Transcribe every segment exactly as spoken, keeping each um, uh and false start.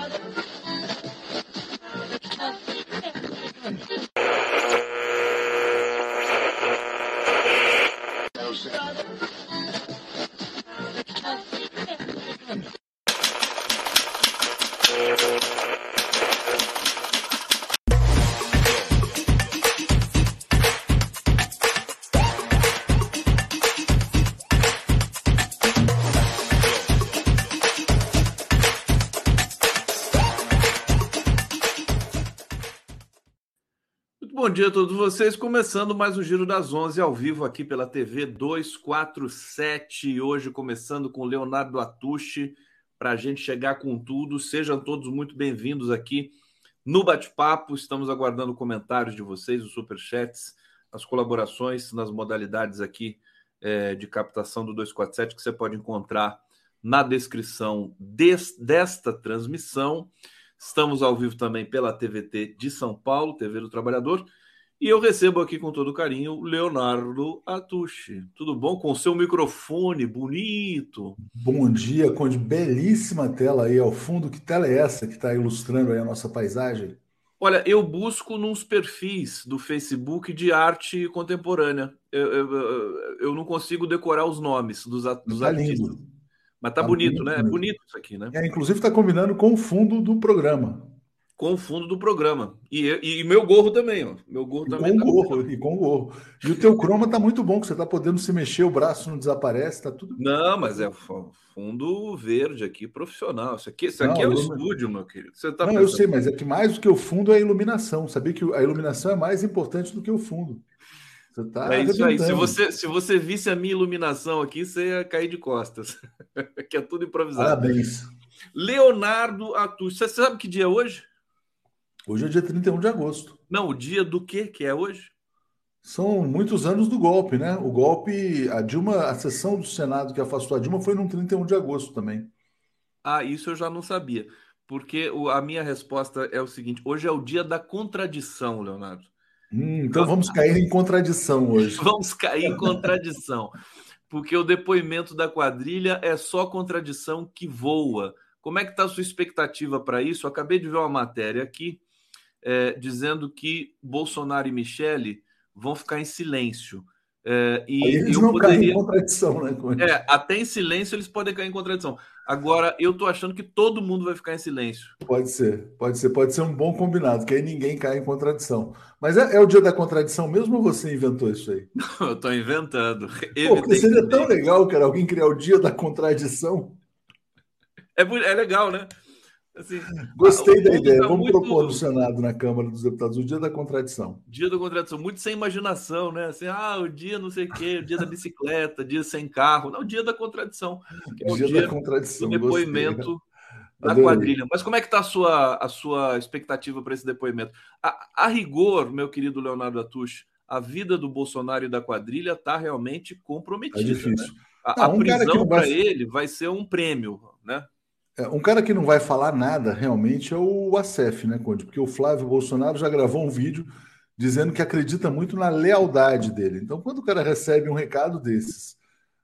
Bom dia a todos vocês, começando mais um Giro das onze ao vivo aqui pela T V duzentos e quarenta e sete, hoje começando com Leonardo Atushi, para a gente chegar com tudo. Sejam todos muito bem-vindos aqui no bate-papo, estamos aguardando comentários de vocês, os superchats, as colaborações nas modalidades aqui é, de captação do duzentos e quarenta e sete, que você pode encontrar na descrição des, desta transmissão. Estamos ao vivo também pela T V T de São Paulo, T V do Trabalhador. E eu recebo aqui com todo carinho o Leonardo Atushi. Tudo bom? Com o seu microfone bonito. Bom dia, Conde. Belíssima tela aí ao fundo. Que tela é essa que está ilustrando aí a nossa paisagem? Olha, eu busco nos perfis do Facebook de arte contemporânea. Eu, eu, eu não consigo decorar os nomes dos, dos Tá artistas. lindo. Mas tá, Tá bonito, muito né? É bonito. bonito isso aqui, né? É, inclusive está combinando com o fundo do programa. Com o fundo do programa. E, e, e meu gorro também, ó. Meu gorro E também com o tá gorro, e com o gorro. E o teu croma tá muito bom, que você tá podendo se mexer, o braço não desaparece, tá tudo. Não, mas é fundo verde aqui, profissional. Isso aqui, isso aqui Não, é o ilumi... estúdio, meu querido. Você tá Não, eu pensando... sei, mas é que mais do que o fundo é a iluminação. Sabia que a iluminação é mais importante do que o fundo. Você tá É isso aí. Se arrebentando. você, se você visse a minha iluminação aqui, você ia cair de costas. Que é tudo improvisado. Parabéns. Leonardo Atushi. Você sabe que dia é hoje? Hoje é dia trinta e um de agosto. Não, o dia do quê que é hoje? São muitos anos do golpe, né? O golpe, a Dilma, a sessão do Senado que afastou a Dilma foi no trinta e um de agosto também. Ah, isso eu já não sabia. Porque o- a minha resposta é o seguinte: hoje é o dia da contradição, Leonardo. Hum, então vamos cair em contradição hoje. Vamos cair em contradição. Porque o depoimento da quadrilha é só contradição que voa. Como é que está a sua expectativa para isso? Eu acabei de ver uma matéria aqui é, dizendo que Bolsonaro e Michele vão ficar em silêncio. É, Aí e eles eu não caem em poderia... contradição, né, Conde? É, até em silêncio eles podem cair em contradição. Agora, eu tô achando que todo mundo vai ficar em silêncio. Pode ser, pode ser, pode ser um bom combinado, que aí ninguém cai em contradição. Mas é, é o dia da contradição mesmo ou você inventou isso aí? Eu tô inventando, Pô, porque seria tão evidentemente. legal, cara, alguém criar o dia da contradição. É, bu- é legal, né? Assim, a- o Gostei da mundo ideia. tá Vamos propor no muito... Senado, na Câmara dos Deputados, o dia da contradição. Dia da contradição, muito sem imaginação, né? Assim, ah, o dia não sei o quê, o dia da bicicleta, dia sem carro. Não, o dia da contradição, que é o Dia da dia do contradição, gostei. depoimento da Adorei. quadrilha. Mas como é que está a sua, a sua expectativa para esse depoimento? A, a rigor, meu querido Leonardo Atush, a vida do Bolsonaro e da quadrilha está realmente Tá comprometida, né? difícil. A, a Não, um cara que prisão não vai, para ele vai ser um prêmio, né? é, um cara que não vai falar nada realmente é o Acef, né, Conde? Porque o Flávio Bolsonaro já gravou um vídeo dizendo que acredita muito na lealdade dele. Então, quando o cara recebe um recado desses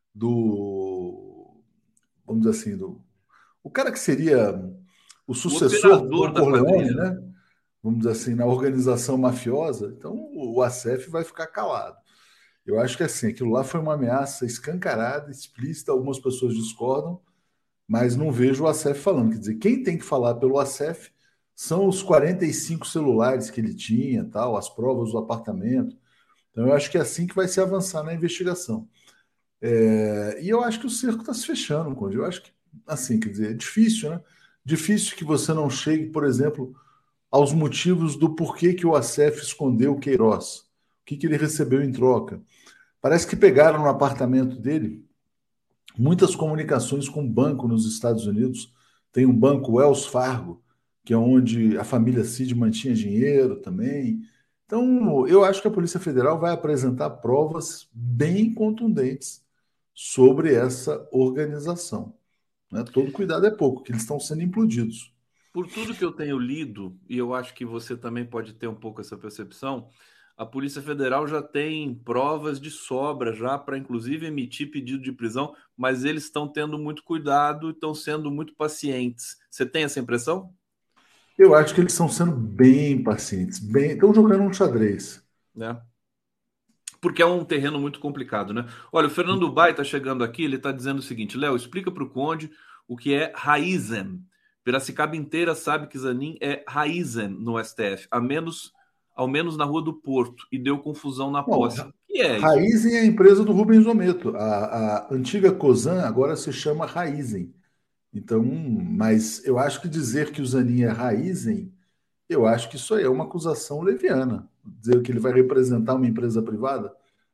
do, vamos dizer assim, do o cara que seria o O sucessor do operador Don da Corleone, quadrilha, né? né? Vamos dizer assim, na organização mafiosa, então o Acef vai ficar calado. Eu acho que assim, aquilo lá foi uma ameaça escancarada, explícita, algumas pessoas discordam, mas não vejo o Acef falando. Quer dizer, quem tem que falar pelo Acef são os quarenta e cinco celulares que ele tinha, tal, as provas do apartamento. Então eu acho que é assim que vai se avançar na investigação. É, e eu acho que o cerco está se fechando, Conde. Eu acho que, assim, quer dizer, é difícil, né? Difícil que você não chegue, por exemplo, aos motivos do porquê que o Acef escondeu o Queiroz. O que, que ele recebeu em troca. Parece que pegaram no apartamento dele muitas comunicações com banco nos Estados Unidos. Tem um banco Wells Fargo, que é onde a família Cid mantinha dinheiro também. Então, eu acho que a Polícia Federal vai apresentar provas bem contundentes sobre essa organização. Né? Todo cuidado é pouco, que eles estão sendo implodidos. Por tudo que eu tenho lido, e eu acho que você também pode ter um pouco essa percepção, a Polícia Federal já tem provas de sobra já para, inclusive, emitir pedido de prisão, mas eles estão tendo muito cuidado e estão sendo muito pacientes. Você tem essa impressão? Eu acho que eles estão sendo bem pacientes, bem, estão jogando um xadrez. né? Porque é um terreno muito complicado, né? Olha, o Fernando Bai está chegando aqui, ele está dizendo o seguinte: Léo, explica para o Conde o que é Raizen. Piracicaba inteira sabe que Zanin é Raizen no S T F, a menos, ao menos na Rua do Porto, e deu confusão na Bom, posse. O que é isso? Raizen é a empresa do Rubens Ometo. A, a antiga Cosan agora se chama Raizen. Então, mas eu acho que dizer que o Zanin é Raizen, eu acho que isso aí é uma acusação leviana. Dizer que ele vai representar uma empresa privada,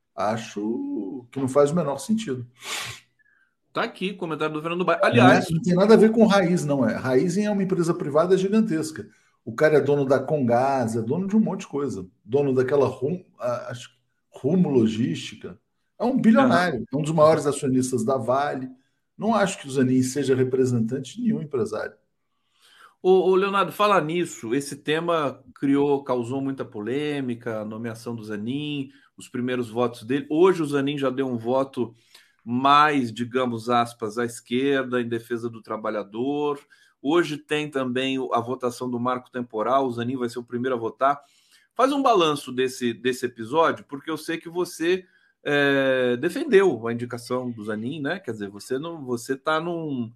acho que não faz o menor sentido. Tá aqui, comentário do Fernando Bai. Não é, Aliás, não tem nada a ver com Raiz, não é. Raizen é uma empresa privada gigantesca. O cara é dono da Congás, é dono de um monte de coisa. Dono daquela Rum, a- acho que Rumo Logística. É um aham, bilionário, é um dos maiores aham. acionistas da Vale. Não acho que o Zanin seja representante de nenhum empresário. Ô, ô, Leonardo, falar nisso, esse tema criou, causou muita polêmica, a nomeação do Zanin, os primeiros votos dele. Hoje o Zanin já deu um voto mais, digamos, aspas, à esquerda, em defesa do trabalhador. Hoje tem também a votação do marco temporal, o Zanin vai ser o primeiro a votar. Faz um balanço desse, desse episódio, porque eu sei que você é, defendeu a indicação do Zanin, né? Quer dizer, você não, você está num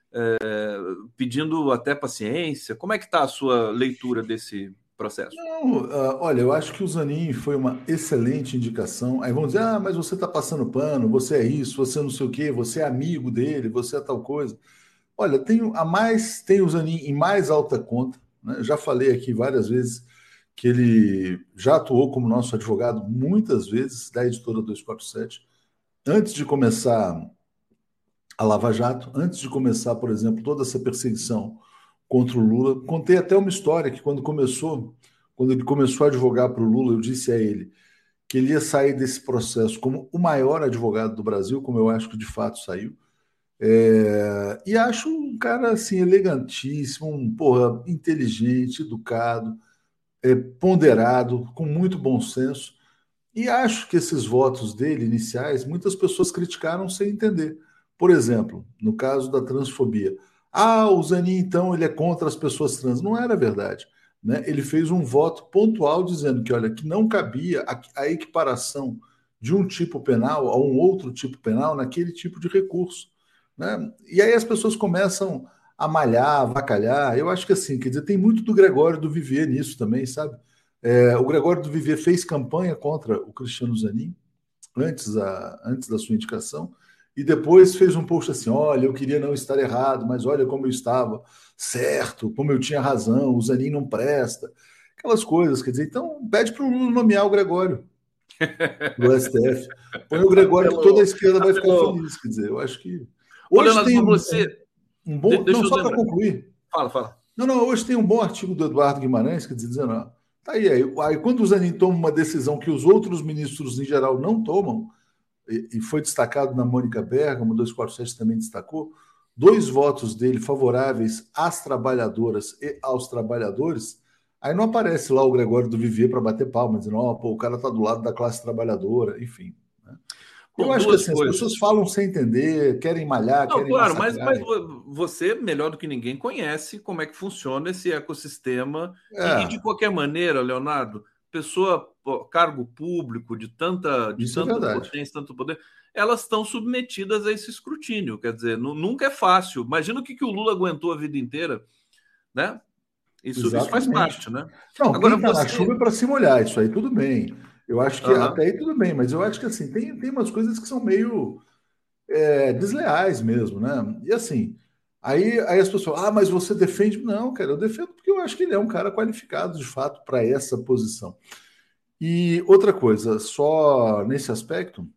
pedindo até paciência. Como é que está a sua leitura desse processo? Não, ah, olha, eu acho que o Zanin foi uma excelente indicação. Aí vão dizer, ah, mas você está passando pano, você é isso, você não sei o quê, você é amigo dele, você é tal coisa. Olha, tenho a mais, tem o Zanin em mais alta conta, né? Já falei aqui várias vezes que ele já atuou como nosso advogado muitas vezes da editora duzentos e quarenta e sete. Antes de começar a Lava Jato, antes de começar, por exemplo, toda essa perseguição contra o Lula, contei até uma história que quando começou, quando ele começou a advogar para o Lula, eu disse a ele que ele ia sair desse processo como o maior advogado do Brasil, como eu acho que de fato saiu. É, e acho um cara assim elegantíssimo, um porra inteligente, educado, é, ponderado, com muito bom senso. E acho que esses votos dele iniciais, muitas pessoas criticaram sem entender. Por exemplo, no caso da transfobia. Ah, o Zanin, então, ele é contra as pessoas trans. Não era verdade. Né? Ele fez um voto pontual dizendo que, olha, que não cabia a, a equiparação de um tipo penal a um outro tipo penal naquele tipo de recurso. Né? E aí as pessoas começam a malhar, a vacalhar. Eu acho que assim, quer dizer, tem muito do Gregório do Vivier nisso também, sabe? É, o Gregório do Vivier fez campanha contra o Cristiano Zanin antes, a, antes da sua indicação e depois fez um post assim: olha, eu queria não estar errado, mas olha como eu estava certo, como eu tinha razão, o Zanin não presta, aquelas coisas, quer dizer, então pede para o Lula nomear o Gregório do S T F, põe o Gregório que toda a Apelou, esquerda vai ficar apelou. feliz, quer dizer, eu acho que Ô, hoje Leonardo, tem mas um, você. um, um de- bom, não, deixa eu só para lembrar. concluir, Fala, fala. não, não, hoje tem um bom artigo do Eduardo Guimarães, que diz, dizendo, ó, tá aí, aí, aí quando o Zanin toma uma decisão que os outros ministros em geral não tomam, e, e foi destacado na Mônica Bergamo, dois quatro sete também destacou, dois votos dele favoráveis às trabalhadoras e aos trabalhadores, aí não aparece lá o Gregório do Vivier para bater palmas, dizendo, ó, pô, o cara tá do lado da classe trabalhadora, enfim. Né? Eu Bom, acho que duas assim, as coisas. pessoas falam sem entender, querem malhar, Não, querem claro, mas, massacrar. mas você, melhor do que ninguém, conhece como é que funciona esse ecossistema. E, e de É, qualquer maneira, Leonardo, pessoa, pô, cargo público de tanta, de isso é tanta verdade. potência, tanto poder, elas estão submetidas a esse escrutínio. Quer dizer, nu- nunca é fácil. Imagina o que, que o Lula aguentou a vida inteira, né? Isso, isso faz Exatamente. parte, né? Não, Agora quem está na você. chuva é para se molhar, isso aí tudo bem. Eu acho que Aham. até aí tudo bem, mas eu acho que assim, tem, tem umas coisas que são meio é, desleais mesmo, né? E assim, aí, aí as pessoas falam, ah, mas você defende. Não, cara, eu defendo porque eu acho que ele é um cara qualificado de fato para essa posição. E outra coisa, só nesse aspecto,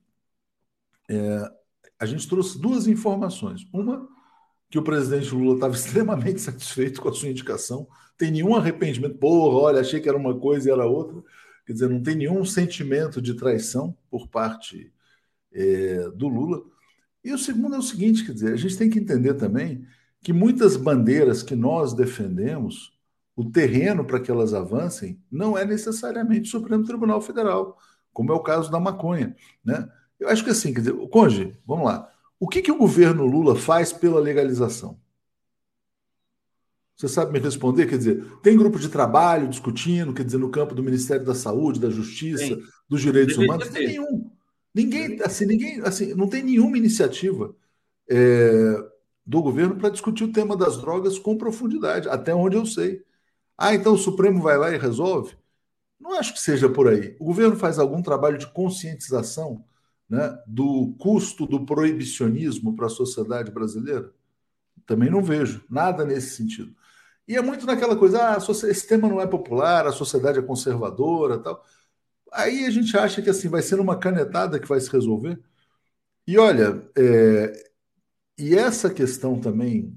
a gente trouxe duas informações. Uma, que o presidente Lula estava extremamente satisfeito com a sua indicação, tem nenhum arrependimento, porra, olha, achei que era uma coisa e era outra. Quer dizer, não tem nenhum sentimento de traição por parte é, do Lula. E o segundo é o seguinte, quer dizer, a gente tem que entender também que muitas bandeiras que nós defendemos, o terreno para que elas avancem não é necessariamente o Supremo Tribunal Federal, como é o caso da maconha, né? Eu acho que assim, quer dizer, Conde, vamos lá. O que, que o governo Lula faz pela legalização? Você sabe me responder? Quer dizer, tem grupo de trabalho discutindo, quer dizer, no campo do Ministério da Saúde, da Justiça, Tem. dos direitos humanos? Deveria Tem ter. nenhum. Ninguém, Deveria. assim, ninguém, assim, não tem nenhuma iniciativa é, do governo para discutir o tema das drogas com profundidade, até onde eu sei. Ah, então o Supremo vai lá e resolve? Não acho que seja por aí. O governo faz algum trabalho de conscientização, né, do custo do proibicionismo para a sociedade brasileira? Também não vejo nada nesse sentido. E é muito naquela coisa, ah, esse tema não é popular, a sociedade é conservadora, tal. Aí a gente acha que assim vai ser uma canetada que vai se resolver. E olha, é, e essa questão também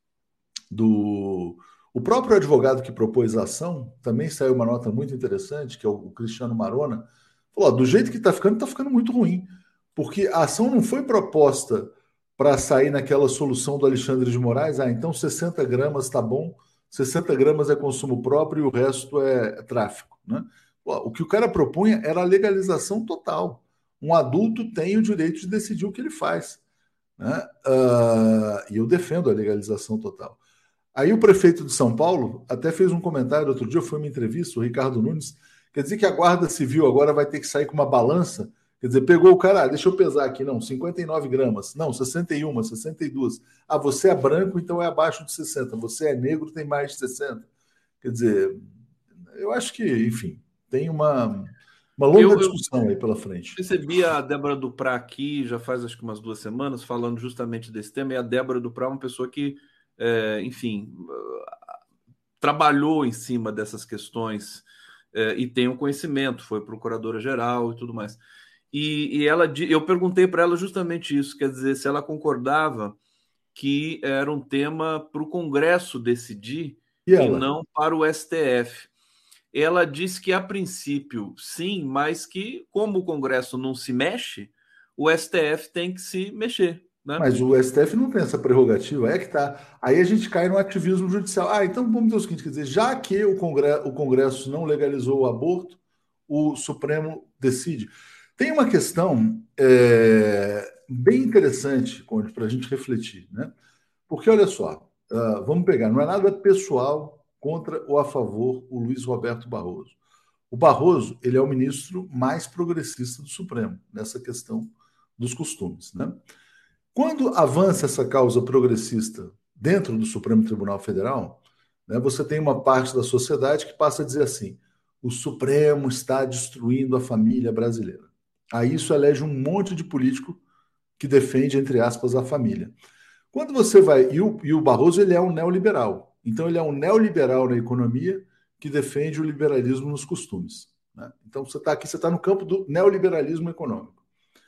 do o próprio advogado que propôs a ação também saiu uma nota muito interessante, que é o Cristiano Marona, falou: ó, do jeito que está ficando, está ficando muito ruim, porque a ação não foi proposta para sair naquela solução do Alexandre de Moraes, ah, então sessenta gramas está bom, sessenta gramas é consumo próprio e o resto é, é tráfico, né? Pô, o que o cara propunha era a legalização total. Um adulto tem o direito de decidir o que ele faz, né? Uh, e eu defendo a legalização total. Aí o prefeito de São Paulo até fez um comentário outro dia, foi uma entrevista, o Ricardo Nunes, quer dizer que a Guarda Civil agora vai ter que sair com uma balança, quer dizer, pegou o cara, ah, deixa eu pesar aqui, não, cinquenta e nove gramas, não, sessenta e um, sessenta e dois. Ah, você é branco, então é abaixo de sessenta, você é negro, tem mais de sessenta. Quer dizer, eu acho que, enfim, tem uma, uma longa Eu, eu discussão aí pela frente. recebi a Débora Duprá aqui já faz acho que umas duas semanas, falando justamente desse tema, e a Débora Duprá é uma pessoa que, é, enfim, trabalhou em cima dessas questões é, e tem um conhecimento, foi procuradora-geral e tudo mais. E, e ela, eu perguntei para ela justamente isso, quer dizer, se ela concordava que era um tema para o Congresso decidir E e ela? não para o S T F. Ela disse que, a princípio, sim, mas que, como o Congresso não se mexe, o S T F tem que se mexer, né? Mas o S T F não tem essa prerrogativa, é que tá. Aí a gente cai no ativismo judicial. Ah, então vamos dizer o seguinte: quer dizer, já que o Congresso, o Congresso não legalizou o aborto, o Supremo decide. Tem uma questão é, bem interessante, Conde, para a gente refletir, né? Porque olha só, uh, vamos pegar, não é nada pessoal contra ou a favor o Luiz Roberto Barroso. O Barroso, ele é o ministro mais progressista do Supremo nessa questão dos costumes, né? Quando avança essa causa progressista dentro do Supremo Tribunal Federal, né, você tem uma parte da sociedade que passa a dizer assim: o Supremo está destruindo a família brasileira. Aí isso elege um monte de político que defende, entre aspas, a família. Quando você vai. E o, e o Barroso ele é um neoliberal. Então, ele é um neoliberal na economia que defende o liberalismo nos costumes. Né? Então, você está aqui, você está no campo do neoliberalismo econômico.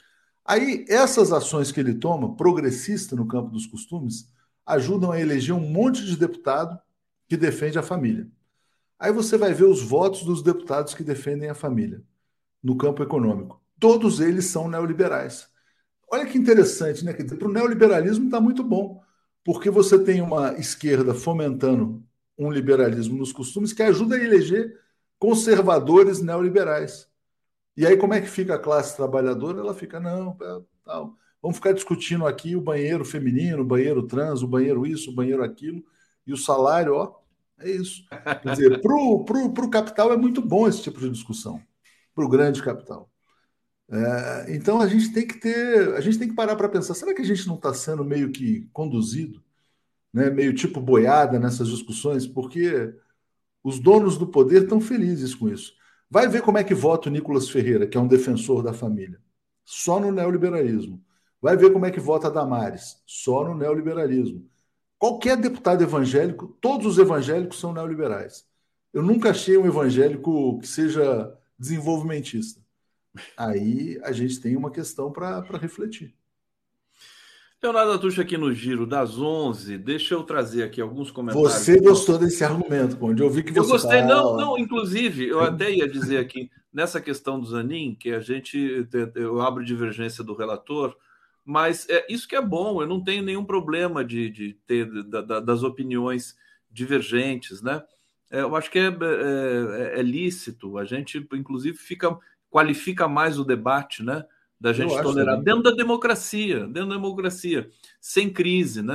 Aí, essas ações que ele toma, progressista no campo dos costumes, ajudam a eleger um monte de deputado que defende a família. Aí você vai ver os votos dos deputados que defendem a família no campo econômico. Todos eles são neoliberais. Olha que interessante, né? Quer dizer, para o neoliberalismo está muito bom, porque você tem uma esquerda fomentando um liberalismo nos costumes que ajuda a eleger conservadores neoliberais. E aí, como é que fica a classe trabalhadora? Ela fica, não, é, tal. Vamos ficar discutindo aqui o banheiro feminino, o banheiro trans, o banheiro isso, o banheiro aquilo, e o salário, ó, é isso. Quer dizer, para o pro, pro capital é muito bom esse tipo de discussão, para o grande capital. É, então a gente tem que ter, a gente tem que parar para pensar, será que a gente não está sendo meio que conduzido, né, meio tipo boiada nessas discussões? Porque os donos do poder estão felizes com isso. Vai ver como é que vota o Nicolas Ferreira, que é um defensor da família. Só no neoliberalismo. Vai ver como é que vota a Damares. Só no neoliberalismo. Qualquer deputado evangélico, todos os evangélicos são neoliberais. Eu nunca achei um evangélico que seja desenvolvimentista. Aí a gente tem uma questão para refletir. Leonardo Atucha aqui no Giro das onze. Deixa eu trazer aqui alguns comentários. Você gostou desse argumento, Conde? Eu vi que Eu você gostei, não, fala. não, inclusive, eu até ia dizer aqui, nessa questão do Zanin, que a gente, eu abro divergência do relator, mas é isso que é bom, eu não tenho nenhum problema de, de ter da, da, das opiniões divergentes, né? É, eu acho que é, é, é lícito, a gente, inclusive, fica, qualifica mais o debate, né? Da Eu gente acho tolerar também. dentro da democracia, dentro da democracia, sem crise, né?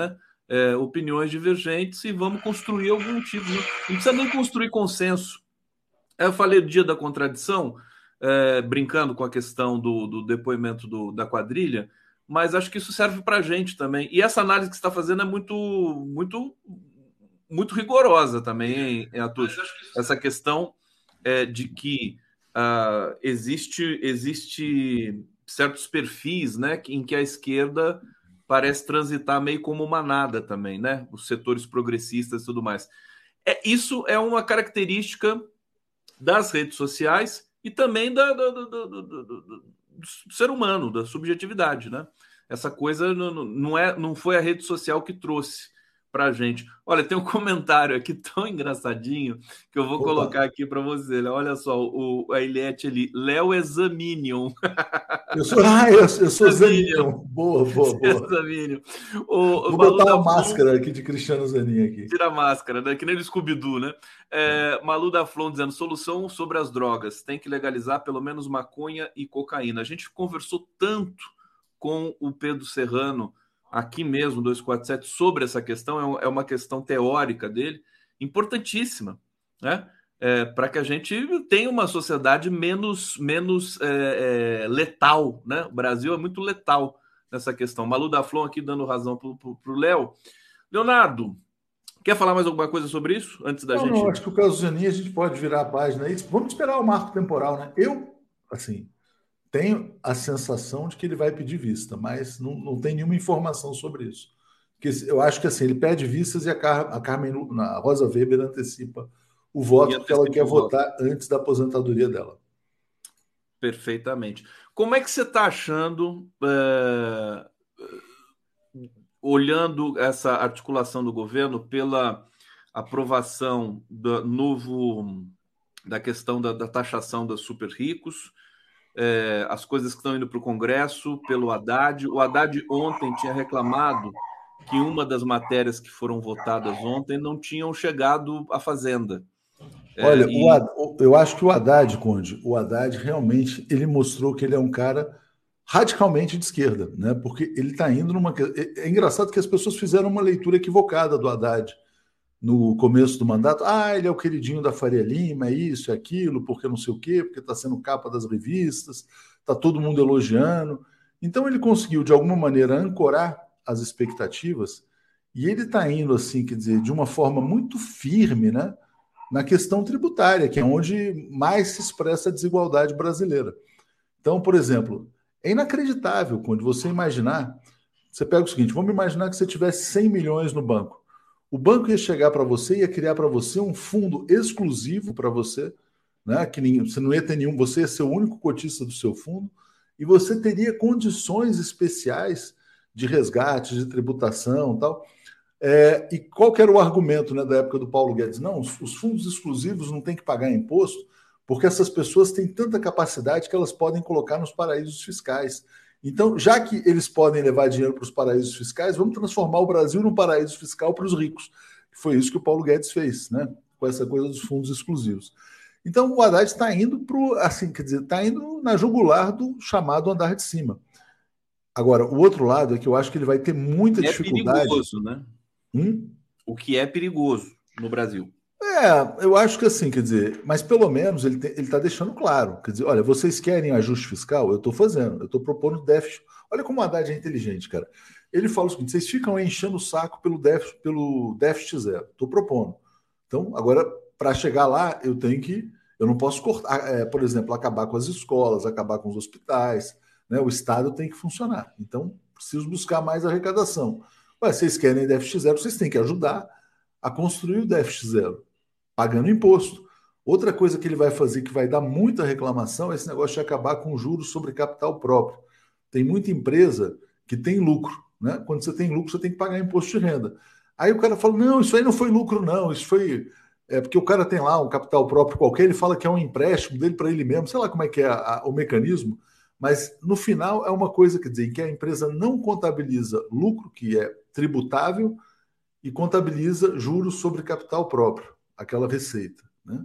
é, opiniões divergentes e vamos construir algum tipo. Não, não precisa nem construir consenso. Eu falei do dia da contradição, é, brincando com a questão do, do depoimento do, da quadrilha, mas acho que isso serve para a gente também. E essa análise que você está fazendo é muito, muito, muito rigorosa também, hein, Atush? Essa questão é, de que uh, existe, existe certos perfis, né, em que a esquerda parece transitar meio como manada também, né? Os setores progressistas e tudo mais. É, isso é uma característica das redes sociais e também da, do, do, do, do, do, ser humano, da subjetividade, né? Essa coisa não, não, é, não foi a rede social que trouxe para a gente. Olha, tem um comentário aqui tão engraçadinho que eu vou Opa, colocar aqui para você. Olha só, o, a Eliette ali, Léo Examinion. eu sou, ah, eu, eu sou Examinion. Zaninho. Boa, boa, boa. Examinion. O, o Vou Malu botar da uma Flon, máscara aqui de Cristiano Zanin aqui. tira a máscara, né? Que nem o Scooby-Doo, né? É, Malu da Flon dizendo: solução sobre as drogas. Tem que legalizar pelo menos maconha e cocaína. A gente conversou tanto com o Pedro Serrano, aqui mesmo, dois quatro sete, sobre essa questão. É uma questão teórica dele, importantíssima, né? É, para que a gente tenha uma sociedade menos, menos é, é, letal, né? O Brasil é muito letal nessa questão. Malu da Flon aqui dando razão para o Léo. Leonardo, quer falar mais alguma coisa sobre isso antes da Não, não, gente? acho que o caso Zanin a gente pode virar a página aí. Vamos esperar o marco temporal, né? Eu, assim, tenho a sensação de que ele vai pedir vista, mas não, não tem nenhuma informação sobre isso. Porque eu acho que assim, ele pede vistas e a, Car a Carmen, a Rosa Weber antecipa o E voto porque ela antecipa quer o voto. votar antes da aposentadoria dela. Perfeitamente. Como é que você está achando, é, olhando essa articulação do governo pela aprovação do novo da questão da, da taxação dos super ricos, é, as coisas que estão indo para o Congresso, pelo Haddad. O Haddad ontem tinha reclamado que uma das matérias que foram votadas ontem não tinham chegado à Fazenda. É, Olha, o e, Had- o- eu acho que o Haddad, Conde, o Haddad realmente ele mostrou que ele é um cara radicalmente de esquerda, né? Porque ele está indo numa. É, é engraçado que as pessoas fizeram uma leitura equivocada do Haddad no começo do mandato. Ah, ele é o queridinho da Faria Lima, é isso, é aquilo, porque não sei o quê, porque está sendo capa das revistas, está todo mundo elogiando. Então ele conseguiu, de alguma maneira, ancorar as expectativas e ele está indo, assim, quer dizer, de uma forma muito firme, né? Na questão tributária, que é onde mais se expressa a desigualdade brasileira. Então, por exemplo, é inacreditável quando você imaginar. Você pega o seguinte: vamos imaginar que você tivesse cem milhões no banco. O banco ia chegar para você e ia criar para você um fundo exclusivo para você, né? Que ninguém, você não ia ter nenhum, você ia ser o único cotista do seu fundo, e você teria condições especiais de resgate, de tributação e tal. É, e qual que era o argumento, né, da época do Paulo Guedes? Não, os, os fundos exclusivos não têm que pagar imposto, porque essas pessoas têm tanta capacidade que elas podem colocar nos paraísos fiscais. Então, já que eles podem levar dinheiro para os paraísos fiscais, vamos transformar o Brasil num paraíso fiscal para os ricos. Foi isso que o Paulo Guedes fez, né? Com essa coisa dos fundos exclusivos. Então, o Haddad está indo para, assim, quer dizer, está indo na jugular do chamado andar de cima. Agora, o outro lado é que eu acho que ele vai ter muita é dificuldade. perigoso, né? Hum? O que é perigoso no Brasil. É, eu acho que assim, quer dizer, mas pelo menos ele está deixando claro. Quer dizer, olha, vocês querem ajuste fiscal? Eu estou fazendo, eu estou propondo déficit. Olha como o Haddad é inteligente, cara. Ele fala o seguinte: vocês ficam enchendo o saco pelo déficit, pelo déficit zero. Estou propondo. Então, agora, para chegar lá, eu tenho que. Eu não posso cortar, é, por exemplo, acabar com as escolas, acabar com os hospitais. Né? O Estado tem que funcionar. Então, preciso buscar mais arrecadação. Ué, vocês querem déficit zero, vocês têm que ajudar a construir o déficit zero pagando imposto. Outra coisa que ele vai fazer que vai dar muita reclamação é esse negócio de acabar com juros sobre capital próprio. Tem muita empresa que tem lucro, né? Quando você tem lucro, você tem que pagar imposto de renda. Aí o cara fala: não, isso aí não foi lucro, não, isso foi. É porque o cara tem lá um capital próprio qualquer, ele fala que é um empréstimo dele para ele mesmo, sei lá como é que é a, a, o mecanismo, mas no final é uma coisa, quer dizer, em que a empresa não contabiliza lucro, que é tributável, e contabiliza juros sobre capital próprio, aquela receita. Né?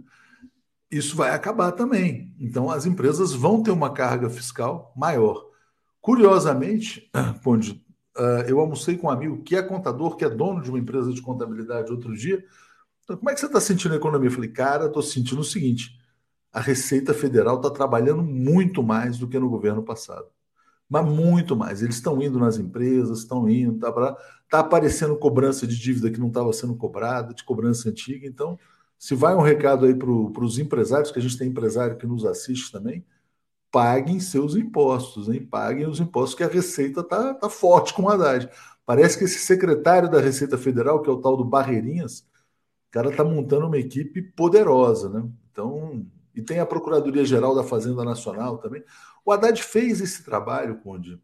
Isso vai acabar também. Então, as empresas vão ter uma carga fiscal maior. Curiosamente, Conde, Uh, eu almocei com um amigo que é contador, que é dono de uma empresa de contabilidade outro dia. Então, como é que você está sentindo a economia? Eu falei, cara, estou sentindo o seguinte: a Receita Federal está trabalhando muito mais do que no governo passado. Mas muito mais. Eles estão indo nas empresas, estão indo, tá, pra, tá aparecendo cobrança de dívida que não estava sendo cobrada, de cobrança antiga. Então, se vai um recado aí para os empresários, que a gente tem empresário que nos assiste também, paguem seus impostos, hein? Paguem os impostos, que a Receita tá, tá forte com o Haddad. Parece que esse secretário da Receita Federal, que é o tal do Barreirinhas, o cara tá montando uma equipe poderosa, né? Então, e tem a Procuradoria-Geral da Fazenda Nacional também. O Haddad fez esse trabalho, Conde,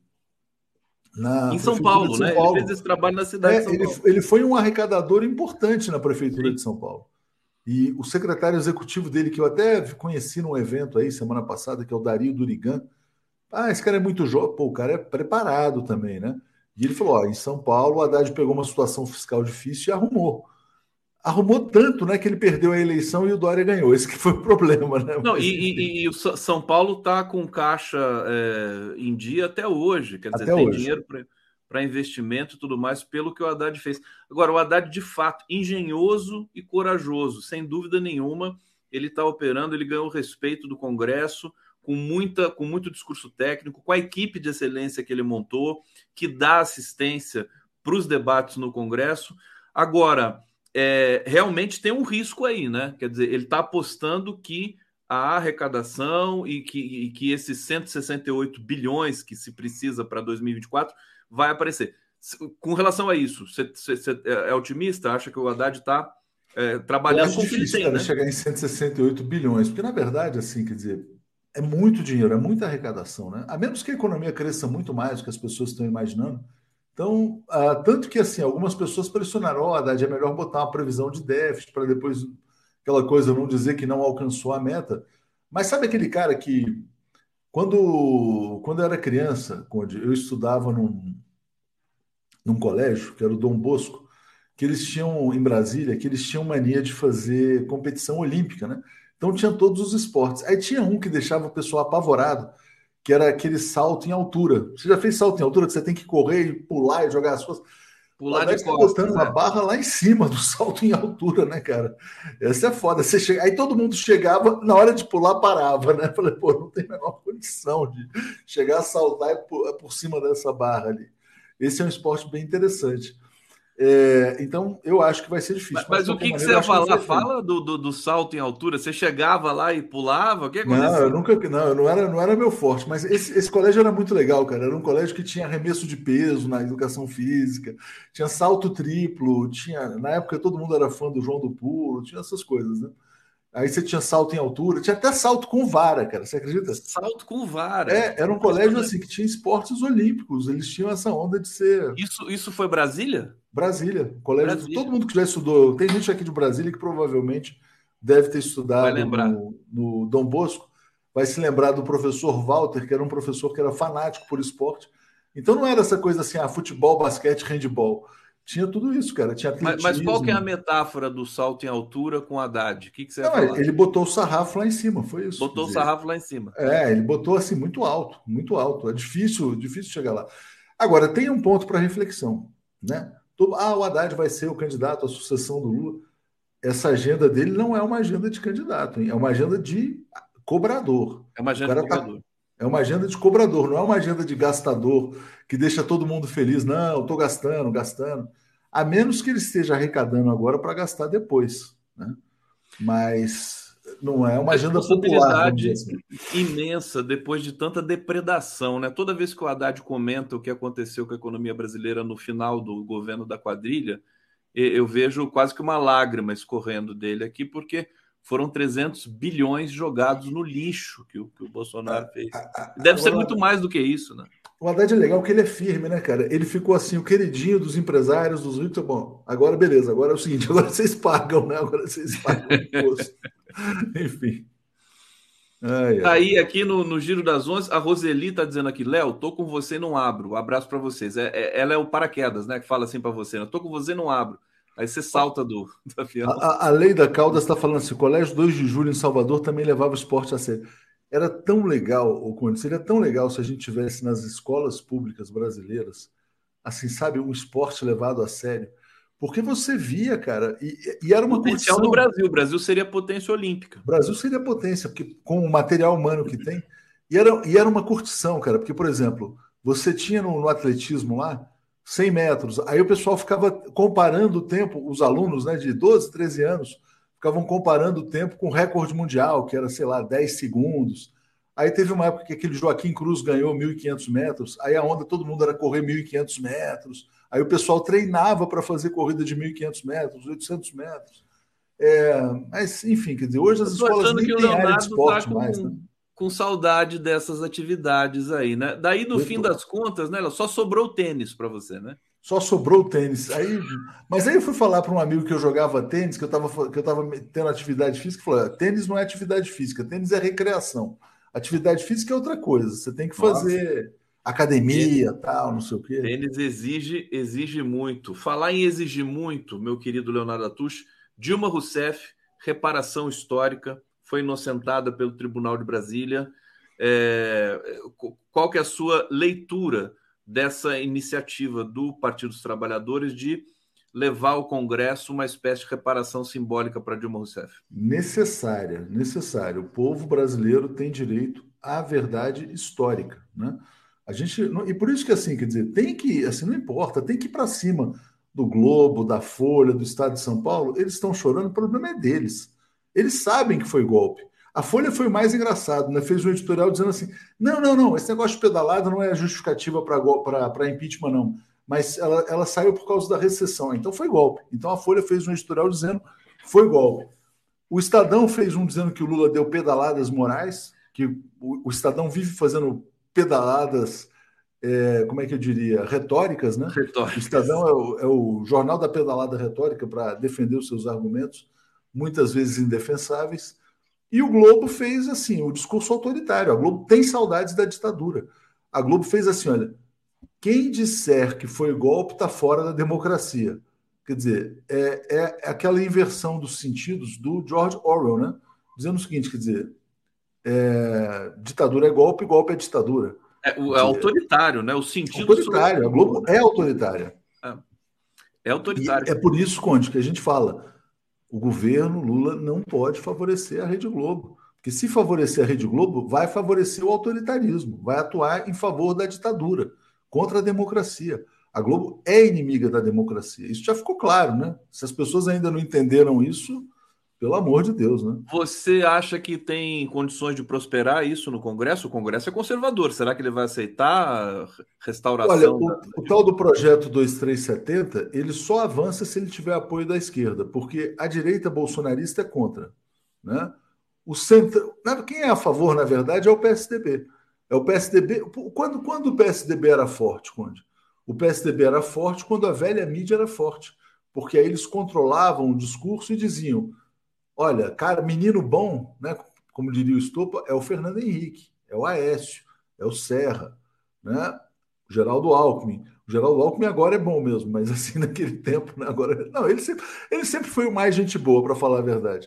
na Em São Prefeitura de Paulo, São né? Ele fez Paulo. esse trabalho na cidade de É, São ele, Paulo. ele foi um arrecadador importante na Prefeitura Sim. de São Paulo. E o secretário executivo dele, que eu até conheci num evento aí semana passada, que é o Dario Durigan. Ah, esse cara é muito jovem. Pô, o cara é preparado também, né? E ele falou: ó, em São Paulo, o Haddad pegou uma situação fiscal difícil e arrumou. Arrumou tanto, né, que ele perdeu a eleição e o Dória ganhou. Esse que foi o problema, né? Não, e, Mas, enfim, e- e o Sa- São Paulo está com caixa é, em dia até hoje, quer dizer, até tem hoje. dinheiro para investimento e tudo mais, pelo que o Haddad fez. Agora, o Haddad, de fato, engenhoso e corajoso, sem dúvida nenhuma, ele está operando, ele ganhou o respeito do Congresso, com, muita, com muito discurso técnico, com a equipe de excelência que ele montou, que dá assistência para os debates no Congresso. Agora, é, realmente tem um risco aí, né? Quer dizer, ele está apostando que a arrecadação e que, e que esses cento e sessenta e oito bilhões que se precisa para dois mil e vinte e quatro vai aparecer. Com relação a isso, você, você é otimista? Acha que o Haddad está é, Eu trabalhando acho com o que ele difícil, tem, cara, né? chegar em cento e sessenta e oito bilhões, porque na verdade, assim, quer dizer, é muito dinheiro, é muita arrecadação, né? A menos que a economia cresça muito mais do que as pessoas estão imaginando. Então, ah, tanto que, assim, algumas pessoas pressionaram: ó, Haddad, é melhor botar uma previsão de déficit para depois aquela coisa não dizer que não alcançou a meta. Mas sabe aquele cara que, quando, quando eu era criança, Conde, eu estudava num, num colégio, que era o Dom Bosco, que eles tinham, em Brasília, que eles tinham mania de fazer competição olímpica, né? Então tinha todos os esportes. Aí tinha um que deixava o pessoal apavorado, que era aquele salto em altura. Você já fez salto em altura, que você tem que correr e pular e jogar as suas. O Pular Haddad de está botando costas, uma é. barra lá em cima do salto em altura, né, cara? Essa é foda. Você chega... Aí todo mundo chegava, na hora de pular, parava, né? Falei, pô, não tem a menor condição de chegar a saltar por, por cima dessa barra ali. Esse é um esporte bem interessante. É, então, eu acho que vai ser Mas, difícil, mas de mas o qualquer que, que você maneira, eu ia acho que ele falar? foi bem. Fala do, do, do salto em altura. Você chegava lá e pulava? O que Não, eu acontecia? nunca, não, eu não era, não era meu forte, mas esse, esse colégio era muito legal, cara. Era um colégio que tinha arremesso de peso na educação física, tinha salto triplo, tinha, na época todo mundo era fã do João do Pulo, tinha essas coisas, né? Aí você tinha salto em altura, tinha até salto com vara, cara. Você acredita? Salto com vara. É, era um colégio assim Impressionante. que tinha esportes olímpicos. Eles tinham essa onda de ser Isso, isso foi Brasília? Brasília, colégio. Todo Brasília. mundo que já estudou, tem gente aqui de Brasília que provavelmente deve ter Vai estudado lembrar. no, no Dom Bosco, vai se lembrar do professor Walter, que era um professor que era fanático por esporte. Então não era essa coisa assim, ah, futebol, basquete, handebol. Tinha tudo isso, cara. Tinha Mas, mas qual que é a atletismo. metáfora do salto em altura com Haddad? O que, que você ia Não, falar? ele botou o sarrafo lá em cima, foi isso. Quer Botou o dizer, sarrafo lá em cima. é, ele botou assim muito alto, muito alto. É difícil, difícil chegar lá. Agora, tem um ponto para reflexão, né? Todo- Ah, o Haddad vai ser o candidato à sucessão do Lula. Essa agenda dele não é uma agenda de candidato, hein? É uma agenda de cobrador. É uma O agenda de cara tá. cobrador. É uma agenda de cobrador, não é uma agenda de gastador que deixa todo mundo feliz. Não, eu estou gastando, gastando. A menos que ele esteja arrecadando agora para gastar depois, né? Mas não é uma agenda popular, vamos dizer Responsabilidade assim. imensa depois de tanta depredação, né? Toda vez que o Haddad comenta o que aconteceu com a economia brasileira no final do governo da quadrilha, e- eu vejo quase que uma lágrima escorrendo dele aqui, porque foram trezentos bilhões jogados no lixo que o, que o Bolsonaro fez. Deve ser muito Agora, mais do que isso, né? o Haddad é legal porque ele é firme, né, cara? Ele ficou assim, o queridinho dos empresários, dos ricos. Bom, agora beleza, agora é o seguinte, agora vocês pagam, né? Agora vocês pagam imposto. Enfim. Ai, Tá ai. aí, aqui no, no Giro das Onze, a Roseli tá dizendo aqui, Léo, tô com você e não abro. Um abraço para vocês. É, é- ela é o paraquedas, né? Que fala assim para você, né? Tô com você e não abro. Aí você salta do, do A, avião. a, a lei da Caldas está falando assim: o Colégio dois de Julho em Salvador também levava o esporte a sério. Era tão legal, o Conde, seria tão legal se a gente tivesse nas escolas públicas brasileiras assim, sabe, um esporte levado a sério. Porque você via, cara, e, e era uma Potencial curtição. do Brasil. O Brasil seria potência olímpica. O Brasil seria potência, porque com o material humano que tem. E era, e era uma curtição, cara, porque, por exemplo, você tinha no, no atletismo lá cem metros, aí o pessoal ficava comparando o tempo, os alunos, né, de doze, treze anos, ficavam comparando o tempo com o recorde mundial, que era, sei lá, dez segundos. Aí teve uma época que aquele Joaquim Cruz ganhou mil e quinhentos metros, aí a onda todo mundo era correr mil e quinhentos metros, aí o pessoal treinava para fazer corrida de mil e quinhentos metros, oitocentos metros. É, mas, enfim, quer dizer, hoje as Eu tô escolas achando nem que o têm área de Leonardo tá esporte mais, né? com, com saudade dessas atividades aí, né? Daí, no Eu fim tô- das contas, né, Léo, só sobrou o tênis para você, né? Só sobrou o tênis. Aí, mas aí eu fui falar para um amigo que eu jogava tênis, que eu estava que eu tava tendo atividade física, e falou: "Ah, tênis não é atividade física, tênis é recreação. Atividade física é outra coisa. Você tem que Nossa. fazer academia, tal, não sei o quê." Tênis exige, exige muito. Falar em exigir muito, meu querido Leonardo Atush, Dilma Rousseff, reparação histórica, foi inocentada pelo Tribunal de Brasília. É, qual que é a sua leitura dessa iniciativa do Partido dos Trabalhadores de levar ao Congresso uma espécie de reparação simbólica para Dilma Rousseff? Necessária, necessária. O povo brasileiro tem direito à verdade histórica, né? A gente, e por isso que assim, quer dizer, tem que, assim, não importa, tem que ir para cima do Globo, da Folha, do Estado de São Paulo. Eles estão chorando, o problema é deles. Eles sabem que foi golpe. A Folha foi mais engraçado, né? Fez um editorial dizendo assim: não, não, não, esse negócio de pedalada não é justificativa para impeachment, não. Mas ela, ela saiu por causa da recessão, então foi golpe. Então a Folha fez um editorial dizendo foi golpe. O Estadão fez um dizendo que o Lula deu pedaladas morais, que o, o Estadão vive fazendo pedaladas, é, como é que eu diria, retóricas, né? O Retóricas. Estadão é o, é o jornal da pedalada retórica para defender os seus argumentos, muitas vezes indefensáveis. E o Globo fez assim, o discurso autoritário. A Globo tem saudades da ditadura. A Globo fez assim, olha, quem disser que foi golpe está fora da democracia. Quer dizer, é, é aquela inversão dos sentidos do George Orwell, né? Dizendo o seguinte, quer dizer, é, ditadura é golpe, golpe é ditadura. É, o- Quer é dizer, autoritário, né? Os é sentidos são esse autoritário. A humor, Globo né? é autoritária. É, é E autoritário. é por isso, Conde, que a gente fala, o governo Lula não pode favorecer a Rede Globo. Porque se favorecer a Rede Globo, vai favorecer o autoritarismo, vai atuar em favor da ditadura, contra a democracia. A Globo é inimiga da democracia. Isso já ficou claro, né? Se as pessoas ainda não entenderam isso, pelo amor de Deus, né? Você acha que tem condições de prosperar isso no Congresso? O Congresso é conservador. Será que ele vai aceitar a Olha, restauração da o, o tal do projeto vinte e três setenta, ele só avança se ele tiver apoio da esquerda, porque a direita bolsonarista é contra, né? O centro, quem é a favor, na verdade, é o P S D B. É o P S D B. Quando, quando o P S D B era forte, Conde? O P S D B era forte quando a velha mídia era forte, porque aí eles controlavam o discurso e diziam: olha, cara, menino bom, né? Como diria o Estopa, é o Fernando Henrique, é o Aécio, é o Serra, né? O Geraldo Alckmin. O Geraldo Alckmin agora é bom mesmo, mas assim, naquele tempo, né? Agora. Não, ele sempre, ele sempre foi o mais gente boa, para falar a verdade.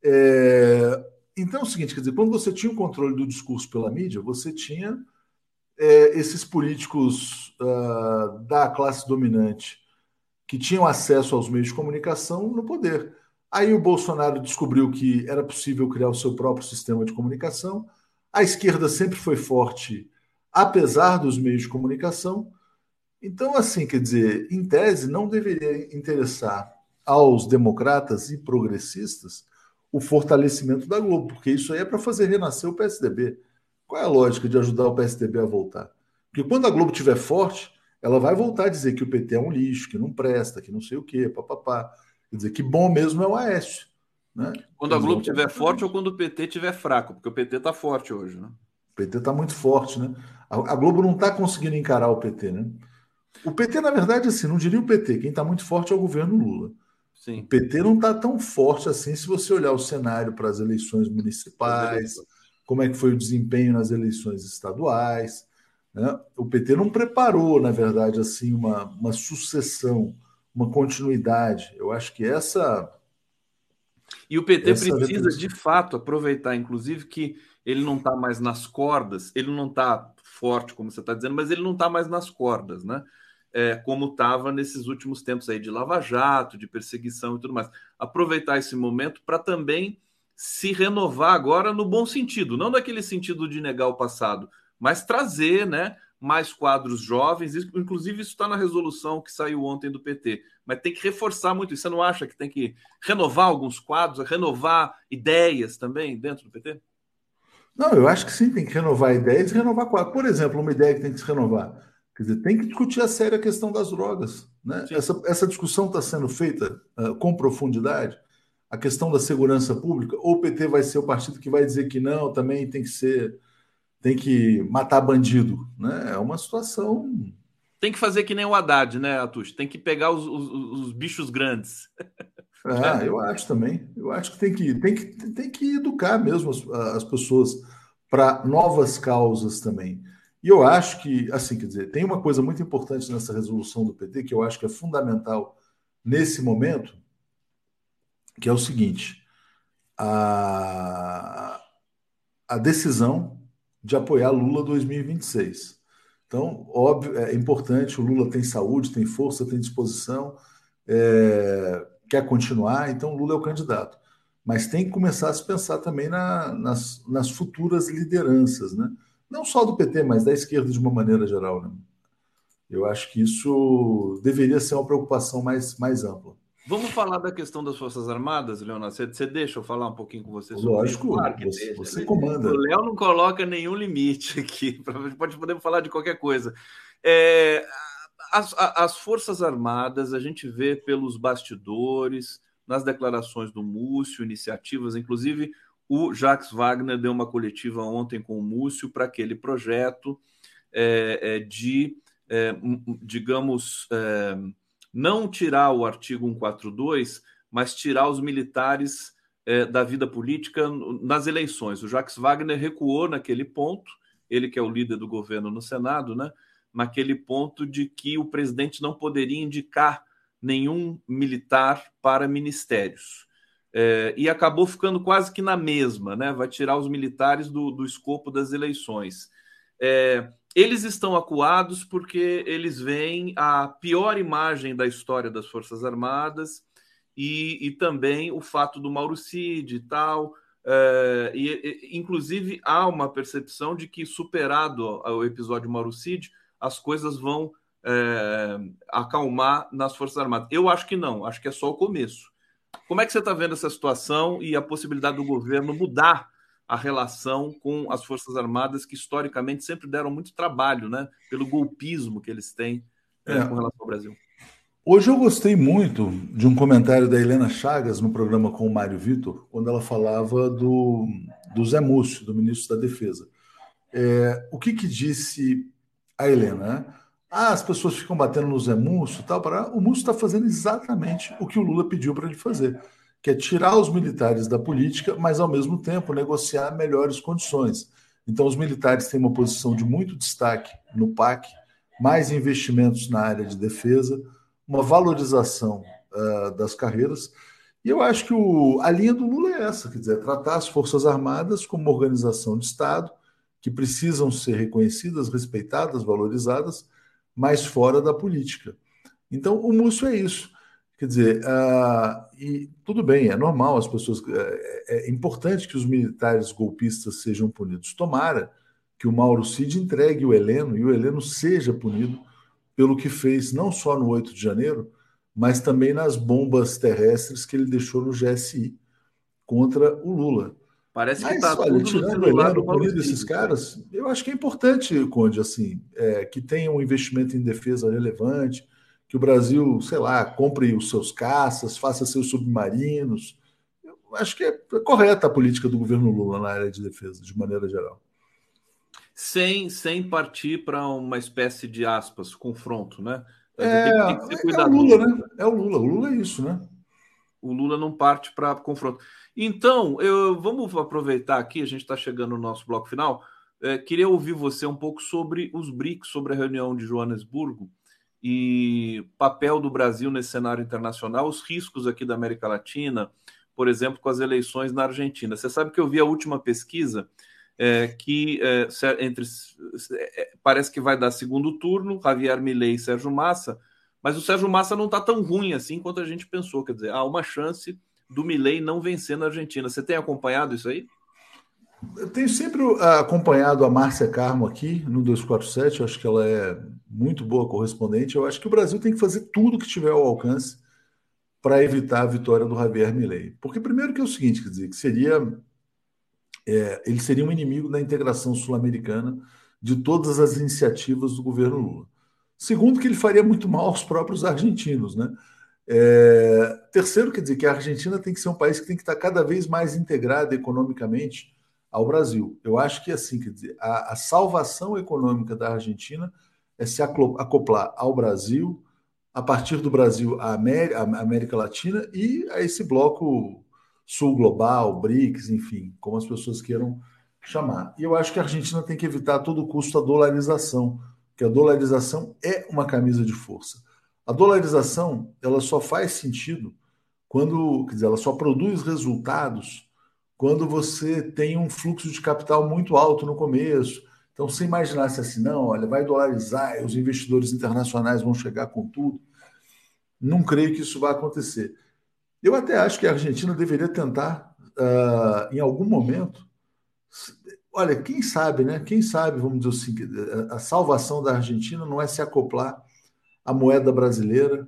É, então é o seguinte, quer dizer, quando você tinha o controle do discurso pela mídia, você tinha é, esses políticos uh, da classe dominante que tinham acesso aos meios de comunicação no poder. Aí o Bolsonaro descobriu que era possível criar o seu próprio sistema de comunicação. A esquerda sempre foi forte, apesar dos meios de comunicação. Então, assim, quer dizer, em tese, não deveria interessar aos democratas e progressistas o fortalecimento da Globo, porque isso aí é para fazer renascer o P S D B. Qual é a lógica de ajudar o P S D B a voltar? Porque quando a Globo estiver forte, ela vai voltar a dizer que o P T é um lixo, que não presta, que não sei o quê, papapá. Quer dizer, que bom mesmo é o Aécio. Né? quando a Eles Globo vão estiver continuar forte ou isso. quando o P T estiver fraco, porque o P T está forte hoje, né? O P T está muito forte, né? A, a Globo não está conseguindo encarar o P T, né? O P T, na verdade, assim, não diria o P T, quem está muito forte é o governo Lula. O Sim, P T não está tão forte assim se você olhar o cenário para as eleições as municipais, eleições. como é que foi o desempenho nas eleições estaduais. Né? O P T não preparou, na verdade, assim, uma, uma sucessão, uma continuidade. Eu acho que essa, E o P T essa precisa, de reflexão. fato, aproveitar, inclusive, que ele não está mais nas cordas, ele não está forte, como você está dizendo, mas ele não está mais nas cordas, né? é, como estava nesses últimos tempos aí de Lava Jato, de perseguição e tudo mais. Aproveitar esse momento para também se renovar agora no bom sentido, não naquele sentido de negar o passado, mas trazer, né, mais quadros jovens. Isso, inclusive, isso está na resolução que saiu ontem do P T. Mas tem que reforçar muito isso. Você não acha que tem que renovar alguns quadros, renovar ideias também dentro do P T? Não, eu acho que sim, tem que renovar ideias e renovar quadros. Por exemplo, uma ideia que tem que se renovar. Quer dizer, tem que discutir a sério a questão das drogas. Né? Sim. Essa, essa discussão está sendo feita uh, com profundidade. A questão da segurança pública, ou o P T vai ser o partido que vai dizer que não, também tem que ser, tem que matar bandido. Né? É uma situação. Tem que fazer que nem o Haddad, né, Atush? Tem que pegar os, os, os bichos grandes. Ah, eu acho também. Eu acho que tem que, tem que, tem que educar mesmo as, as pessoas para novas causas também. E eu acho que, assim, quer dizer, tem uma coisa muito importante nessa resolução do P T que eu acho que é fundamental nesse momento, que é o seguinte: a, a decisão de apoiar Lula dois mil e vinte e seis. Então, óbvio, é importante, o Lula tem saúde, tem força, tem disposição, é, quer continuar, então o Lula é o candidato. Mas tem que começar a se pensar também na, nas, nas futuras lideranças, né? Não só do P T, mas da esquerda de uma maneira geral, né? Eu acho que isso deveria ser uma preocupação mais, mais ampla. Vamos falar da questão das Forças Armadas, Leonardo? Você, você deixa eu falar um pouquinho com você sobre isso? Lógico, Claro que você, deixa. você Ele- o comanda. Léo não coloca nenhum limite aqui. Pode podemos falar de qualquer coisa. É, as, a- as Forças Armadas, a gente vê pelos bastidores, nas declarações do Múcio, iniciativas, inclusive o Jacques Wagner deu uma coletiva ontem com o Múcio para aquele projeto é, é, de, é, digamos, é, não tirar o artigo cento e quarenta e dois, mas tirar os militares é, da vida política nas eleições. O Jacques Wagner recuou naquele ponto, ele que é o líder do governo no Senado, né? Naquele ponto de que o presidente não poderia indicar nenhum militar para ministérios. É, e acabou ficando quase que na mesma, né? Vai tirar os militares do, do escopo das eleições. É, eles estão acuados porque eles veem a pior imagem da história das Forças Armadas e, e também o fato do Mauro Cid e tal. É, e, e, inclusive, há uma percepção de que, superado o episódio Mauro Cid, as coisas vão é, acalmar nas Forças Armadas. Eu acho que não, acho que é só o começo. Como é que você está vendo essa situação e a possibilidade do governo mudar a relação com as Forças Armadas, que historicamente sempre deram muito trabalho, né? Pelo golpismo que eles têm é, com É, relação ao Brasil. hoje eu gostei muito de um comentário da Helena Chagas no programa com o Mário Vitor, quando ela falava do, do Zé Múcio, do ministro da Defesa. É, o que, que disse a Helena? Né? Ah, as pessoas ficam batendo no Zé Múcio e tal. Para... O Múcio está fazendo exatamente o que o Lula pediu para ele fazer, que é tirar os militares da política, mas ao mesmo tempo negociar melhores condições. Então, os militares têm uma posição de muito destaque no PAC, mais investimentos na área de defesa, uma valorização uh, das carreiras. E eu acho que o, a linha do Lula é essa, quer dizer, tratar as Forças Armadas como uma organização de Estado que precisam ser reconhecidas, respeitadas, valorizadas, mas fora da política. Então, o Múcio é isso. Quer dizer, uh, e tudo bem, é normal, as pessoas. É, é importante que os militares golpistas sejam punidos. Tomara que o Mauro Cid entregue o Heleno e o Heleno seja punido pelo que fez não só no oito de janeiro, mas também nas bombas terrestres que ele deixou no G S I contra o Lula. Parece que está Mas, olha, tudo no tirando o celular do Heleno, Mauro punindo esses Cid. caras, eu acho que é importante, Conde, assim, é, que tenha um investimento em defesa relevante, que o Brasil, sei lá, compre os seus caças, faça seus submarinos. Eu acho que é correta a política do governo Lula na área de defesa, de maneira geral. Sem, sem partir para uma espécie de aspas, confronto, né? Quer dizer, É, tem, tem que ser é o Lula, cuidadoso. né? É o Lula. O Lula é isso, né? O Lula não parte para confronto. Então, eu, vamos aproveitar aqui, a gente está chegando no nosso bloco final. É, queria ouvir você um pouco sobre os BRICS, sobre a reunião de Joanesburgo e papel do Brasil nesse cenário internacional, os riscos aqui da América Latina, por exemplo, com as eleições na Argentina. Você sabe que eu vi a última pesquisa é, que é, entre, é, parece que vai dar segundo turno, Javier Milei e Sérgio Massa, mas o Sérgio Massa não está tão ruim assim quanto a gente pensou. Quer dizer, há uma chance do Milei não vencer na Argentina. Você tem acompanhado isso aí? Eu tenho sempre acompanhado a Márcia Carmo aqui no duzentos e quarenta e sete, eu acho que ela é muito boa correspondente. Eu acho que o Brasil tem que fazer tudo que tiver ao alcance para evitar a vitória do Javier Milei. Porque, primeiro, que é o seguinte, quer dizer, que seria, é, ele seria um inimigo da integração sul-americana de todas as iniciativas do governo Lula. Segundo, que ele faria muito mal aos próprios argentinos, né? É, terceiro, quer dizer, que a Argentina tem que ser um país que tem que estar cada vez mais integrado economicamente ao Brasil. Eu acho que, assim, quer dizer, a, a salvação econômica da Argentina é se acoplar ao Brasil, a partir do Brasil à América, à América Latina e a esse bloco sul global, BRICS, enfim, como as pessoas queiram chamar. E eu acho que a Argentina tem que evitar a todo custo a dolarização, porque a dolarização é uma camisa de força. A dolarização, ela só faz sentido quando, quer dizer, ela só produz resultados quando você tem um fluxo de capital muito alto no começo. Então, se imaginasse assim, não, olha, vai dolarizar, os investidores internacionais vão chegar com tudo, não creio que isso vai acontecer. Eu até acho que a Argentina deveria tentar, uh, em algum momento, olha, quem sabe, né? Quem sabe, vamos dizer assim, a salvação da Argentina não é se acoplar à moeda brasileira,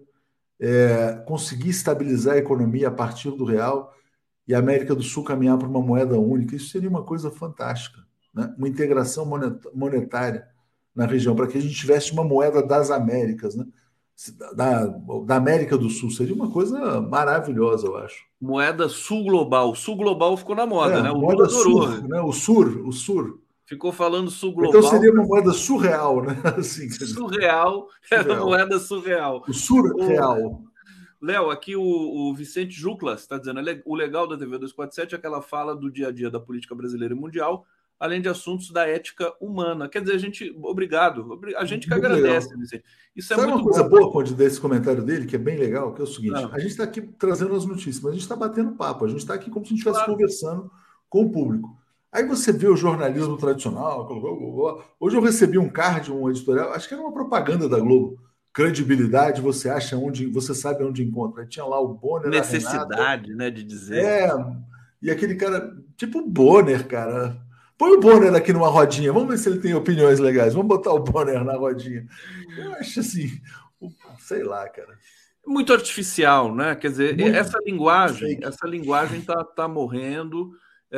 é, conseguir estabilizar a economia a partir do real e a América do Sul caminhar para uma moeda única. Isso seria uma coisa fantástica, né? Uma integração monetária na região, para que a gente tivesse uma moeda das Américas, né? Da, da América do Sul. Seria uma coisa maravilhosa, eu acho. Moeda sul global. Sul global ficou na moda, é, né? O moeda Lula adorou. Sur, né? O Sur, o Sur. Ficou falando sul global. Então seria uma moeda surreal, né? Assim, surreal, era moeda surreal. O surreal. Léo, aqui o, o Vicente Juclas está dizendo: o legal da T V duzentos e quarenta e sete é que ela fala do dia a dia da política brasileira e mundial, além de assuntos da ética humana. Quer dizer, a gente, obrigado, a gente que muito agradece, legal. Vicente. Isso é Sabe muito uma coisa bom, boa quando desse comentário dele, que é bem legal, que é o seguinte: Não. a gente está aqui trazendo as notícias, mas a gente está batendo papo, a gente está aqui como se a gente estivesse Claro. conversando com o público. Aí você vê o jornalismo tradicional. Hoje eu recebi um card, um editorial, acho que era uma propaganda da Globo. Credibilidade, você acha onde, você sabe onde encontra. Aí tinha lá o Bonner, necessidade, Renata, né, de dizer. É, e aquele cara, tipo o Bonner, cara. Põe o Bonner aqui numa rodinha, vamos ver se ele tem opiniões legais. Vamos botar o Bonner na rodinha. Eu acho assim, sei lá, cara. Muito artificial, né? Quer dizer, muito, essa linguagem, essa linguagem tá, tá morrendo.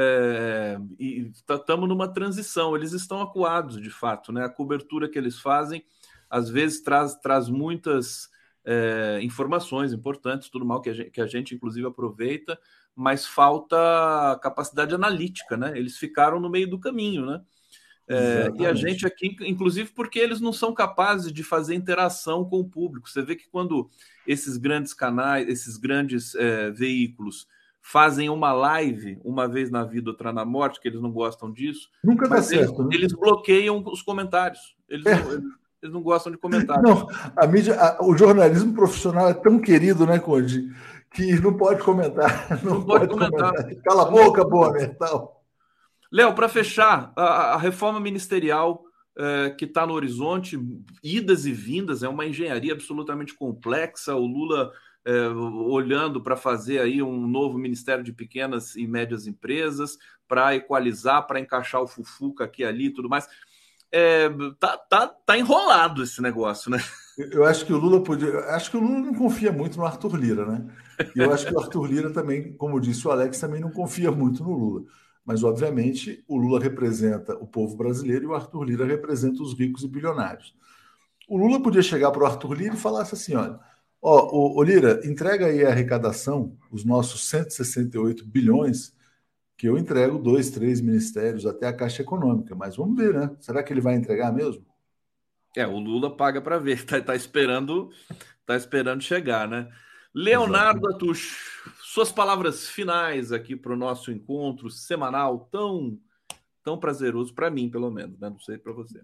É, e estamos numa transição, eles estão acuados de fato, né? A cobertura que eles fazem às vezes traz, traz muitas é, informações importantes, tudo mal que a, gente, que a gente inclusive aproveita, mas falta capacidade analítica, né? Eles ficaram no meio do caminho, né? É, e a gente aqui, inclusive porque eles não são capazes de fazer interação com o público. Você vê que quando esses grandes canais, esses grandes é, veículos fazem uma live uma vez na vida, outra na morte, que eles não gostam disso. Nunca dá eles, certo, né? Eles bloqueiam os comentários. Eles, é. não, eles, eles não gostam de comentários. Não, a mídia, a, o jornalismo profissional é tão querido, né, Conde, que não pode comentar. Não, não pode, pode comentar. comentar. Cala a boca, Bonner, tal. Léo, para fechar, a, a reforma ministerial é, que está no horizonte, idas e vindas, é uma engenharia absolutamente complexa. O Lula É, olhando para fazer aí um novo Ministério de Pequenas e Médias Empresas, para equalizar, para encaixar o Fufuca aqui ali e tudo mais. É, tá, tá, tá enrolado esse negócio, né? Eu acho que o Lula podia. Acho que o Lula não confia muito no Arthur Lira, né? E eu acho que o Arthur Lira também, como disse o Alex, também não confia muito no Lula. Mas, obviamente, o Lula representa o povo brasileiro e o Arthur Lira representa os ricos e bilionários. O Lula podia chegar para o Arthur Lira e falar assim: olha. Ó, oh, ô, Lira, entrega aí a arrecadação, os nossos cento e sessenta e oito bilhões, que eu entrego dois, três ministérios até a Caixa Econômica. Mas vamos ver, né? Será que ele vai entregar mesmo? É, o Lula paga para ver, tá, tá esperando, tá esperando chegar, né? Leonardo Atush, suas palavras finais aqui para o nosso encontro semanal tão, tão prazeroso para mim, pelo menos, né? Não sei para você.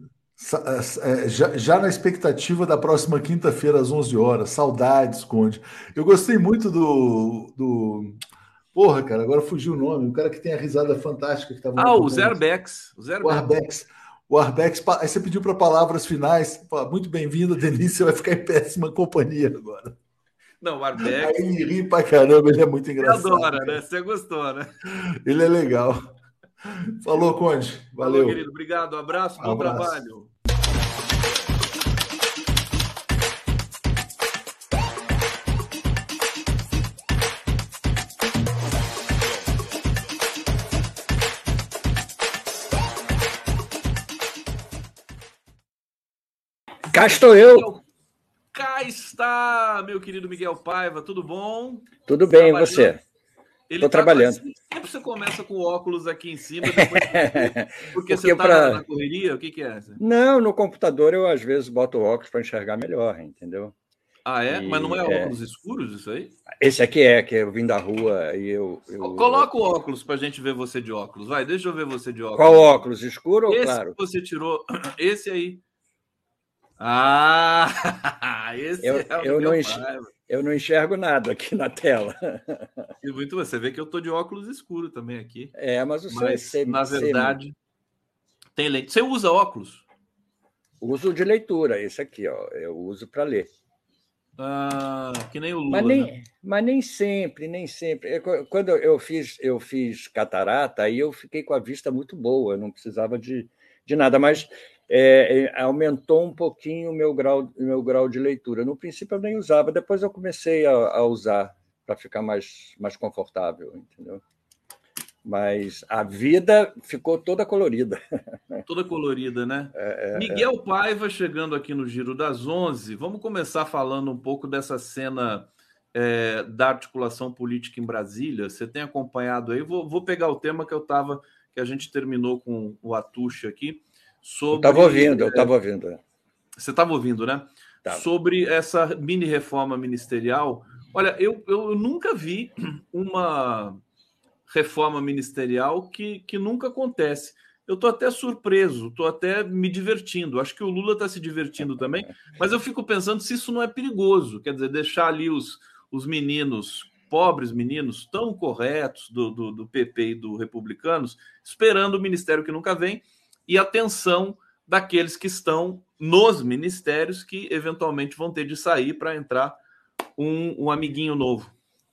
Já, já na expectativa da próxima quinta-feira às onze horas. Saudades, Conde. Eu gostei muito do, do, Porra, cara, agora fugiu o nome. O cara que tem a risada fantástica que estava no Ah, o programa. Zerbex. O O Zerbex. Arbex. O Arbex. Aí você pediu para palavras finais. Pô, muito bem-vindo, Denise. Você vai ficar em péssima companhia agora. Não, o Aí Arbex. ele ri pra caramba, ele é muito Você engraçado, adora, né? cara. Você gostou, né? Ele é legal. Falou, Conde. Falou, Valeu. querido. Obrigado. Abraço. Um Bom abraço. trabalho. Cá estou eu. Cá está, meu querido Miguel Paiva. Tudo bom? Tudo bem, e você? Ele Estou tá trabalhando. Com... Sempre você começa com o óculos aqui em cima, depois porque, porque você está pra... na correria? O que, que é? Não, no computador eu às vezes boto o óculos para enxergar melhor, entendeu? Ah, é? E, Mas não é é... óculos escuros isso aí? Esse aqui é, que eu vim da rua e eu... eu... Coloca o óculos para a gente ver você de óculos. Vai, deixa eu ver você de óculos. Qual óculos? Escuro ou esse claro? Que você tirou, esse aí. Ah, esse eu, é o eu Miguel não enxergo, Paiva. Eu não enxergo nada aqui na tela. E muito você vê que eu tô de óculos escuro também aqui. É, mas o mas, seu é na semi, verdade, semi. Tem lente. Você usa óculos? Uso de leitura, esse aqui, ó. Eu uso para ler. Ah, que nem o Lula, mas nem, né? Mas nem sempre, nem sempre. Quando eu fiz, eu fiz catarata, aí eu fiquei com a vista muito boa, eu não precisava de, de nada, mas é, aumentou um pouquinho o meu grau, meu grau de leitura. No princípio eu nem usava, depois eu comecei a, a usar para ficar mais, mais confortável, entendeu? Mas a vida ficou toda colorida. Toda colorida, né? É, é, Miguel é. Paiva chegando aqui no Giro das Onze. Vamos começar falando um pouco dessa cena é, da articulação política em Brasília. Você tem acompanhado aí? Vou, vou pegar o tema que eu estava, que a gente terminou com o Atushi aqui. Sobre, eu estava ouvindo, eu estava ouvindo. Você estava ouvindo, né? Tava. Sobre essa mini reforma ministerial. Olha, eu, eu nunca vi uma reforma ministerial que, que nunca acontece. Eu estou até surpreso, estou até me divertindo. Acho que o Lula está se divertindo também, mas eu fico pensando se isso não é perigoso. Quer dizer, deixar ali os, os meninos, pobres meninos, tão corretos do, do, do P P e do Republicanos, esperando o ministério que nunca vem e a tensão daqueles que estão nos ministérios que eventualmente vão ter de sair para entrar um, um amiguinho novo.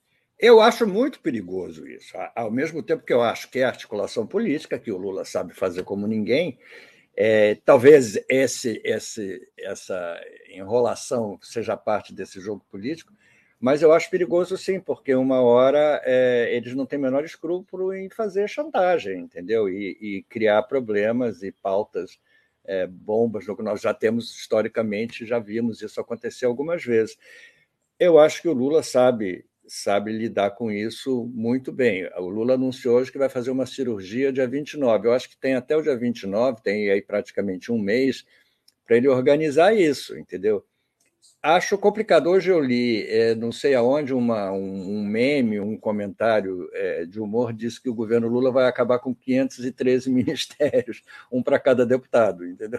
Eu acho muito perigoso isso. Ao mesmo tempo que eu acho que é articulação política, que o Lula sabe fazer como ninguém, é, talvez esse, esse, essa enrolação seja parte desse jogo político, mas eu acho perigoso sim, porque uma hora é, eles não têm o menor escrúpulo em fazer chantagem, entendeu? E, e criar problemas e pautas, é, bombas, no que nós já temos historicamente, já vimos isso acontecer algumas vezes. Eu acho que o Lula sabe sabe lidar com isso muito bem. O Lula anunciou hoje que vai fazer uma cirurgia dia vinte e nove. Eu acho que tem até o dia vinte e nove, tem aí praticamente um mês, para ele organizar isso, entendeu? Acho complicado. Hoje eu li, é, não sei aonde, uma, um, um meme, um comentário é, de humor, disse que o governo Lula vai acabar com quinhentos e treze ministérios, um para cada deputado, entendeu?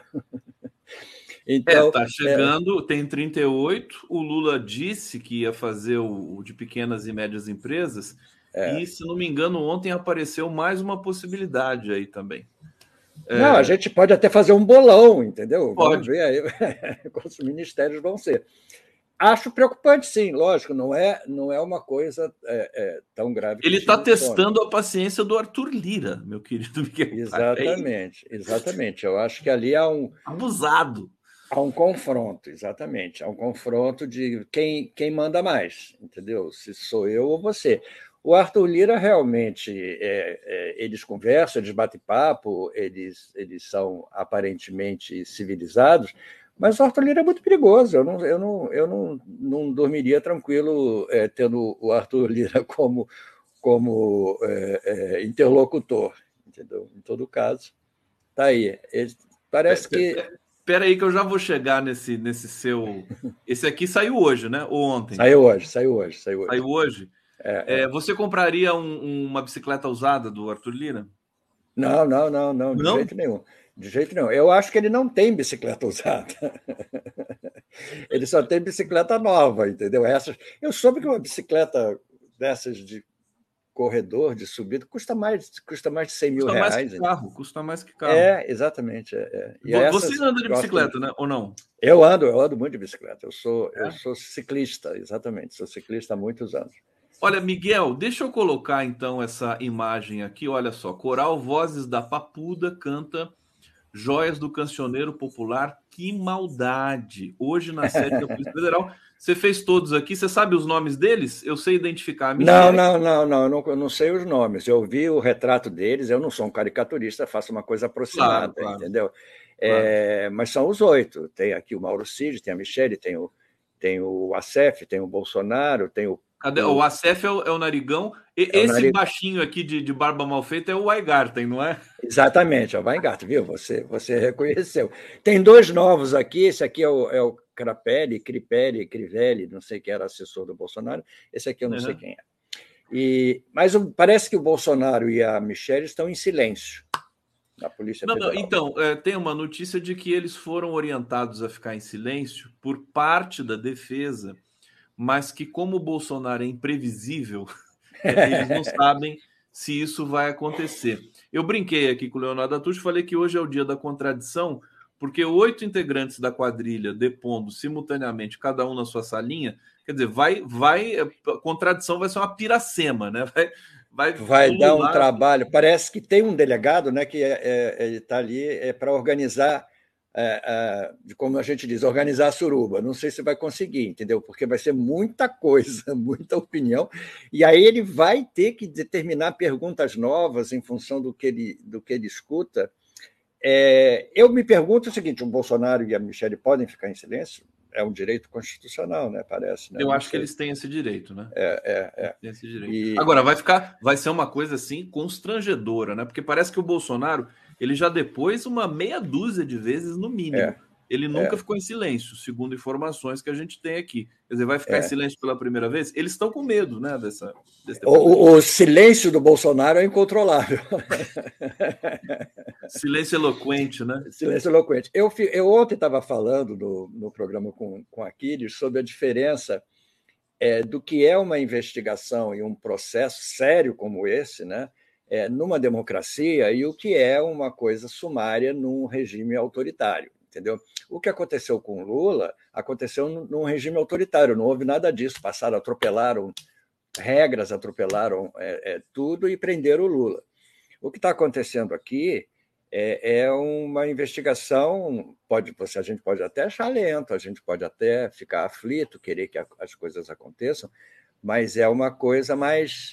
Então, é, tá chegando, é... tem trinta e oito. O Lula disse que ia fazer o, o de pequenas e médias empresas, é. e, se não me engano, ontem apareceu mais uma possibilidade aí também. Não, é... a gente pode até fazer um bolão, entendeu? Pode. Vamos ver aí quantos ministérios vão ser. Acho preocupante, sim, lógico, não é, não é uma coisa é, é, tão grave. Ele está testando a paciência do Arthur Lira, meu querido Miguel. Exatamente, é exatamente. Eu acho que ali há um... Abusado. Há um confronto, exatamente. Há um confronto de quem, quem manda mais, entendeu? Se sou eu ou você. O Arthur Lira realmente, é, é, eles conversam, eles batem papo, eles, eles são aparentemente civilizados, mas o Arthur Lira é muito perigoso. Eu não, eu não, eu não, não dormiria tranquilo é, tendo o Arthur Lira como, como é, é, interlocutor, entendeu? Em todo caso, tá aí. Ele, parece que... Espera aí que eu já vou chegar nesse, nesse seu... Esse aqui saiu hoje, né? Ou ontem? Saiu hoje, saiu hoje. Saiu hoje. Saiu hoje? É, é. Você compraria um, uma bicicleta usada do Arthur Lira? Não, não, não, não, de não? jeito nenhum. De jeito nenhum. Eu acho que ele não tem bicicleta usada. Ele só tem bicicleta nova, entendeu? Essas... Eu soube que uma bicicleta dessas de corredor de subida custa mais, custa mais de cem mil Custa mais reais. que carro, custa mais que carro. É, exatamente. É, é. E Você essas, anda de bicicleta, né? Ou não? Eu ando, eu ando muito de bicicleta. Eu sou, É? eu sou ciclista, exatamente. Sou ciclista há muitos anos. Olha, Miguel, deixa eu colocar então essa imagem aqui. Olha só, Coral Vozes da Papuda canta Joias do Cancioneiro Popular. Que maldade! Hoje na sede da Polícia Federal. Você fez todos aqui. Você sabe os nomes deles? Eu sei identificar. A Não, Michelle. não, não, não eu, não. eu não sei os nomes. Eu vi o retrato deles. Eu não sou um caricaturista, faço uma coisa aproximada, Claro, claro, entendeu? claro. É, mas são os oito. Tem aqui o Mauro Cid, tem a Michelle, tem o, tem o Acef, tem o Bolsonaro, tem o. Cadê? O, o Acef é o, é o Narigão. E, é o esse Nari... baixinho aqui de, de barba mal feita é o Weigarten, não é? Exatamente, é o Weingarten, viu? Você, você reconheceu. Tem dois novos aqui. Esse aqui é o, é o Crapelli, Cripelli, Crivelli, não sei quem era assessor do Bolsonaro. Esse aqui eu não uhum. sei quem é. E, mas parece que o Bolsonaro e a Michelle estão em silêncio na Polícia não, Federal. Não, então, é, tem uma notícia de que eles foram orientados a ficar em silêncio por parte da defesa, mas que como o Bolsonaro é imprevisível, eles não sabem se isso vai acontecer. Eu brinquei aqui com o Leonardo Atucho, falei que hoje é o dia da contradição, porque oito integrantes da quadrilha depondo simultaneamente, cada um na sua salinha, quer dizer, vai, vai, a contradição vai ser uma piracema, né? Vai, vai, vai dar um trabalho. Parece que tem um delegado, né, que é, é, ele está ali é, para organizar, é, é, como a gente diz, organizar a suruba. Não sei se vai conseguir, entendeu? Porque vai ser muita coisa, muita opinião, e aí ele vai ter que determinar perguntas novas em função do que ele, do que ele escuta. É, eu me pergunto o seguinte: o Bolsonaro e a Michelle podem ficar em silêncio? É um direito constitucional, né? Parece. Né? Eu acho que eles têm esse direito, né? É, é, é. Tem esse direito. E... Agora, vai ficar, vai ser uma coisa assim constrangedora, né? Porque parece que o Bolsonaro ele já depois uma meia dúzia de vezes, no mínimo. É, ele nunca é. ficou em silêncio, segundo informações que a gente tem aqui. Quer dizer, vai ficar é. em silêncio pela primeira vez? Eles estão com medo, né? Dessa, desse o, o silêncio do Bolsonaro é incontrolável. Silêncio eloquente, né? Silêncio eloquente. Eu, eu ontem estava falando no, no programa com, com Aquiles sobre a diferença é, do que é uma investigação e um processo sério como esse, né? É, numa democracia, e o que é uma coisa sumária num regime autoritário. Entendeu? O que aconteceu com Lula aconteceu num regime autoritário, não houve nada disso. Passaram, atropelaram regras, atropelaram é, é, tudo e prenderam o Lula. O que está acontecendo aqui é, é uma investigação, pode, a gente pode até achar lento, a gente pode até ficar aflito, querer que a, as coisas aconteçam, mas é uma coisa mais,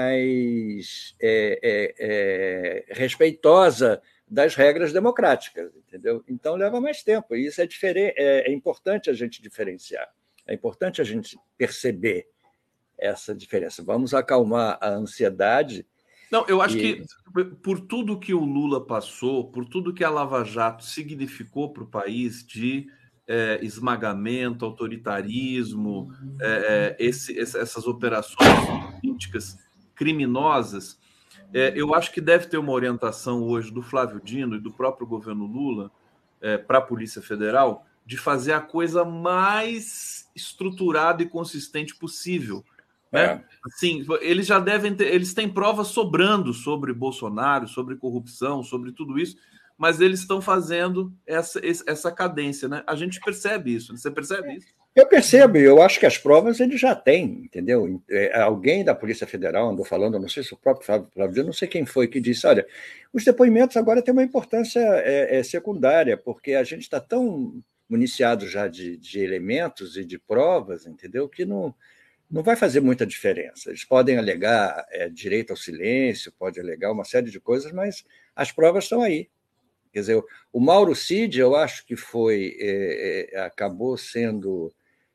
mais é, é, é, respeitosa das regras democráticas, entendeu? Então leva mais tempo, e isso é diferente, é, é importante a gente diferenciar, é importante a gente perceber essa diferença. Vamos acalmar a ansiedade. Não, eu acho e... que por tudo que o Lula passou, por tudo que a Lava Jato significou para o país de é, esmagamento, autoritarismo, é, esse, essas operações políticas criminosas, É, eu acho que deve ter uma orientação hoje do Flávio Dino e do próprio governo Lula é, para a Polícia Federal de fazer a coisa mais estruturada e consistente possível. Né? É. Assim, eles já devem ter, eles têm provas sobrando sobre Bolsonaro, sobre corrupção, sobre tudo isso, mas eles estão fazendo essa, essa cadência. Né? A gente percebe isso. Você percebe isso? Eu percebo, eu acho que as provas ele já tem, entendeu? Alguém da Polícia Federal andou falando, não sei se o próprio Flávio, eu não sei quem foi que disse, olha, os depoimentos agora têm uma importância é, é, secundária, porque a gente está tão municiado já de, de elementos e de provas, entendeu? Que não, não vai fazer muita diferença. Eles podem alegar é, direito ao silêncio, podem alegar uma série de coisas, mas as provas estão aí. Quer dizer, o Mauro Cid, eu acho que foi, é, é, acabou sendo...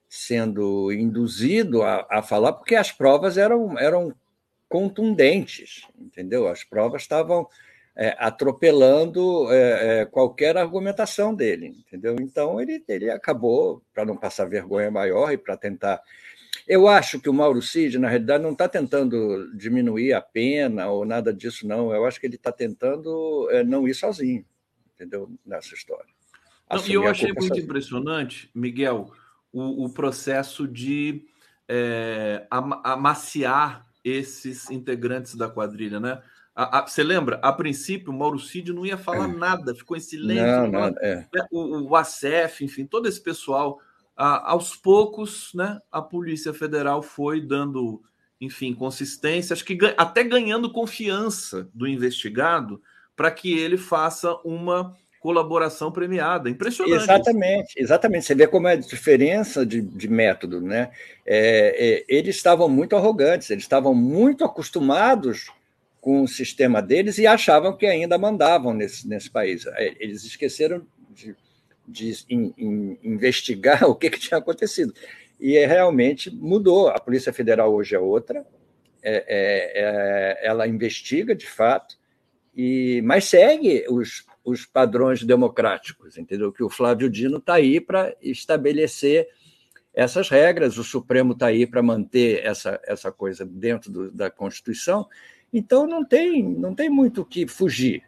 sendo induzido a, a falar, porque as provas eram, eram contundentes, entendeu? As provas estavam é, atropelando é, é, qualquer argumentação dele, entendeu? Então, ele, ele acabou, para não passar vergonha maior e para tentar... Eu acho que o Mauro Cid, na realidade, não está tentando diminuir a pena ou nada disso, não. Eu acho que ele está tentando é, não ir sozinho, entendeu? Nessa história. Não, e eu achei muito sozinho. Impressionante, Miguel, O, o processo de é, amaciar esses integrantes da quadrilha, né? A, a, você lembra? A princípio, o Mauro Cid não ia falar nada, ficou em silêncio. Não, nada, é. O, o ACF, enfim, todo esse pessoal, a, aos poucos, né? A Polícia Federal foi dando, enfim, consistência, acho que até ganhando confiança do investigado para que ele faça uma colaboração premiada. Impressionante. Exatamente, exatamente. Você vê como é a diferença de, de método, né? É, é, eles estavam muito arrogantes, eles estavam muito acostumados com o sistema deles e achavam que ainda mandavam nesse, nesse país. Eles esqueceram de, de in, in, investigar o que, que tinha acontecido. E é, realmente mudou. A Polícia Federal hoje é outra, é, é, é, ela investiga de fato, e, mas segue os, os padrões democráticos, entendeu? Que o Flávio Dino está aí para estabelecer essas regras, o Supremo está aí para manter essa, essa coisa dentro do, da Constituição. Então, não tem, não tem muito o que fugir.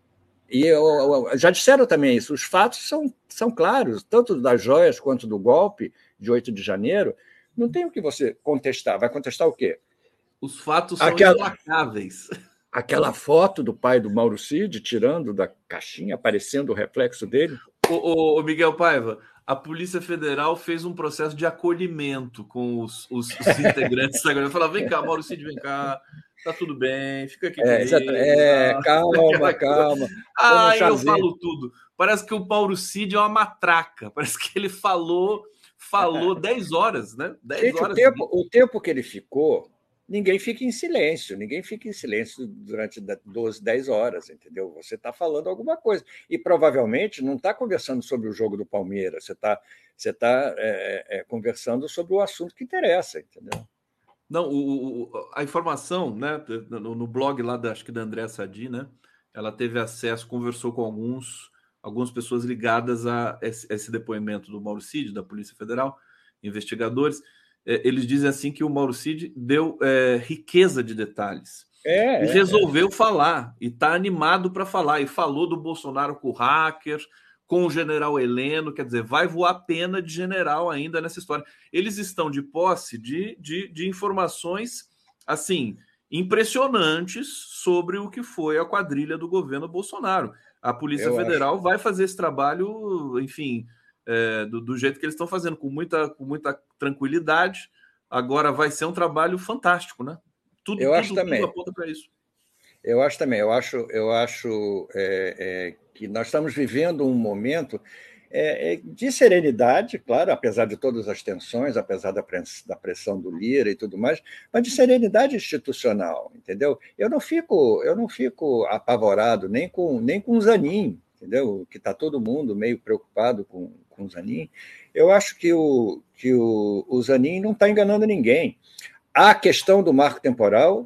E eu, eu, já disseram também isso, os fatos são, são claros, tanto das joias quanto do golpe de oito de janeiro, não tem o que você contestar. Vai contestar o quê? Os fatos são aquela, implacáveis. Aquela foto do pai do Mauro Cid tirando da caixinha, aparecendo o reflexo dele. Ô, ô, ô Miguel Paiva, a Polícia Federal fez um processo de acolhimento com os, os, os integrantes da galera. Falava, vem cá, Mauro Cid, vem cá. Tá tudo bem, fica aqui é, comigo. É, calma, calma. Ah, eu falo tudo. Parece que o Mauro Cid é uma matraca. Parece que ele falou, falou dez horas, né? dez Gente, horas. O tempo, o tempo que ele ficou, ninguém fica em silêncio. Ninguém fica em silêncio durante doze, dez horas, entendeu? Você está falando alguma coisa. E provavelmente não está conversando sobre o jogo do Palmeiras. Você está você tá, é, é, conversando sobre o assunto que interessa, entendeu? Não, o, o, a informação, né, no, no blog lá, da, acho que da Andréa Sadi, né, ela teve acesso, conversou com alguns, algumas pessoas ligadas a esse, esse depoimento do Mauro Cid, da Polícia Federal, investigadores. É, eles dizem assim que o Mauro Cid deu é, riqueza de detalhes. É, e é, resolveu é. falar, e está animado para falar, e falou do Bolsonaro com o hacker, com o general Heleno, quer dizer, vai voar pena de general ainda nessa história. Eles estão de posse de, de, de informações, assim, impressionantes sobre o que foi a quadrilha do governo Bolsonaro. A Polícia Eu Federal acho. vai fazer esse trabalho, enfim, é, do, do jeito que eles estão fazendo, com muita, com muita tranquilidade. Agora vai ser um trabalho fantástico, né? Tudo, Eu tudo, acho também. tudo aponta para isso. Eu acho também, eu acho, eu acho é, é, que nós estamos vivendo um momento é, é, de serenidade, claro, apesar de todas as tensões, apesar da pressão, da pressão do Lira e tudo mais, mas de serenidade institucional, entendeu? Eu não fico, eu não fico apavorado nem com, nem com o Zanin, entendeu? Que está todo mundo meio preocupado com, com o Zanin. Eu acho que o, que o, o Zanin não está enganando ninguém. A questão do marco temporal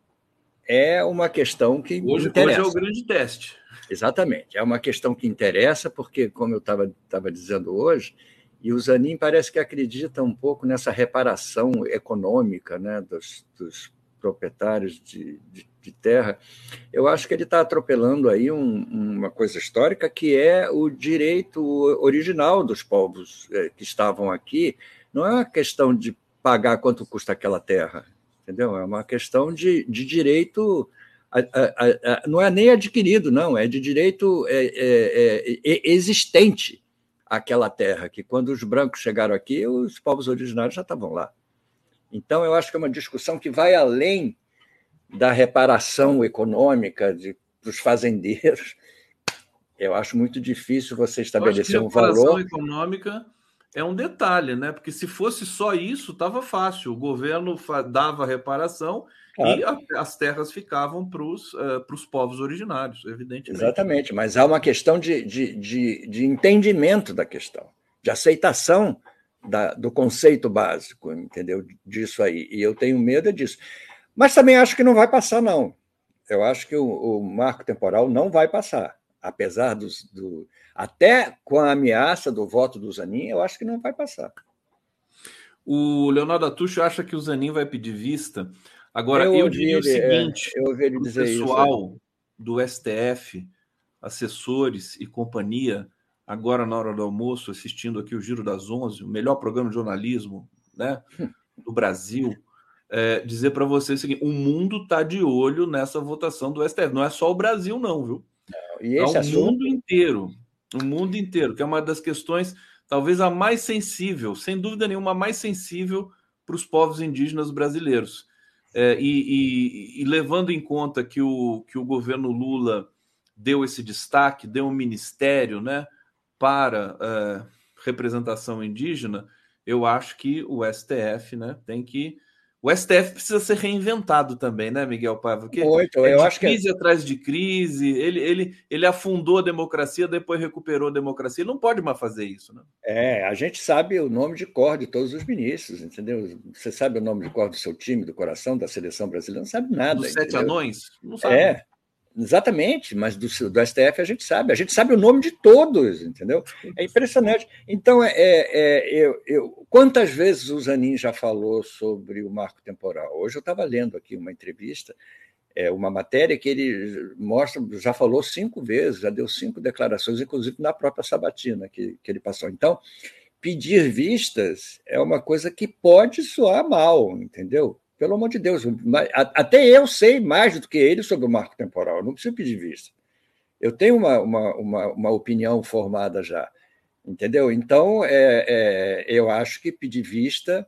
é uma questão que hoje, interessa. Hoje é o grande teste. Exatamente. É uma questão que interessa, porque, como eu estava dizendo hoje, e o Zanin parece que acredita um pouco nessa reparação econômica, né, dos, dos proprietários de, de, de terra. Eu acho que ele está atropelando aí um, uma coisa histórica, que é o direito original dos povos que estavam aqui. Não é uma questão de pagar quanto custa aquela terra, entendeu? É uma questão de, de direito, a, a, a, não é nem adquirido, não, é de direito é, é, é, existente aquela terra, que quando os brancos chegaram aqui, os povos originários já estavam lá. Então, eu acho que é uma discussão que vai além da reparação econômica de, dos fazendeiros. Eu acho muito difícil você estabelecer um valor. Reparação econômica é um detalhe, né? Porque se fosse só isso, estava fácil. O governo dava reparação, claro, e a, as terras ficavam para os uh, povos originários, evidentemente. Exatamente, mas há uma questão de, de, de, de entendimento da questão, de aceitação da, do conceito básico, entendeu? Disso aí. E eu tenho medo disso. Mas também acho que não vai passar, não. Eu acho que o, o marco temporal não vai passar. Apesar dos, do... Até com a ameaça do voto do Zanin, eu acho que não vai passar. O Leonardo Atucho acha que o Zanin vai pedir vista. Agora, eu, eu diria ele, o seguinte, é, eu ouvi ele dizer o pessoal isso, é. do S T F, assessores e companhia, agora na hora do almoço, assistindo aqui o Giro das Onze, o melhor programa de jornalismo, né, do Brasil, é, dizer para você o seguinte: o mundo está de olho nessa votação do S T F. Não é só o Brasil, não, viu? E é esse o assunto... mundo inteiro. O mundo inteiro, que é uma das questões, talvez a mais sensível, sem dúvida nenhuma, a mais sensível para os povos indígenas brasileiros. É, e, e, e levando em conta que o, que o governo Lula deu esse destaque, deu um ministério, né, para é, representação indígena, eu acho que o S T F, né, tem que... O S T F precisa ser reinventado também, né, Miguel Paiva? Porque Muito, é eu de acho que é... crise atrás de crise, ele, ele, ele afundou a democracia, depois recuperou a democracia. Ele não pode mais fazer isso, né? É, a gente sabe o nome de cor de todos os ministros, entendeu? Você sabe o nome de cor do seu time, do coração, da seleção brasileira? Não sabe nada, Dos sete entendeu? anões? Não sabe. É, exatamente, mas do, do S T F a gente sabe, a gente sabe o nome de todos, entendeu? É impressionante. Então, é, é, eu, eu, quantas vezes o Zanin já falou sobre o marco temporal? Hoje eu estava lendo aqui uma entrevista, é, uma matéria que ele mostra, já falou cinco vezes, já deu cinco declarações, inclusive na própria sabatina que, que ele passou. Então, pedir vistas é uma coisa que pode soar mal, entendeu? Pelo amor de Deus, até eu sei mais do que ele sobre o marco temporal, eu não preciso pedir vista. Eu tenho uma, uma, uma, uma opinião formada já, entendeu? Então, é, é, eu acho que pedir vista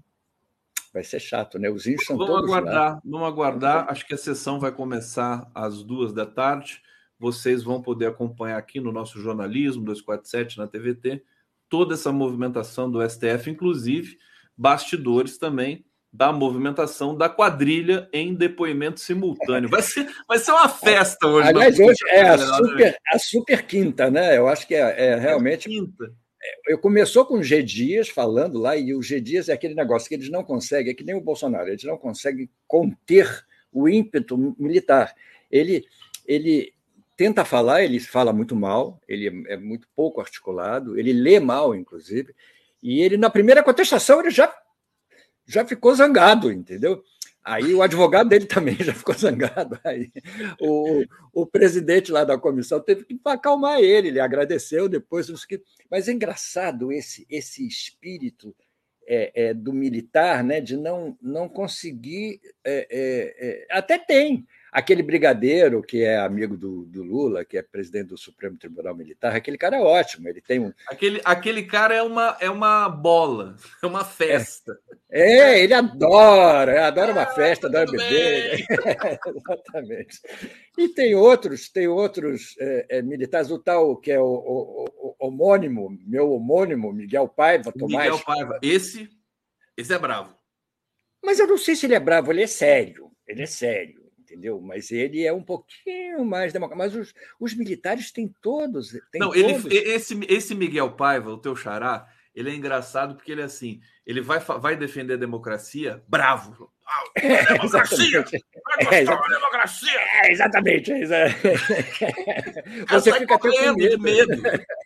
vai ser chato, né? Os índios são vamos todos aguardar, lá. Vamos aguardar. Acho que a sessão vai começar às duas da tarde. Vocês vão poder acompanhar aqui no nosso jornalismo duzentos e quarenta e sete na T V T toda essa movimentação do S T F, inclusive bastidores também da movimentação da quadrilha em depoimento simultâneo. Vai ser, vai ser uma festa hoje. Aliás, hoje é a super, a super quinta, né? Eu acho que é, é realmente... Quinta. Eu começou com o G. Dias falando lá, e o G. Dias é aquele negócio que eles não conseguem, é que nem o Bolsonaro, eles não conseguem conter o ímpeto militar. Ele, ele tenta falar, ele fala muito mal, ele é muito pouco articulado, ele lê mal, inclusive, e ele, na primeira contestação, ele já, já ficou zangado, entendeu? Aí o advogado dele também já ficou zangado. Aí o, o presidente lá da comissão teve que acalmar ele, ele agradeceu depois. Mas é engraçado esse, esse espírito é, é, do militar, né, de não, não conseguir... É, é, é, até tem aquele brigadeiro que é amigo do, do Lula, que é presidente do Supremo Tribunal Militar, aquele cara é ótimo. Ele tem um... aquele, aquele cara é uma, é uma bola, é uma festa. É, é ele adora, adora uma festa, adora beber. É, exatamente. E tem outros, tem outros é, é, militares, o tal que é o, o, o homônimo, meu homônimo, Miguel Paiva, Tomás. Miguel Paiva, esse, esse é bravo. Mas eu não sei se ele é bravo, ele é sério, ele é sério. Entendeu? Mas ele é um pouquinho mais democrático. Mas os, os militares têm todos. Têm não, todos... ele, esse, esse Miguel Paiva, o teu xará, ele é engraçado porque ele é assim: ele vai, vai defender a democracia bravo. Ah, é, democracia! É, exatamente. democracia! É, exatamente. É, Você fica até com medo. De medo.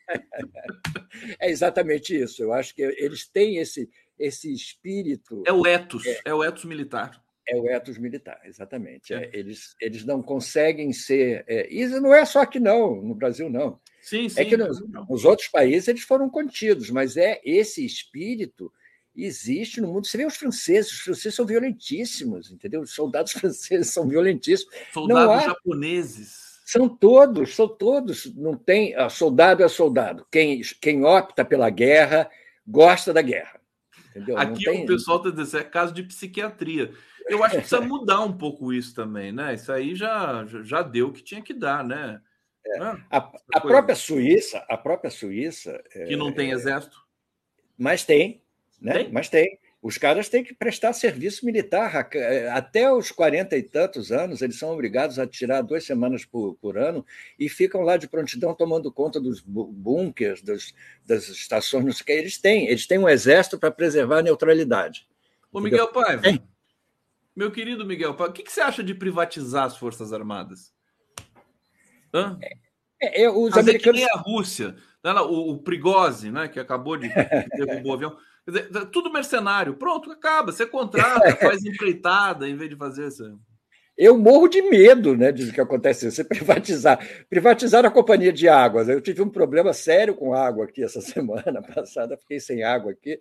É exatamente isso. Eu acho que eles têm esse, esse espírito. É o ethos, é, é o ethos militar. É o ethos militar, exatamente. É. É, eles, eles não conseguem ser... É, isso não é só aqui, não, no Brasil, não. Sim, sim. É que nos, nos outros países eles foram contidos, mas é esse espírito existe no mundo. Você vê os franceses, os franceses são violentíssimos, entendeu? Os soldados franceses são violentíssimos. Soldados há... japoneses. São todos, são todos. Não tem... Soldado é soldado. Quem, quem opta pela guerra gosta da guerra. Entendeu? Aqui tem... o pessoal está dizendo, é caso de psiquiatria. Eu acho que precisa mudar um pouco isso também, né? Isso aí já, já deu o que tinha que dar, né? É. Né? A, a própria Suíça, a própria Suíça... Que não tem é... exército. Mas tem, né? Tem? Mas tem. Os caras têm que prestar serviço militar. Até os quarenta e tantos anos, eles são obrigados a tirar duas semanas por, por ano e ficam lá de prontidão tomando conta dos bunkers, das, das estações, não sei o que. Eles têm, eles têm um exército para preservar a neutralidade. Ô, Miguel Paiva, é. meu querido Miguel Paiva, o que, que você acha de privatizar as Forças Armadas? Hã? É, é, os Fazer americanos... que nem a Rússia, o, o Prigozhin, né, que acabou de derrubar o avião. Quer dizer, tudo mercenário. Pronto, acaba. Você contrata, faz empreitada, em vez de fazer isso. Eu morro de medo, né, de que acontece você privatizar. Privatizar a companhia de águas. Eu tive um problema sério com água aqui essa semana passada, fiquei sem água aqui.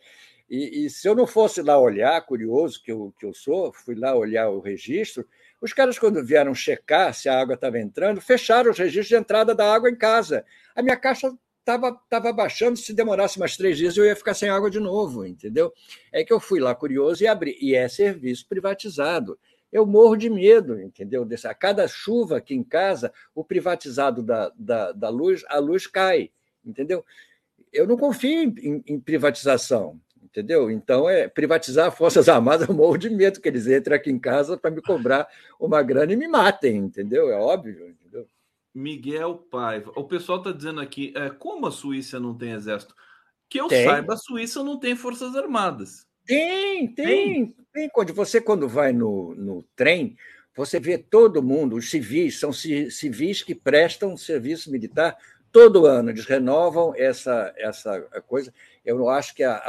E, e se eu não fosse lá olhar, curioso que eu, que eu sou, fui lá olhar o registro, os caras, quando vieram checar se a água estava entrando, fecharam os registros de entrada da água em casa. A minha caixa estava tava baixando, se demorasse mais três dias eu ia ficar sem água de novo, entendeu? É que eu fui lá curioso e abri, e é serviço privatizado. Eu morro de medo, entendeu? A cada chuva aqui em casa, o privatizado da, da, da luz, a luz cai, entendeu? Eu não confio em, em, em privatização, entendeu? Então, é privatizar Forças Armadas, eu morro de medo que eles entrem aqui em casa para me cobrar uma grana e me matem, entendeu? É óbvio, entendeu? Miguel Paiva. O pessoal está dizendo aqui, é, como a Suíça não tem exército? Que eu tem. saiba, a Suíça não tem Forças Armadas. Tem, tem. tem. Quando você, quando vai no, no trem, você vê todo mundo, os civis, são civis que prestam serviço militar todo ano, eles renovam essa, essa coisa. Eu não acho que a,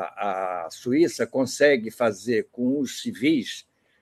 a, a Suíça consegue fazer com os civis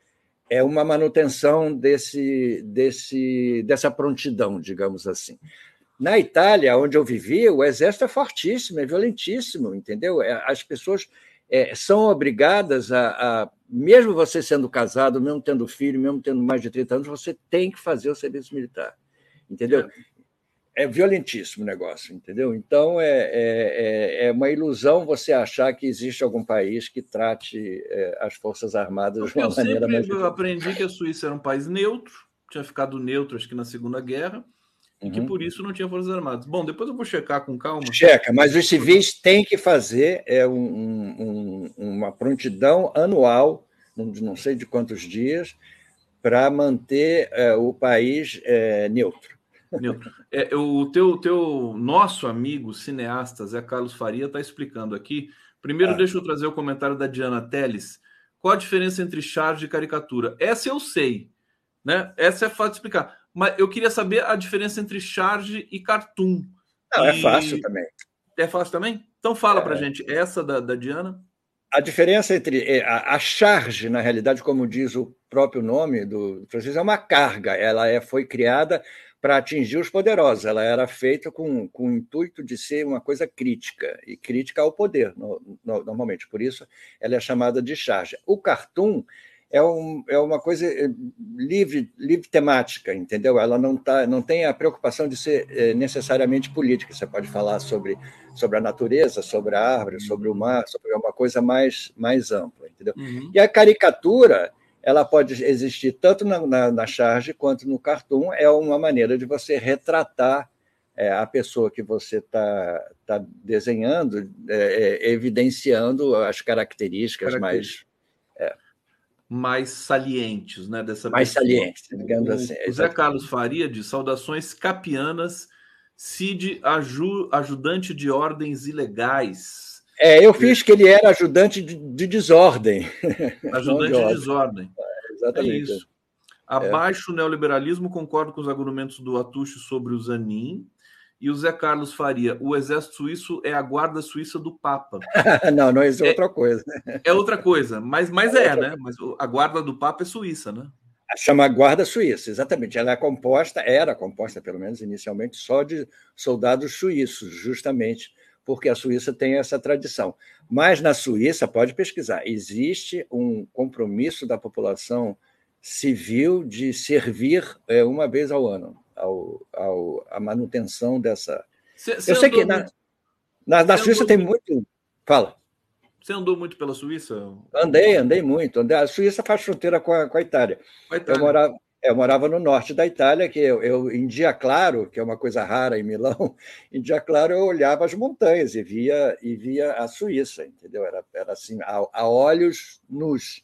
é uma manutenção desse, desse, dessa prontidão, digamos assim. Na Itália, onde eu vivi, o exército é fortíssimo, é violentíssimo, entendeu? As pessoas é, são obrigadas a, a, mesmo você sendo casado, mesmo tendo filho, mesmo tendo mais de trinta anos, você tem que fazer o serviço militar, entendeu? É. É violentíssimo o negócio, entendeu? Então, é, é, é uma ilusão você achar que existe algum país que trate é, as Forças Armadas Porque de uma eu maneira mais... Eu aprendi que a Suíça era um país neutro, tinha ficado neutro, acho que na Segunda Guerra, e que por isso não tinha Forças Armadas. Bom, depois eu vou checar com calma. Checa, mas os civis têm que fazer é, um, um, uma prontidão anual, não, não sei de quantos dias, para manter é, o país é, neutro. Neutro. É, o teu, teu nosso amigo cineasta Zé Carlos Faria está explicando aqui. Primeiro, ah. deixa eu trazer o comentário da Diana Teles. Qual a diferença entre charge e caricatura? Essa eu sei, né? Essa é fácil de explicar. Mas eu queria saber a diferença entre charge e cartoon. Não, e... é fácil também. É fácil também? Então fala é... para gente. Essa da, da Diana? A diferença entre a, a charge, na realidade, como diz o próprio nome do francês, é uma carga. Ela é, foi criada para atingir os poderosos. Ela era feita com, com o intuito de ser uma coisa crítica, e crítica ao poder, no, no, normalmente. Por isso, ela é chamada de charge. O cartoon é, um, é uma coisa livre, livre temática, entendeu? Ela não, tá, não tem a preocupação de ser é, necessariamente política. Você pode falar sobre, sobre a natureza, sobre a árvore, sobre o mar, sobre uma coisa mais, mais ampla, entendeu? Uhum. E a caricatura... ela pode existir tanto na, na, na charge quanto no cartoon, é uma maneira de você retratar é, a pessoa que você está tá desenhando, é, evidenciando as características, características. mais... É, mais salientes, né, dessa mais pessoa. salientes, digamos o, assim. O Zé Carlos Faria, de saudações capianas, Cid, aju, ajudante de ordens ilegais. É, eu fiz que ele era ajudante de, de desordem. Ajudante de, de desordem. É, exatamente. É isso. Abaixo é. o neoliberalismo, concordo com os argumentos do Atushi sobre o Zanin. E o Zé Carlos Faria, o exército suíço é a guarda suíça do Papa. não, não, isso é, é outra coisa. É outra coisa, mas, mas é, é né? Mas a guarda do Papa é suíça, né? Chama Guarda Suíça, exatamente. Ela é composta, era composta, pelo menos inicialmente, só de soldados suíços, justamente porque a Suíça tem essa tradição. Mas na Suíça, pode pesquisar, existe um compromisso da população civil de servir é, uma vez ao ano ao, ao, a manutenção dessa... Cê, cê Eu sei que na, na, na Suíça tem muito... muito... Fala. Você andou muito pela Suíça? Andei, andei muito. Andei. A Suíça faz fronteira com a, com a Itália. Com a Itália. Eu morava... Eu morava no norte da Itália, que eu, eu, em dia claro, que é uma coisa rara em Milão, em dia claro eu olhava as montanhas e via, e via a Suíça, entendeu? Era, era assim, a, a olhos nus.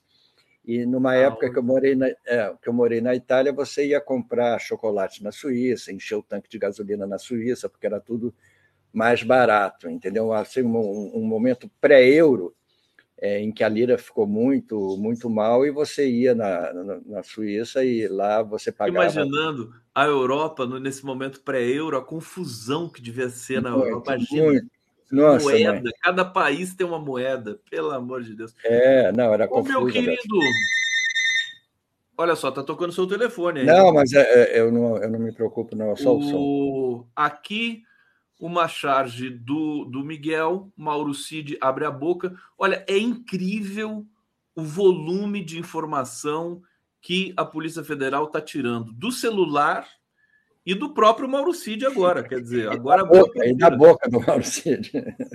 E numa ah, época que eu, morei na, é, que eu morei na Itália, você ia comprar chocolate na Suíça, encher o tanque de gasolina na Suíça, porque era tudo mais barato, entendeu? Assim, um, um momento pré-euro, É, em que a lira ficou muito, muito mal, e você ia na, na, na Suíça e lá você pagava... Imaginando a Europa, nesse momento pré-euro, a confusão que devia ser na muito, Europa. Imagina, muito. Nossa, moeda, mãe. Cada país tem uma moeda, pelo amor de Deus. É, não, era Ô, confuso. meu querido, olha só, tá tocando seu telefone aí. Não, mas é, é, eu, não, eu não me preocupo, não, é só o, o som. Aqui, uma charge do, do Miguel, Mauro Cid abre a boca. Olha, é incrível o volume de informação que a Polícia Federal está tirando do celular e do próprio Mauro Cid agora. Quer dizer, agora... E da boca, e da boca do Mauro Cid.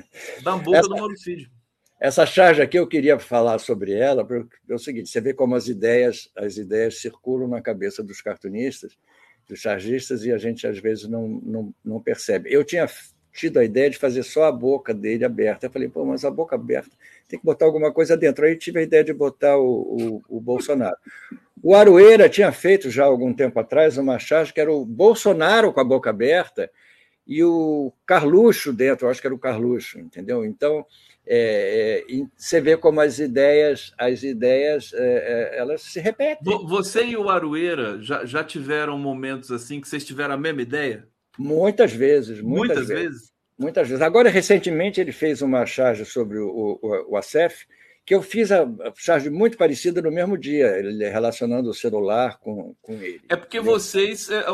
Da boca essa, do Mauro Cid. Essa charge aqui eu queria falar sobre ela, porque é o seguinte, você vê como as ideias, as ideias circulam na cabeça dos cartunistas, dos chargistas, e a gente às vezes não, não, não percebe. Eu tinha tido a ideia de fazer só a boca dele aberta. Eu falei, pô, mas a boca aberta, tem que botar alguma coisa dentro. Aí tive a ideia de botar o, o, o Bolsonaro. O Aroeira tinha feito já há algum tempo atrás uma charge que era o Bolsonaro com a boca aberta e o Carluxo dentro, eu acho que era o Carluxo, entendeu? Então, é, é, você vê como as ideias, as ideias é, é, elas se repetem. Você e o Aroeira já, já tiveram momentos assim que vocês tiveram a mesma ideia? Muitas vezes, muitas, muitas vezes, vezes. Muitas vezes. Agora, recentemente, ele fez uma charge sobre o, o, o ASEF, que eu fiz a charge muito parecida no mesmo dia, ele relacionando o celular com, com ele. É porque vocês, o,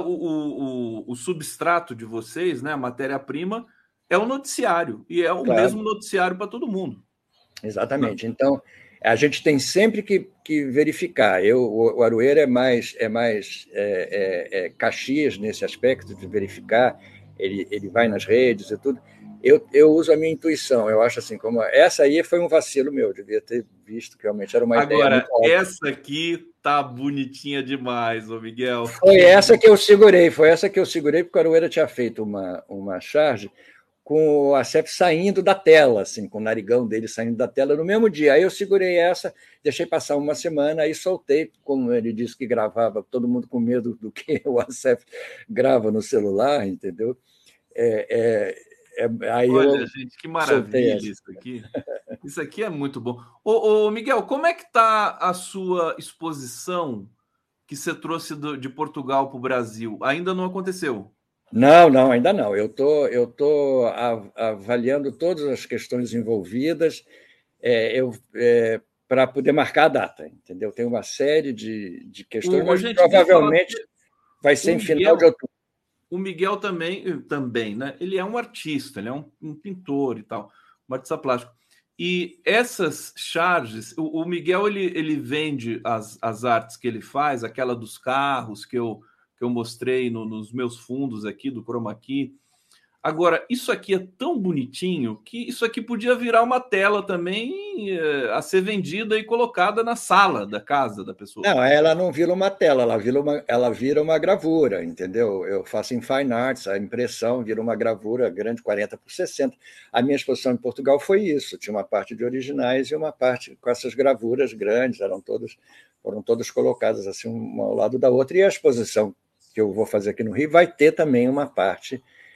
o, o substrato de vocês, né, a matéria-prima, é o noticiário, e é o claro. mesmo noticiário para todo mundo. Exatamente. Não. Então, a gente tem sempre que, que verificar. Eu, o Aroeira é mais, é mais é, é, é Caxias nesse aspecto de verificar, ele, ele vai nas redes e tudo. Eu, eu uso a minha intuição, eu acho assim, como essa aí foi um vacilo meu, eu devia ter visto que realmente era uma Agora, ideia muito essa aqui tá bonitinha demais, ô Miguel. Foi essa que eu segurei, foi essa que eu segurei, porque o Aroeira tinha feito uma, uma charge com o ASEF saindo da tela, assim, com o narigão dele saindo da tela no mesmo dia. Aí eu segurei essa, deixei passar uma semana, aí soltei, como ele disse que gravava, todo mundo com medo do que o ASEF grava no celular, entendeu? É, é, É, aí Olha, eu gente, que maravilha isso aqui. Isso aqui é muito bom. Ô, ô Miguel, como é que está a sua exposição que você trouxe do, de Portugal para o Brasil? Ainda não aconteceu? Não, não, ainda não. Eu tô, eu tô avaliando todas as questões envolvidas é, eu, é, para poder marcar a data, entendeu? Tem uma série de, de questões, o, mas gente, provavelmente vai ser em Miguel, final de outubro. O Miguel também, também, né? Ele é um artista, ele é um, um pintor e tal, um artista plástico. E essas charges, o, o Miguel ele, ele vende as, as artes que ele faz, aquela dos carros que eu, que eu mostrei no, nos meus fundos aqui do Chroma Key. Agora, isso aqui é tão bonitinho que isso aqui podia virar uma tela também é, a ser vendida e colocada na sala da casa da pessoa. Não, ela não vira uma tela, ela vira uma, ela vira uma gravura, entendeu? Eu faço em Fine Arts, a impressão vira uma gravura grande, quarenta por sessenta. A minha exposição em Portugal foi isso, tinha uma parte de originais e uma parte com essas gravuras grandes, eram todas, foram todas colocadas assim, uma ao lado da outra. E a exposição que eu vou fazer aqui no Rio vai ter também uma parte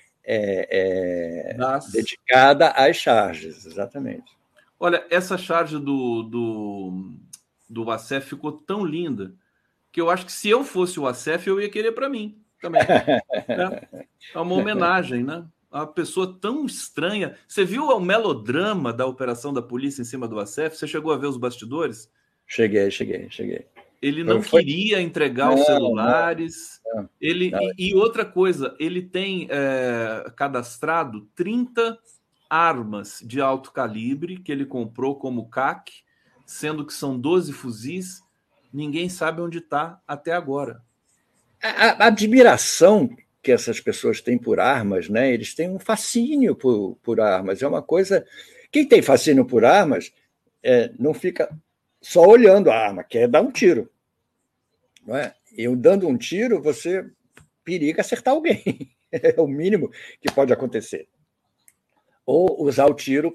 É, é, das... dedicada às charges, exatamente. Olha, essa charge do, do, do ASEF ficou tão linda que eu acho que se eu fosse o ASEF, eu ia querer para mim também. É, é uma homenagem, né? Uma pessoa tão estranha. Você viu o melodrama da operação da polícia em cima do ASEF? Você chegou a ver os bastidores? Cheguei, cheguei, cheguei. Ele não foi... queria entregar não, os celulares. Não, não, ele não. E, e outra coisa, ele tem é, cadastrado trinta armas de alto calibre que ele comprou como C A C, sendo que são doze fuzis. Ninguém sabe onde está até agora. A, a admiração que essas pessoas têm por armas, né? Eles têm um fascínio por, por armas. É uma coisa... Quem tem fascínio por armas é, não fica... só olhando a arma, quer dar um tiro. Não é? E dando um tiro, você periga acertar alguém. É o mínimo que pode acontecer. Ou usar o tiro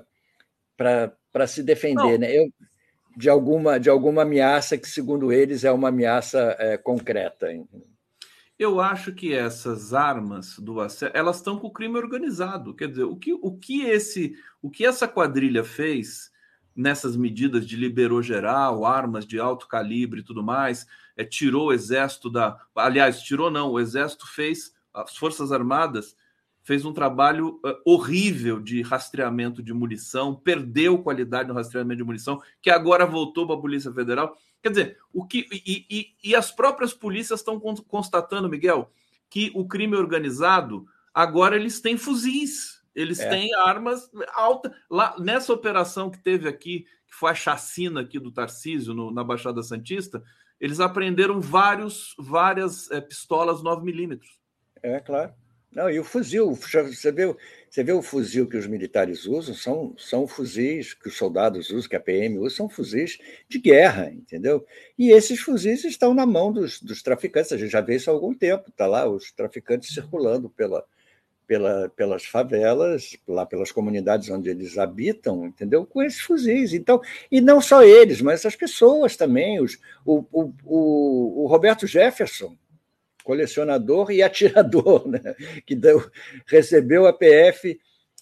para se defender. Né? Eu, de, alguma, de alguma ameaça que, segundo eles, é uma ameaça é, concreta. Eu acho que essas armas do ASEF, elas estão com o crime organizado. Quer dizer, o que, o que, esse, o que essa quadrilha fez... nessas medidas de liberou geral, armas de alto calibre e tudo mais, é, tirou o exército da... Aliás, tirou não, o exército fez, as Forças Armadas fez um trabalho uh, horrível de rastreamento de munição, perdeu qualidade no rastreamento de munição, que agora voltou para a Polícia Federal. Quer dizer, o que e, e, e as próprias polícias estão constatando, Miguel, que o crime organizado agora eles têm fuzis, eles é. têm armas altas. Lá, nessa operação que teve aqui, que foi a chacina aqui do Tarcísio, no, na Baixada Santista, eles apreenderam vários, várias é, pistolas nove milímetros. É, claro. Não, e o fuzil, você vê, você vê o fuzil que os militares usam, são, são fuzis que os soldados usam, que a P M usa, são fuzis de guerra, entendeu? E esses fuzis estão na mão dos, dos traficantes, a gente já vê isso há algum tempo, está lá os traficantes circulando pela, pela, pelas favelas, lá pelas comunidades onde eles habitam, entendeu? Com esses fuzis. Então, e não só eles, mas as pessoas também, os, o, o, o, o Roberto Jefferson, colecionador e atirador, né? Que deu, recebeu a P F.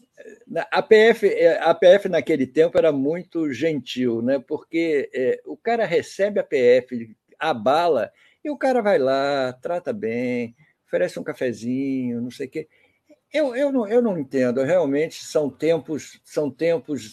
A P F, a P F naquele tempo era muito gentil, né? Porque é, o cara recebe a P F, a bala, e o cara vai lá, trata bem, oferece um cafezinho, não sei o quê. Eu, eu, não, eu não entendo, realmente são tempos, são tempos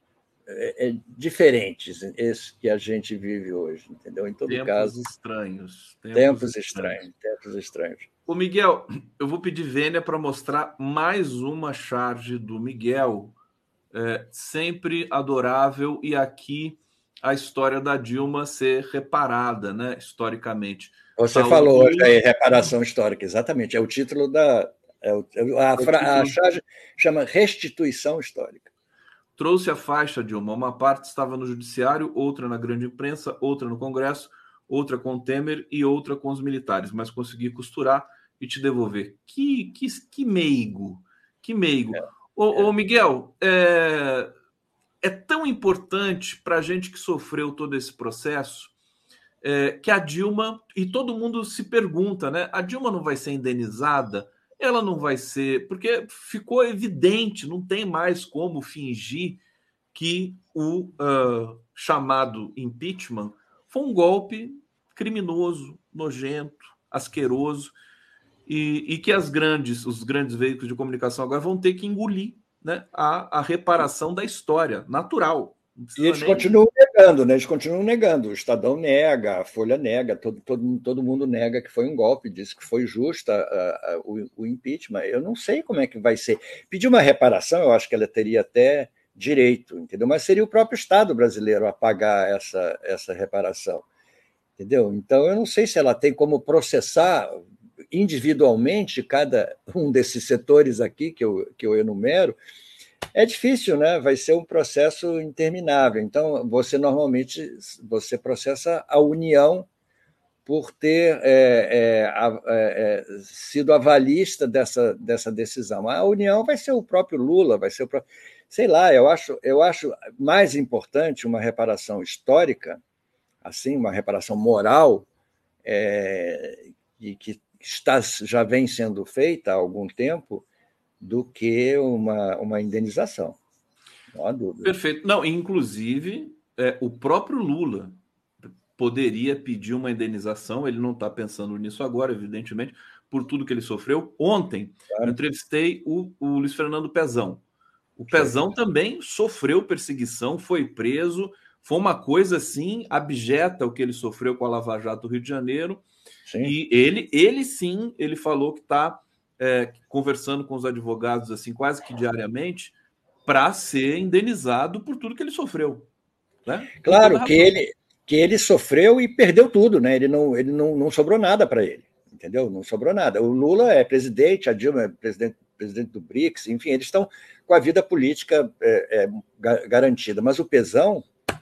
É, é, diferentes esses que a gente vive hoje, entendeu? Em todo tempos caso, estranhos, tempos, tempos estranhos, estranhos, tempos estranhos. Ô Miguel, eu vou pedir Vênia para mostrar mais uma charge do Miguel, é, sempre adorável, e aqui a história da Dilma ser reparada, né, historicamente. Você tá falou hoje aí, reparação histórica, exatamente, é o título da... É o, a, a, título... a charge chama Restituição Histórica. Trouxe a faixa, Dilma. Uma parte estava no judiciário, outra na grande imprensa, outra no Congresso, outra com o Temer e outra com os militares, mas consegui costurar e te devolver. Que, que, que meigo, que meigo. É, ô, é. ô, Miguel, é, é tão importante para a gente que sofreu todo esse processo é, que a Dilma, e todo mundo se pergunta, né? A Dilma não vai ser indenizada? Ela não vai ser, porque ficou evidente, não tem mais como fingir que o uh, chamado impeachment foi um golpe criminoso, nojento, asqueroso, e, e que as grandes, os grandes veículos de comunicação agora vão ter que engolir, né, a, a reparação da história natural. E eles nem... continuam negando, né? Eles continuam negando. O Estadão nega, a Folha nega, todo, todo, todo mundo nega que foi um golpe, diz que foi justa a, a, o, o impeachment. Eu não sei como é que vai ser. Pedir uma reparação, eu acho que ela teria até direito, entendeu? Mas seria o próprio Estado brasileiro a pagar essa, essa reparação, entendeu? Então, eu não sei se ela tem como processar individualmente cada um desses setores aqui que eu, que eu enumero. É difícil, né? Vai ser um processo interminável. Então, você normalmente você processa a União por ter é, é, é, sido avalista dessa, dessa decisão. A União vai ser o próprio Lula, vai ser o próprio... Sei lá, eu acho, eu acho mais importante uma reparação histórica, assim, uma reparação moral, é, e que está, já vem sendo feita há algum tempo, do que uma, uma indenização. Não há dúvida. Perfeito. Não, inclusive, é, o próprio Lula poderia pedir uma indenização, ele não está pensando nisso agora, evidentemente, por tudo que ele sofreu. Ontem, claro. Eu entrevistei o, o Luiz Fernando Pezão. O Pezão Sim. também sofreu perseguição, foi preso, foi uma coisa, assim, abjeta o que ele sofreu com a Lava Jato do Rio de Janeiro. Sim. E ele, ele sim, ele falou que está É, conversando com os advogados assim quase que diariamente para ser indenizado por tudo que ele sofreu, né? Claro que ele, que ele sofreu e perdeu tudo, né? Ele não, ele não, não sobrou nada para ele, entendeu? Não sobrou nada. O Lula é presidente, a Dilma é presidente, presidente do BRICS, enfim, eles estão com a vida política é, é, garantida. Mas o Pezão,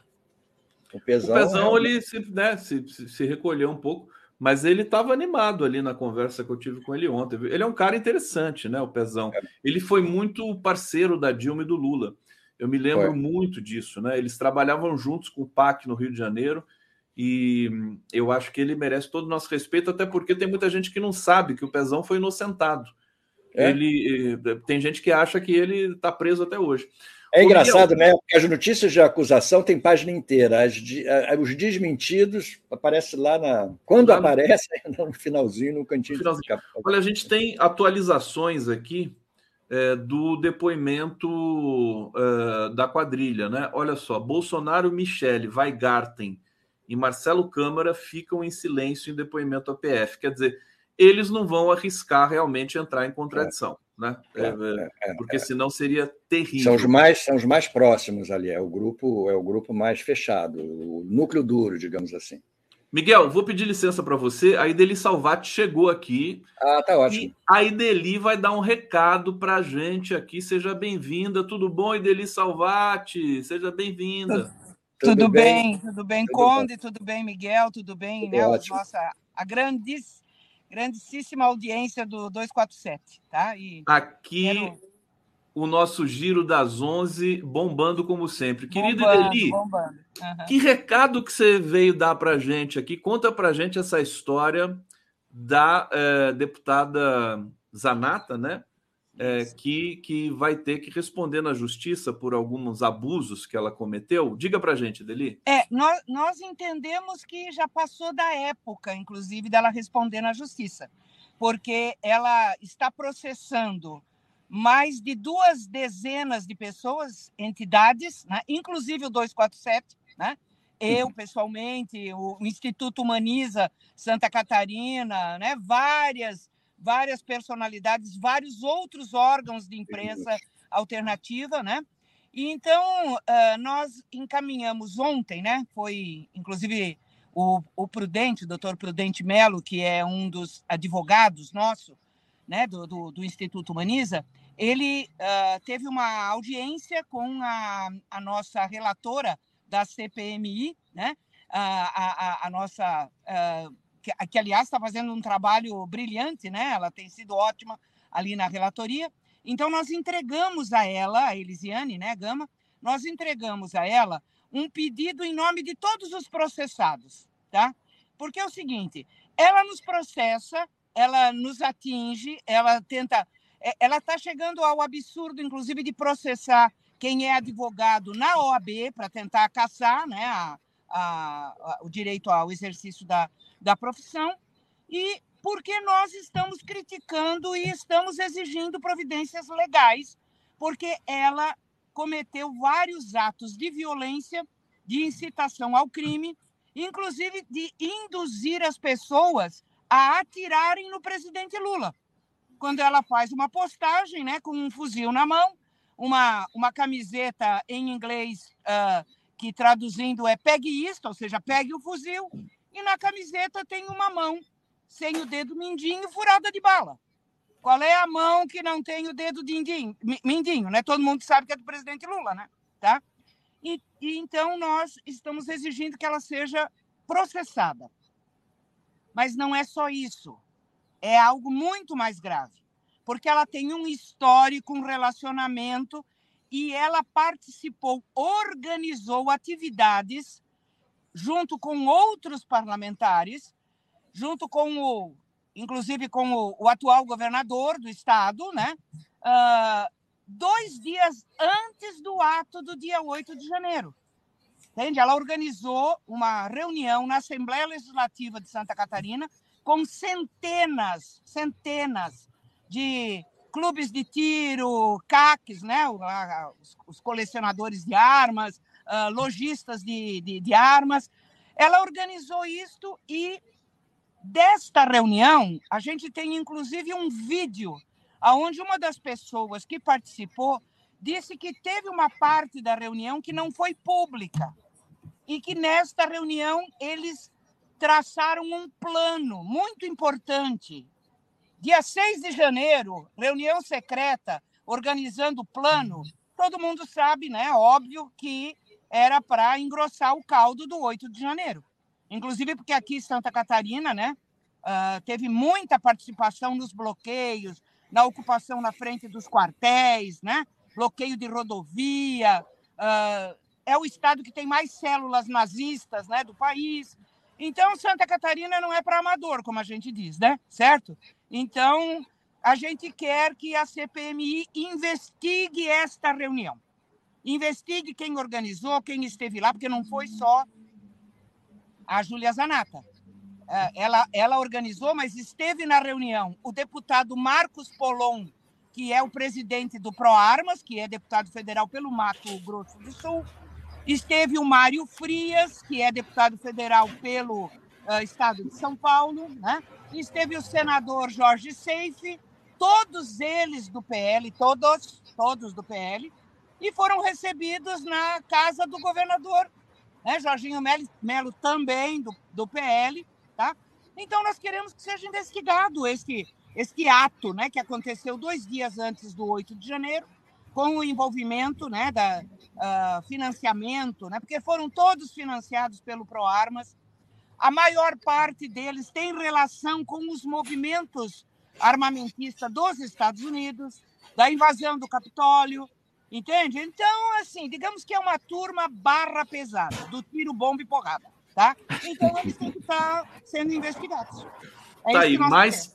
o Pezão, o Pezão é... ele se, né, se, se recolheu um pouco. Mas ele estava animado ali na conversa que eu tive com ele ontem. Ele é um cara interessante, né, o Pezão? Ele foi muito parceiro da Dilma e do Lula. Eu me lembro foi. muito disso, né? Eles trabalhavam juntos com o P A C no Rio de Janeiro e eu acho que ele merece todo o nosso respeito, até porque tem muita gente que não sabe que o Pezão foi inocentado. É? Ele, tem gente que acha que ele está preso até hoje. É Ô, engraçado, Miguel, né? Porque as notícias de acusação tem página inteira. As, os desmentidos aparece lá na. Quando lá aparece, no... no finalzinho, no cantinho. No finalzinho. De... Olha, a gente tem atualizações aqui é, do depoimento é, da quadrilha, né? Olha só, Bolsonaro, Michele, Weigarten e Marcelo Câmara ficam em silêncio em depoimento à P F. Quer dizer, eles não vão arriscar realmente entrar em contradição, é. né? É, é, é, porque senão seria terrível. São os mais, são os mais próximos ali, é o grupo, é o grupo mais fechado, o núcleo duro, digamos assim. Miguel, vou pedir licença para você. A Ideli Salvati chegou aqui. Ah, tá ótimo. E a Ideli vai dar um recado para a gente aqui. Seja bem-vinda. Tudo bom, Ideli Salvati? Seja bem-vinda. Tudo, tudo bem, bem, tudo bem, tudo Conde, bom. Tudo bem, Miguel, tudo bem, tudo né? Os nossa, a grandiss, grandíssima audiência do duzentos e quarenta e sete, tá? E aqui... quero... o nosso Giro das onze bombando como sempre. Querido bombando, Ideli, bombando. Uhum. Que recado que você veio dar para a gente aqui? Conta para a gente essa história da é, deputada Zanata, né? É, que, que vai ter que responder na justiça por alguns abusos que ela cometeu. Diga para a gente, Ideli. É, nós, nós entendemos que já passou da época, inclusive, dela responder na justiça, porque ela está processando mais de duas dezenas de pessoas, entidades, né? Inclusive o duzentos e quarenta e sete, né? Eu, pessoalmente, o Instituto Humaniza Santa Catarina, né? várias, várias personalidades, vários outros órgãos de imprensa alternativa, né? E então, nós encaminhamos ontem, né? Foi, inclusive, o, o Prudente, o doutor Prudente Melo, que é um dos advogados nosso, né? do, do, do Instituto Humaniza, ele uh, teve uma audiência com a, a nossa relatora da C P M I, né? a, a, a nossa, uh, que, que, aliás, está fazendo um trabalho brilhante, né? Ela tem sido ótima ali na relatoria. Então, nós entregamos a ela, a Elisiane, né, Gama, nós entregamos a ela um pedido em nome de todos os processados, tá? Porque é o seguinte, ela nos processa, ela nos atinge, ela tenta... Ela está chegando ao absurdo, inclusive, de processar quem é advogado na O A B para tentar caçar, né, a, a, a, o direito ao exercício da, da profissão, e porque nós estamos criticando e estamos exigindo providências legais, porque ela cometeu vários atos de violência, de incitação ao crime, inclusive de induzir as pessoas a atirarem no presidente Lula. Quando ela faz uma postagem, né, com um fuzil na mão, uma, uma camiseta em inglês uh, que traduzindo é pegue isto, ou seja, pegue o fuzil, e na camiseta tem uma mão sem o dedo mindinho furada de bala. Qual é a mão que não tem o dedo mindinho? mindinho né? Todo mundo sabe que é do presidente Lula, né? Tá? E, e então nós estamos exigindo que ela seja processada. Mas não é só isso. É algo muito mais grave, porque ela tem um histórico, um relacionamento, e ela participou, organizou atividades junto com outros parlamentares, junto com o, inclusive com o, o atual governador do estado, né? Uh, dois dias antes do ato do dia oito de janeiro. Entende? Ela organizou uma reunião na Assembleia Legislativa de Santa Catarina com centenas, centenas de clubes de tiro, C A Cs, né? os colecionadores de armas, lojistas de, de, de armas. Ela organizou isto e, desta reunião, a gente tem, inclusive, um vídeo onde uma das pessoas que participou disse que teve uma parte da reunião que não foi pública e que, nesta reunião, eles traçaram um plano muito importante. Dia seis de janeiro, reunião secreta, organizando o plano, todo mundo sabe, né? Óbvio que era para engrossar o caldo do oito de janeiro. Inclusive porque aqui em Santa Catarina, né, uh, teve muita participação nos bloqueios, na ocupação na frente dos quartéis, né? Bloqueio de rodovia. Uh, é o estado que tem mais células nazistas, né, do país. Então, Santa Catarina não é para amador, como a gente diz, né? Certo? Então, a gente quer que a C P M I investigue esta reunião. Investigue quem organizou, quem esteve lá, porque não foi só a Júlia Zanata. Ela, ela organizou, mas esteve na reunião o deputado Marcos Polon, que é o presidente do ProArmas, que é deputado federal pelo Mato Grosso do Sul. Esteve o Mário Frias, que é deputado federal pelo uh, estado de São Paulo, né? Esteve o senador Jorge Seife, todos eles do P L, todos, todos do P L, e foram recebidos na casa do governador, né? Jorginho Melo também do, do P L, tá? Então nós queremos que seja investigado esse, esse ato, né, que aconteceu dois dias antes do oito de janeiro, com o envolvimento, né, da uh, financiamento, né, porque foram todos financiados pelo ProArmas. A maior parte deles tem relação com os movimentos armamentistas dos Estados Unidos, da invasão do Capitólio, entende? Então, assim, digamos que é uma turma barra pesada, do tiro, bomba e porrada, tá? Então, eles têm que estar sendo investigados. É tá aí, mais,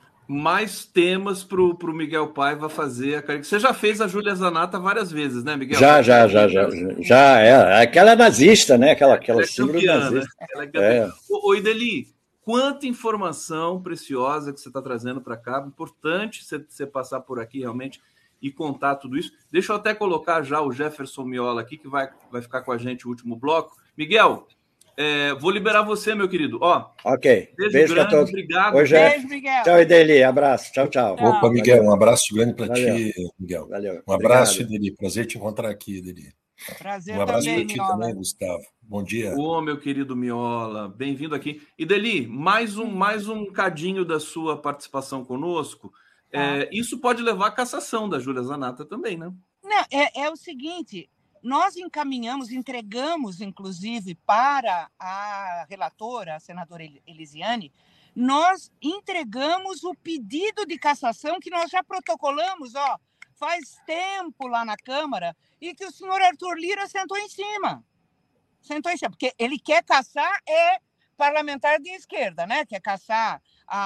mais temas para o Miguel Paiva fazer. Você já fez a Júlia Zanata várias vezes, né, Miguel? Já, já, já, já, já, é. Aquela nazista, né? Aquela, aquela é símbolo campeã, nazista. Né? Ela é campeã. É. Ô, Ideli, quanta informação preciosa que você está trazendo para cá. Importante você, você passar por aqui, realmente, e contar tudo isso. Deixa eu até colocar já o Jefferson Miola aqui, que vai, vai ficar com a gente o último bloco. Miguel, é, vou liberar você, meu querido. Ó, ok. Beijo, beijo grande, a todos. Obrigado. Oi, beijo, Miguel. Tchau, Ideli. Abraço. Tchau, tchau. tchau. Opa, Miguel, Valeu. Um abraço grande para ti, Miguel. Valeu. Um abraço, Ideli. Prazer te encontrar aqui, Ideli. Prazer um abraço também, para ti Miola. também, Gustavo. Bom dia. Ô, meu querido Miola, bem-vindo aqui. Ideli, mais um, mais um cadinho da sua participação conosco. É, isso pode levar à cassação da Júlia Zanata também, né? Não, é, é o seguinte, nós encaminhamos, entregamos, inclusive, para a relatora, a senadora Elisiane, nós entregamos o pedido de cassação que nós já protocolamos, ó, faz tempo lá na Câmara, e que o senhor Arthur Lira sentou em cima. Sentou em cima, porque ele quer caçar é parlamentar de esquerda, né? Quer caçar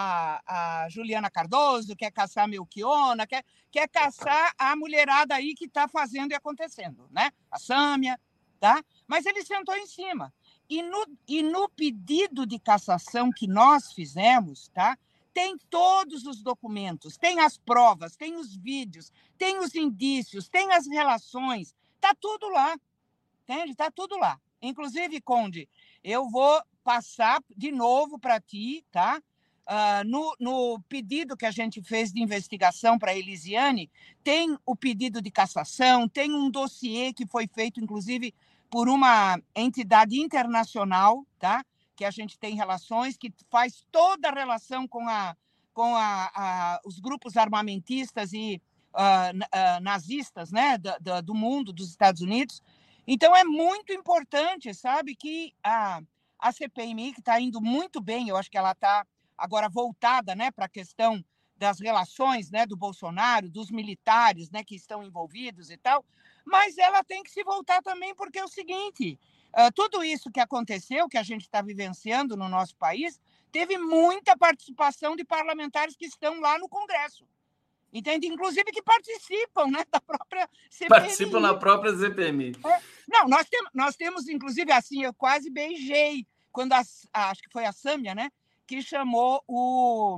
a, a Juliana Cardoso, quer caçar a Melchiona, quer, quer caçar a mulherada aí que está fazendo e acontecendo, né? A Sâmia, tá? Mas ele sentou em cima. E no, e no pedido de cassação que nós fizemos, tá? Tem todos os documentos, tem as provas, tem os vídeos, tem os indícios, tem as relações, tá tudo lá, entende? Tá tudo lá. Inclusive, Conde, eu vou passar de novo para ti, tá? Uh, no, no pedido que a gente fez de investigação para a Elisiane, tem o pedido de cassação, tem um dossiê que foi feito, inclusive, por uma entidade internacional, tá? Que a gente tem relações, que faz toda a relação com, a, com a, a, os grupos armamentistas e uh, uh, nazistas, né? do, do, do mundo, dos Estados Unidos. Então, é muito importante, sabe, que a, a C P M I, que está indo muito bem, eu acho que ela está agora voltada, né, para a questão das relações, né, do Bolsonaro, dos militares, né, que estão envolvidos e tal, mas ela tem que se voltar também, porque é o seguinte, uh, tudo isso que aconteceu, que a gente está vivenciando no nosso país, teve muita participação de parlamentares que estão lá no Congresso. Entende? Inclusive que participam, né, da própria C P M I. Participam na própria C P M I. É. Não, nós temos, nós temos, inclusive, assim, eu quase beijei, quando a, a, acho que foi a Sâmia, né, que chamou o,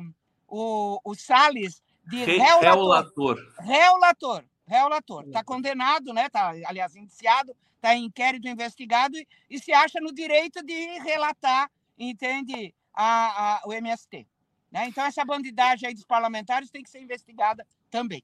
o, o Salles de relator. Relator. Relator. Está condenado, né, tá, aliás, indiciado, está em inquérito investigado e, e se acha no direito de relatar, entende, a, a, o M S T. Né? Então, essa bandidagem aí dos parlamentares tem que ser investigada também.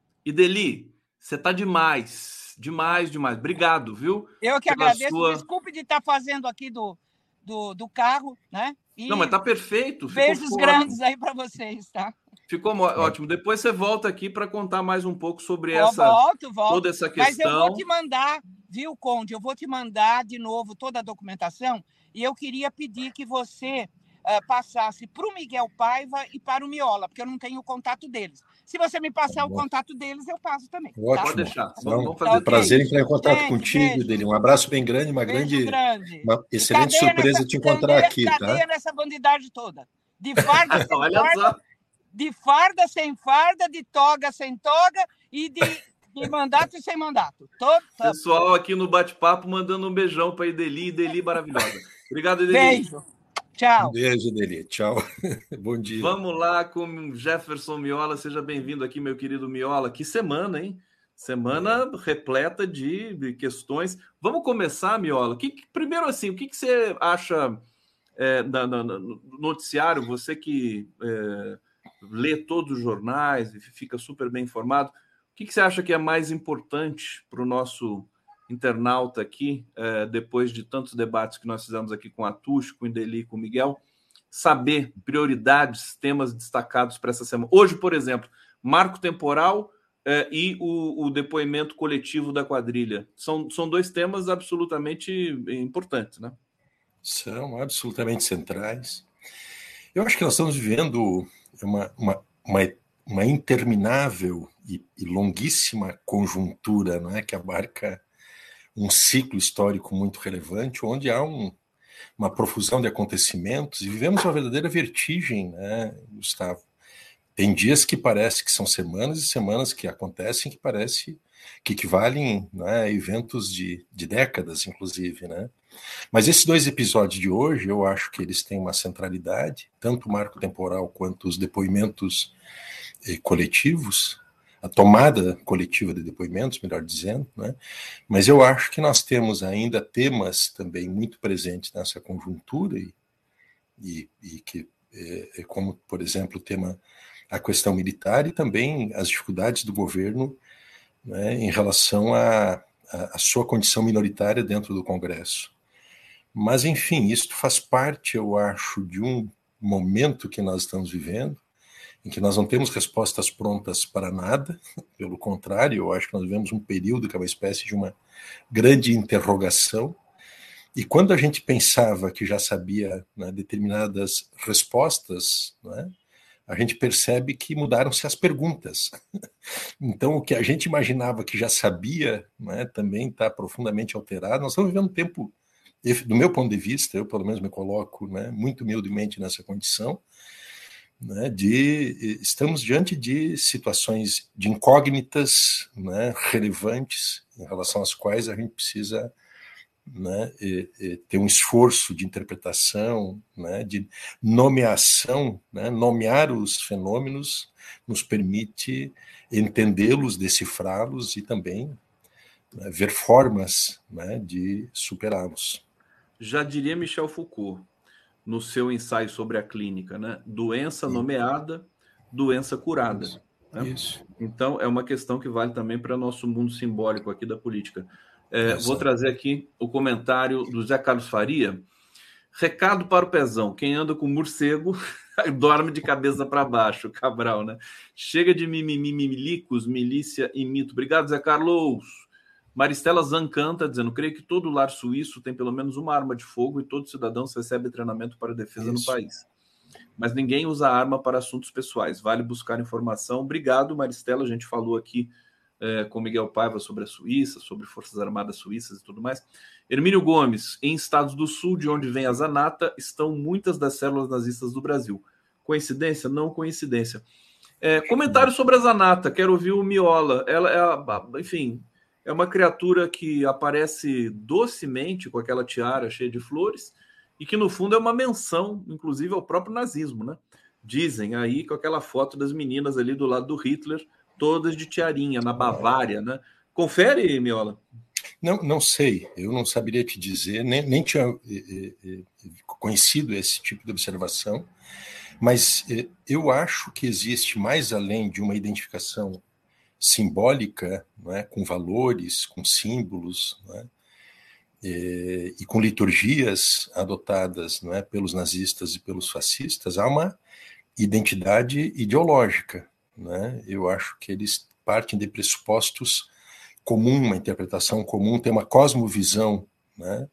Ideli, você está demais, demais, demais. Obrigado, viu? Eu que agradeço. Sua... Desculpe de estar fazendo aqui do, do, do carro, né? E não, mas está perfeito. Beijos grandes aí para vocês, tá? Ficou ótimo. Depois você volta aqui para contar mais um pouco sobre essa, volto, volto. toda essa questão. Mas eu vou te mandar, viu, Conde? Eu vou te mandar de novo toda a documentação e eu queria pedir que você uh, passasse para o Miguel Paiva e para o Miola, porque eu não tenho o contato deles. Se você me passar tá o contato deles, eu passo também. Ótimo. Tá? Pode deixar. Vamos, vamos fazer. Tá, prazer em entrar em contato gente, contigo, beijo. Dele. Um abraço bem grande, uma beijo grande, grande. uma excelente surpresa nessa, te encontrar cadeia, aqui, cadeia tá? nessa bandidagem toda. De farda sem Olha farda, só. de farda sem farda, de toga sem toga e de, de mandato sem mandato. Todo, todo. Pessoal aqui no bate-papo mandando um beijão para Ideli, Ideli maravilhosa. Obrigado, Ideli. Beijo. Tchau. Um beijo, Ideli. Tchau. Bom dia. Vamos lá com Jefferson Miola. Seja bem-vindo aqui, meu querido Miola. Que semana, hein? Semana repleta de, de questões. Vamos começar, Miola. Que, primeiro, assim, o que, que você acha é, na, na, no noticiário, você que é, lê todos os jornais e fica super bem informado, o que, que você acha que é mais importante para o nosso internauta aqui, é, depois de tantos debates que nós fizemos aqui com a Tush, com o Indeli, com o Miguel, saber prioridades, temas destacados para essa semana? Hoje, por exemplo, marco temporal é, e o, o depoimento coletivo da quadrilha. São, são dois temas absolutamente importantes, né? São absolutamente centrais. Eu acho que nós estamos vivendo uma, uma, uma, uma interminável e, e longuíssima conjuntura, não é, que abarca um ciclo histórico muito relevante, onde há um, uma profusão de acontecimentos, e vivemos uma verdadeira vertigem, né, Gustavo? Tem dias que parece que são semanas e semanas que acontecem que parece que equivalem, né, a eventos de, de décadas, inclusive, né? Mas esses dois episódios de hoje, eu acho que eles têm uma centralidade, tanto o marco temporal quanto os depoimentos eh, coletivos, a tomada coletiva de depoimentos, melhor dizendo, né? Mas eu acho que nós temos ainda temas também muito presentes nessa conjuntura, e, e, e que, é, como, por exemplo, o tema, a questão militar e também as dificuldades do governo, né, em relação à sua condição minoritária dentro do Congresso. Mas, enfim, isso faz parte, eu acho, de um momento que nós estamos vivendo, em que nós não temos respostas prontas para nada, pelo contrário, eu acho que nós vivemos um período que é uma espécie de uma grande interrogação, e quando a gente pensava que já sabia, né, determinadas respostas, né, a gente percebe que mudaram-se as perguntas. Então, o que a gente imaginava que já sabia, né, também está profundamente alterado. Nós estamos vivendo um tempo, do meu ponto de vista, eu pelo menos me coloco, né, muito humildemente nessa condição, né, de estamos diante de situações de incógnitas, né, relevantes, em relação às quais a gente precisa, né, e, e ter um esforço de interpretação, né, de nomeação, né, nomear os fenômenos nos permite entendê-los, decifrá-los e também, né, ver formas, né, de superá-los. Já diria Michel Foucault, no seu ensaio sobre a clínica, né? Doença nomeada, doença curada. Isso. Né? Isso. Então, é uma questão que vale também para nosso mundo simbólico aqui da política. É, vou trazer aqui o comentário do Zé Carlos Faria. Recado para o Pezão: quem anda com morcego dorme de cabeça para baixo, Cabral, né? Chega de mimimilicos, milícia e mito. Obrigado, Zé Carlos. Maristela Zancanta dizendo: creio que todo lar suíço tem pelo menos uma arma de fogo e todos os cidadãos recebem treinamento para defesa Isso. no país. Mas ninguém usa arma para assuntos pessoais. Vale buscar informação. Obrigado, Maristela. A gente falou aqui é, com Miguel Paiva sobre a Suíça, sobre Forças Armadas Suíças e tudo mais. Hermínio Gomes: em estados do sul, de onde vem a Zanata, estão muitas das células nazistas do Brasil. Coincidência? Não coincidência. É, comentário sobre a Zanata. Quero ouvir o Miola. Ela é, a, enfim... É uma criatura que aparece docemente com aquela tiara cheia de flores e que, no fundo, é uma menção, inclusive, ao próprio nazismo, né? Dizem aí com aquela foto das meninas ali do lado do Hitler, todas de tiarinha, na Bavária, né? Confere, Miola. Não, não sei, eu não saberia te dizer, nem, nem tinha eh, eh, conhecido esse tipo de observação, mas eh, eu acho que existe, mais além de uma identificação simbólica, não é, com valores, com símbolos, não é, e, e com liturgias adotadas, não é, pelos nazistas e pelos fascistas, há uma identidade ideológica. Não é? Eu acho que eles partem de pressupostos comuns, uma interpretação comum, tem uma cosmovisão, né,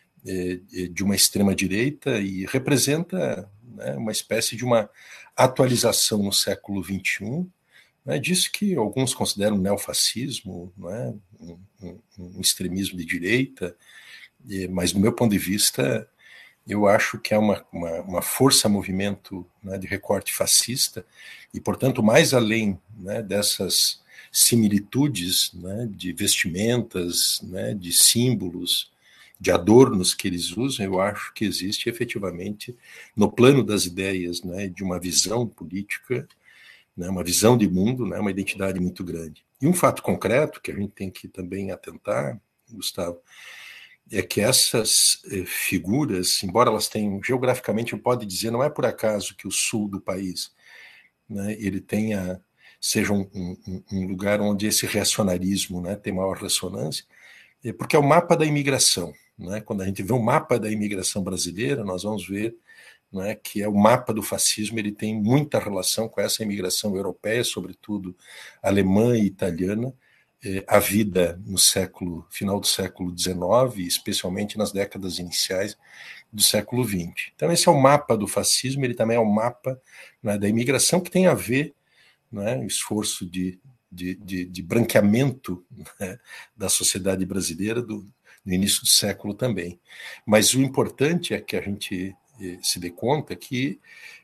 de uma extrema-direita e representa, né, uma espécie de uma atualização no século vinte e um, né, disso que alguns consideram neofascismo, né, um, um, um extremismo de direita, mas do meu ponto de vista eu acho que é uma, uma, uma força-movimento, né, de recorte fascista e, portanto, mais além, né, dessas similitudes, né, de vestimentas, né, de símbolos, de adornos que eles usam, eu acho que existe efetivamente no plano das ideias, né, de uma visão política, né, uma visão de mundo, né, uma identidade muito grande. E um fato concreto que a gente tem que também atentar, Gustavo, é que essas eh, figuras, embora elas tenham, geograficamente, pode dizer, não é por acaso que o sul do país, né, ele tenha, seja um, um, um lugar onde esse reacionarismo, né, tem maior ressonância, é porque é o mapa da imigração. Né? Quando a gente vê o mapa da imigração brasileira, nós vamos ver, né, que é o mapa do fascismo, ele tem muita relação com essa imigração europeia, sobretudo alemã e italiana, a vida no século, final do século dezenove, especialmente nas décadas iniciais do século vinte. Então esse é o mapa do fascismo, ele também é o mapa, né, da imigração, que tem a ver, né, o esforço de, de, de, de branqueamento, né, da sociedade brasileira do, no início do século também. Mas o importante é que a gente eh, se dê conta que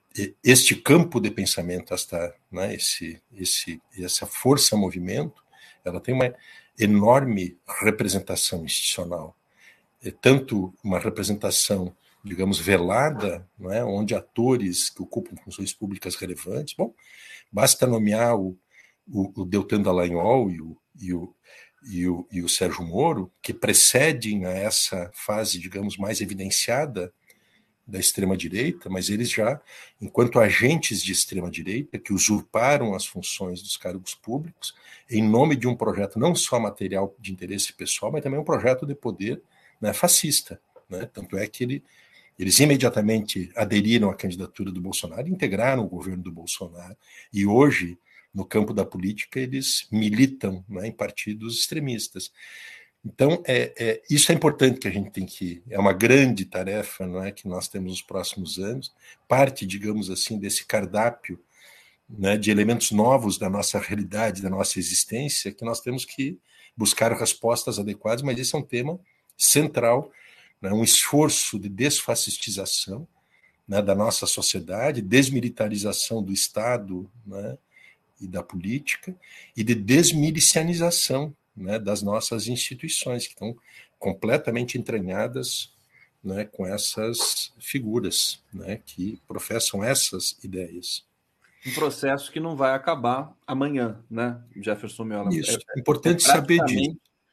este campo de pensamento, esta, né, esse, esse, essa força-movimento, ela tem uma enorme representação institucional. É tanto uma representação, digamos, velada, não é? Onde atores que ocupam funções públicas relevantes, bom, basta nomear o, o, o Deltan Dallagnol e o, e, o, e, o, e o Sérgio Moro, que precedem a essa fase, digamos, mais evidenciada da extrema-direita, mas eles já, enquanto agentes de extrema-direita, que usurparam as funções dos cargos públicos, em nome de um projeto não só material de interesse pessoal, mas também um projeto de poder, né, fascista. Né? Tanto é que ele, eles imediatamente aderiram à candidatura do Bolsonaro, integraram o governo do Bolsonaro, e hoje, no campo da política, eles militam, né, em partidos extremistas. Então, é, é, isso é importante, que a gente tem que... É uma grande tarefa, não é, que nós temos nos próximos anos, parte, digamos assim, desse cardápio, né, de elementos novos da nossa realidade, da nossa existência, que nós temos que buscar respostas adequadas, mas esse é um tema central, né, um esforço de desfascistização, né, da nossa sociedade, desmilitarização do Estado, né, e da política, e de desmilicianização, né, das nossas instituições, que estão completamente entranhadas, né, com essas figuras, né, que professam essas ideias. Um processo que não vai acabar amanhã, né, Jefferson Miola? Isso, é, importante é saber disso.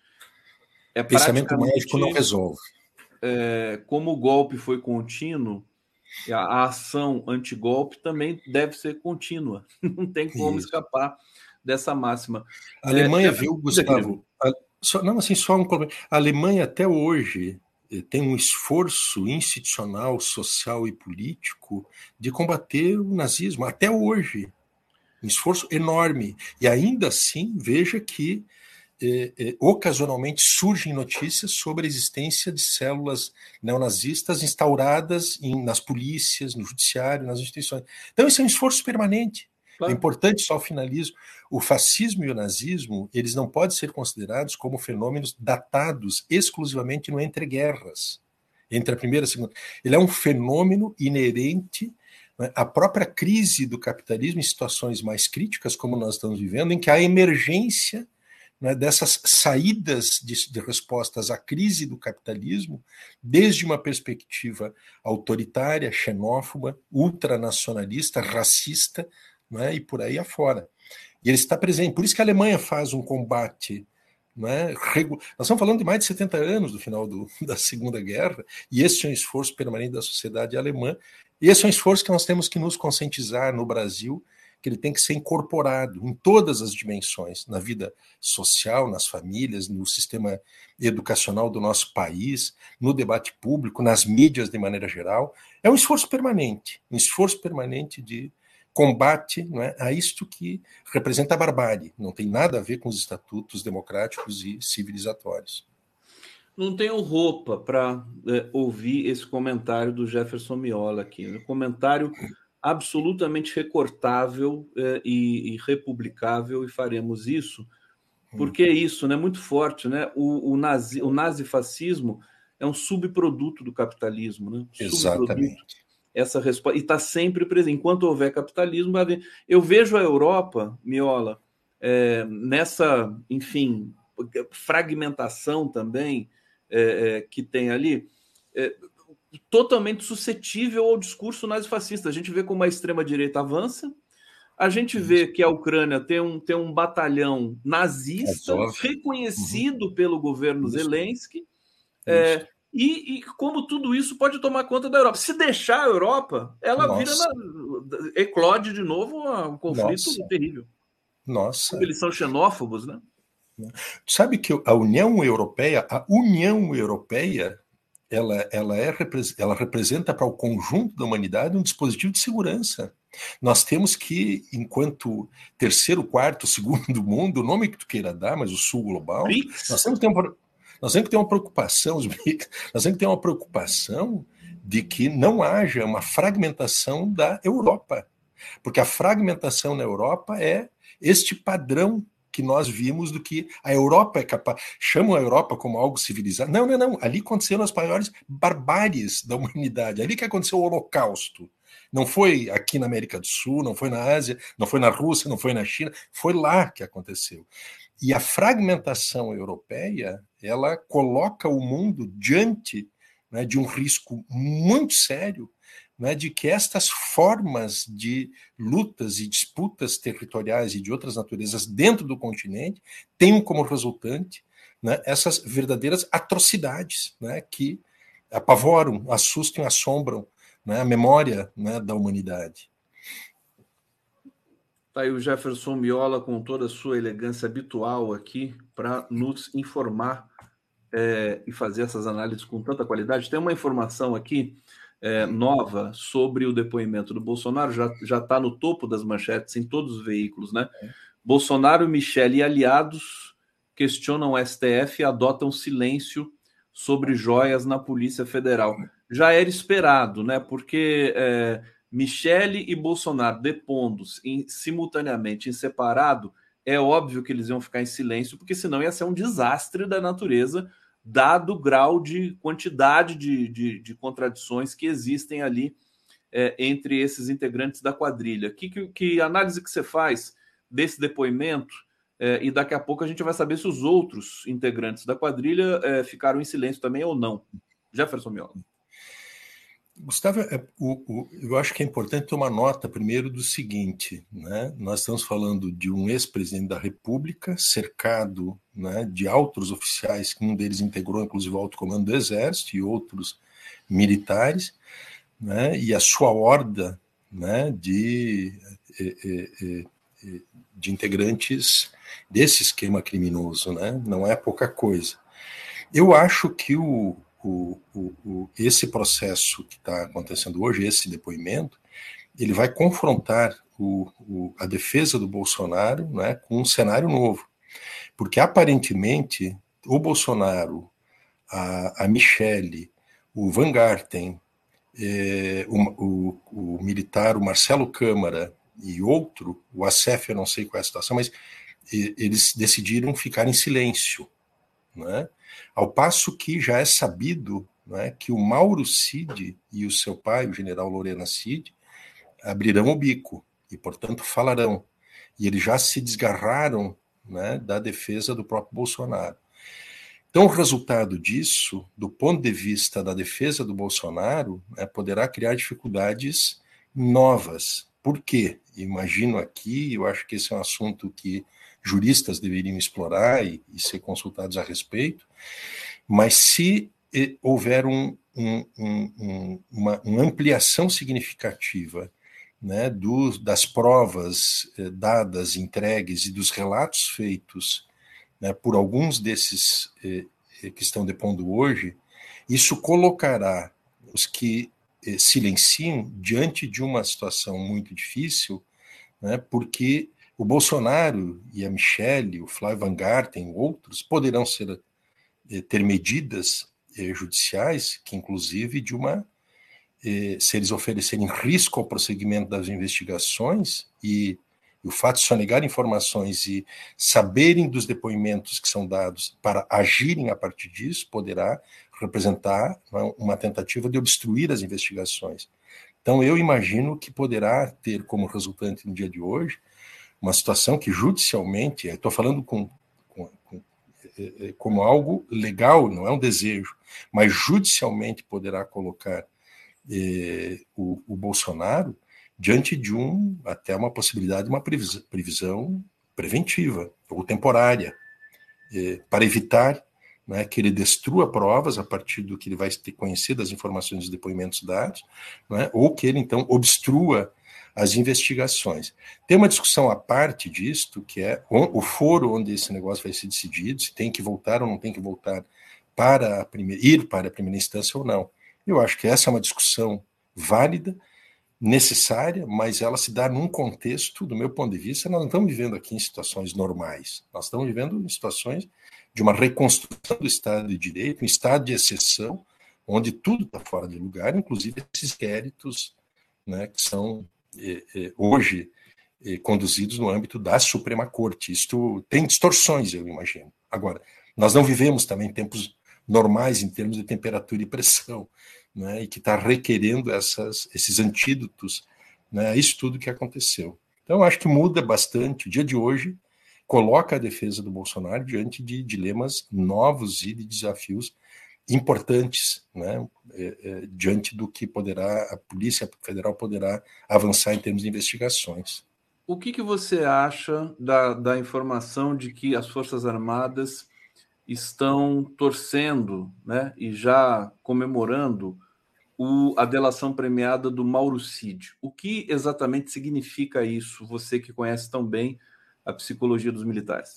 É Pensamento mágico não resolve. É, como o golpe foi contínuo, a, a ação antigolpe também deve ser contínua. Não tem como Isso. escapar dessa máxima. A Alemanha é, viu, Gustavo, a, só, não, assim, só um problema. A Alemanha até hoje tem um esforço institucional, social e político de combater o nazismo, até hoje. Um esforço enorme. E ainda assim, veja que eh, eh, ocasionalmente surgem notícias sobre a existência de células neonazistas instauradas em, nas polícias, no judiciário, nas instituições. Então, isso é um esforço permanente. Claro. É importante, só finalizo, o fascismo e o nazismo, eles não podem ser considerados como fenômenos datados exclusivamente no entreguerras, entre a primeira e a segunda. Ele é um fenômeno inerente, né, à própria crise do capitalismo, em situações mais críticas, como nós estamos vivendo, em que há emergência, né, dessas saídas de, de respostas à crise do capitalismo, desde uma perspectiva autoritária, xenófoba, ultranacionalista, racista, né, e por aí afora. E ele está presente. Por isso que a Alemanha faz um combate, né, regu... Nós estamos falando de mais de setenta anos do final do, da Segunda Guerra, e esse é um esforço permanente da sociedade alemã, e esse é um esforço que nós temos que nos conscientizar no Brasil, que ele tem que ser incorporado em todas as dimensões, na vida social, nas famílias, no sistema educacional do nosso país, no debate público, nas mídias de maneira geral. É um esforço permanente, um esforço permanente de combate, não é, a isto que representa a barbárie. Não tem nada a ver com os estatutos democráticos e civilizatórios. Não tenho roupa para é, ouvir esse comentário do Jefferson Miola aqui. Um comentário absolutamente recortável é, e, e republicável, e faremos isso, porque é isso, né? Muito forte, né? O, o, nazi, o nazifascismo é um subproduto do capitalismo, né? Exatamente. Essa resposta, e está sempre presente. Enquanto houver capitalismo, eu vejo a Europa, Miola, é, nessa, enfim, fragmentação também é, é, que tem ali, é, totalmente suscetível ao discurso nazifascista. A gente vê como a extrema-direita avança, a gente vê que a Ucrânia tem um, tem um batalhão nazista, reconhecido uhum. pelo governo Isso. Zelensky, É, e, e como tudo isso pode tomar conta da Europa. Se deixar a Europa, ela Nossa. vira na, eclode de novo um conflito Nossa. terrível. Nossa. Porque eles são xenófobos, né? Sabe que a União Europeia, a União Europeia, ela, ela, é, ela representa para o conjunto da humanidade um dispositivo de segurança. Nós temos que, enquanto terceiro, quarto, segundo mundo, o nome que tu queira dar, mas o sul global, nós temos que ter uma, nós temos que ter uma preocupação, nós temos que ter uma preocupação de que não haja uma fragmentação da Europa. Porque a fragmentação na Europa é este padrão que nós vimos do que a Europa é capaz. Chamam a Europa como algo civilizado. Não, não, não. Ali aconteceram as maiores barbáries da humanidade. Ali que aconteceu o Holocausto. Não foi aqui na América do Sul, não foi na Ásia, não foi na Rússia, não foi na China. Foi lá que aconteceu. E a fragmentação europeia, ela coloca o mundo diante, né, de um risco muito sério, né, de que estas formas de lutas e disputas territoriais e de outras naturezas dentro do continente tenham como resultante, né, essas verdadeiras atrocidades, né, que apavoram, assustam, assombram, né, a memória, né, da humanidade. Está aí o Jefferson Miola com toda a sua elegância habitual aqui para nos informar é, e fazer essas análises com tanta qualidade. Tem uma informação aqui É, nova sobre o depoimento do Bolsonaro, já já está no topo das manchetes em todos os veículos, né? É. Bolsonaro, Michele e aliados questionam o S T F e adotam silêncio sobre joias na Polícia Federal. Já era esperado, né? Porque é, Michele e Bolsonaro depondo em, simultaneamente em separado, é óbvio que eles iam ficar em silêncio, porque senão ia ser um desastre da natureza, dado o grau de quantidade de, de, de contradições que existem ali é, entre esses integrantes da quadrilha. Que, que, que análise que você faz desse depoimento? É, e daqui a pouco a gente vai saber se os outros integrantes da quadrilha é, ficaram em silêncio também ou não. Jefferson Miola. Gustavo, o, o, eu acho que é importante tomar nota primeiro do seguinte, né? Nós estamos falando de um ex-presidente da República cercado, né, de altos oficiais, que um deles integrou inclusive o alto comando do Exército e outros militares, né, e a sua horda, né, de, de integrantes desse esquema criminoso, né? Não é pouca coisa. Eu acho que o O, o, o, esse processo que está acontecendo hoje, esse depoimento, ele vai confrontar o, o, a defesa do Bolsonaro, né, com um cenário novo. Porque, aparentemente, o Bolsonaro, a, a Michele, o Van Garten, eh, o, o, o militar, o Marcelo Câmara e outro, o Acef, eu não sei qual é a situação, mas eh, eles decidiram ficar em silêncio, né? Ao passo que já é sabido, né, que o Mauro Cid e o seu pai, o general Lorena Cid, abrirão o bico e, portanto, falarão. E eles já se desgarraram, né, da defesa do próprio Bolsonaro. Então, o resultado disso, do ponto de vista da defesa do Bolsonaro, né, poderá criar dificuldades novas. Por quê? Imagino aqui, eu acho que esse é um assunto que juristas deveriam explorar e, e ser consultados a respeito, mas se eh, houver um, um, um, uma, uma ampliação significativa, né, do, das provas eh, dadas, entregues e dos relatos feitos, né, por alguns desses eh, que estão depondo hoje, isso colocará os que eh, silenciam diante de uma situação muito difícil, né, porque o Bolsonaro e a Michele, o Flávio Van Garten, outros, poderão ser, ter medidas eh, judiciais que, inclusive, de uma, eh, se eles oferecerem risco ao prosseguimento das investigações e, e o fato de sonegar informações e saberem dos depoimentos que são dados para agirem a partir disso, poderá representar uma tentativa de obstruir as investigações. Então, eu imagino que poderá ter como resultante no dia de hoje uma situação que judicialmente, estou falando com, com, com, como algo legal, não é um desejo, mas judicialmente poderá colocar eh, o, o Bolsonaro diante de um, até uma possibilidade de uma previsão, previsão preventiva ou temporária, eh, para evitar né, que ele destrua provas a partir do que ele vai ter conhecido das informações dos depoimentos dados, né, ou que ele, então, obstrua as investigações. Tem uma discussão à parte disto, que é o foro onde esse negócio vai ser decidido, se tem que voltar ou não tem que voltar para a primeira, ir para a primeira instância ou não. Eu acho que essa é uma discussão válida, necessária, mas ela se dá num contexto, do meu ponto de vista, nós não estamos vivendo aqui em situações normais, nós estamos vivendo em situações de uma reconstrução do Estado de Direito, um Estado de exceção, onde tudo está fora de lugar, inclusive esses inquéritos, né, que são eh, eh, hoje eh, conduzidos no âmbito da Suprema Corte. Isto tem distorções, eu imagino. Agora, nós não vivemos também tempos normais em termos de temperatura e pressão, né, e que está requerendo essas, esses antídotos, né, a isso tudo que aconteceu. Então, eu acho que muda bastante. O dia de hoje coloca a defesa do Bolsonaro diante de dilemas novos e de desafios importantes, né, é, é, diante do que poderá a Polícia Federal poderá avançar em termos de investigações. O que, que você acha da, da informação de que as Forças Armadas estão torcendo, né, e já comemorando o, a delação premiada do Mauro Cid? O que exatamente significa isso, você que conhece tão bem a psicologia dos militares?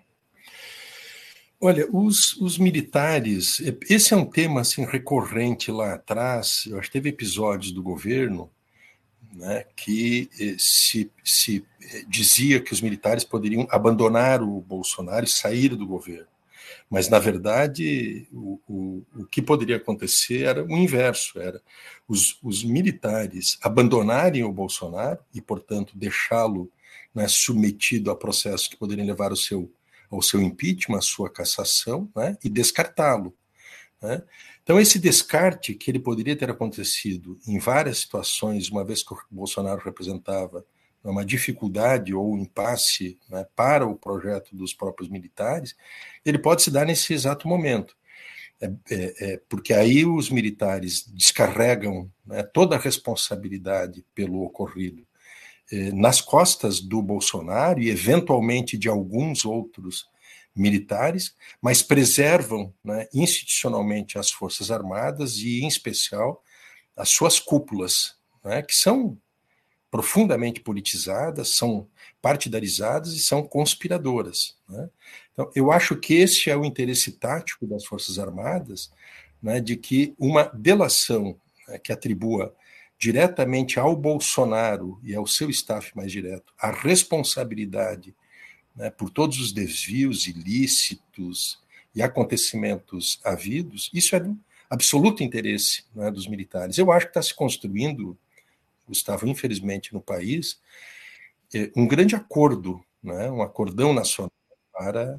Olha, os, os militares, esse é um tema assim, recorrente lá atrás. Eu acho que teve episódios do governo, né, que se, se dizia que os militares poderiam abandonar o Bolsonaro e sair do governo. Mas, na verdade, o, o, o que poderia acontecer era o inverso, era os, os militares abandonarem o Bolsonaro e, portanto, deixá-lo, né, submetido a processos que poderiam levar ao seu, ao seu impeachment, à sua cassação, né, e descartá-lo. Né? Então, esse descarte que ele poderia ter acontecido em várias situações, uma vez que o Bolsonaro representava uma dificuldade ou um impasse, né, para o projeto dos próprios militares, ele pode se dar nesse exato momento. É, é, é, porque aí os militares descarregam, né, toda a responsabilidade pelo ocorrido é, nas costas do Bolsonaro e, eventualmente, de alguns outros militares, mas preservam, né, institucionalmente as Forças Armadas e, em especial, as suas cúpulas, né, que são profundamente politizadas, são partidarizadas e são conspiradoras. Né? Então, eu acho que esse é o interesse tático das Forças Armadas, né, de que uma delação, né, que atribua diretamente ao Bolsonaro e ao seu staff mais direto a responsabilidade, né, por todos os desvios ilícitos e acontecimentos havidos, isso é do absoluto interesse, né, dos militares. Eu acho que está se construindo, Gustavo, infelizmente, no país, um grande acordo, né, um acordão nacional para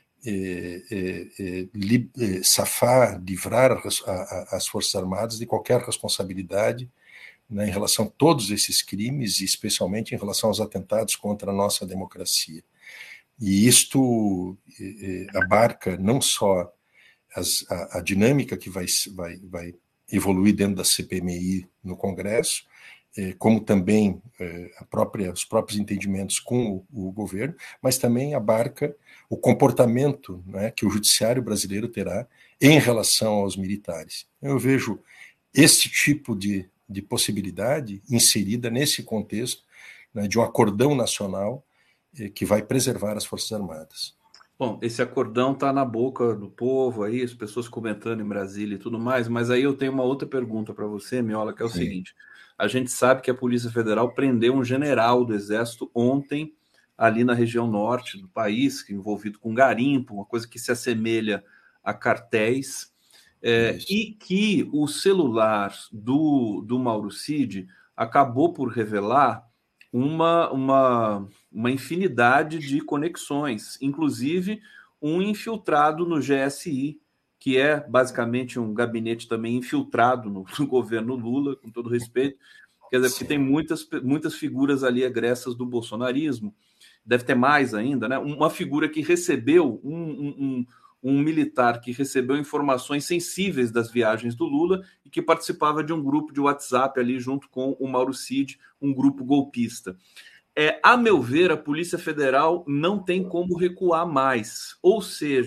é, é, é, li, é, safar, livrar a, a, as Forças Armadas de qualquer responsabilidade, né, em relação a todos esses crimes, e especialmente em relação aos atentados contra a nossa democracia. E isto é, abarca não só as, a, a dinâmica que vai, vai, vai evoluir dentro da C P M I no Congresso, como também a própria, os próprios entendimentos com o, o governo, mas também abarca o comportamento, né, que o judiciário brasileiro terá em relação aos militares. Eu vejo esse tipo de, de possibilidade inserida nesse contexto, né, de um acordão nacional eh, que vai preservar as Forças Armadas. Bom, esse acordão está na boca do povo aí, as pessoas comentando em Brasília e tudo mais, mas aí eu tenho uma outra pergunta para você, Miola, que é o Sim. seguinte: a gente sabe que a Polícia Federal prendeu um general do Exército ontem, ali na região norte do país, envolvido com garimpo, uma coisa que se assemelha a cartéis, é, e que o celular do, do Mauro Cid acabou por revelar uma, uma, uma infinidade de conexões, inclusive um infiltrado no G S I, que é basicamente um gabinete também infiltrado no, no governo Lula, com todo respeito, quer dizer, porque tem muitas, muitas figuras ali egressas do bolsonarismo, deve ter mais ainda, né? Uma figura que recebeu, um, um, um, um militar que recebeu informações sensíveis das viagens do Lula e que participava de um grupo de WhatsApp ali junto com o Mauro Cid, um grupo golpista. É, a meu ver, a Polícia Federal não tem como recuar mais, ou seja,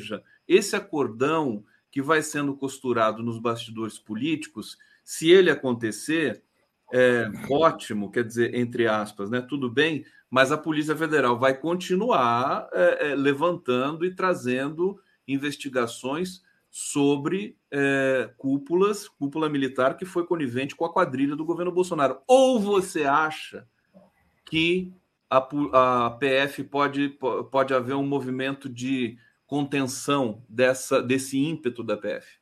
esse acordão que vai sendo costurado nos bastidores políticos, se ele acontecer, é ótimo, quer dizer, entre aspas, né? Tudo bem, mas a Polícia Federal vai continuar é, é, levantando e trazendo investigações sobre é, cúpulas, cúpula militar que foi conivente com a quadrilha do governo Bolsonaro. Ou você acha que a, a P F pode, pode haver um movimento de contenção dessa, desse ímpeto da P F?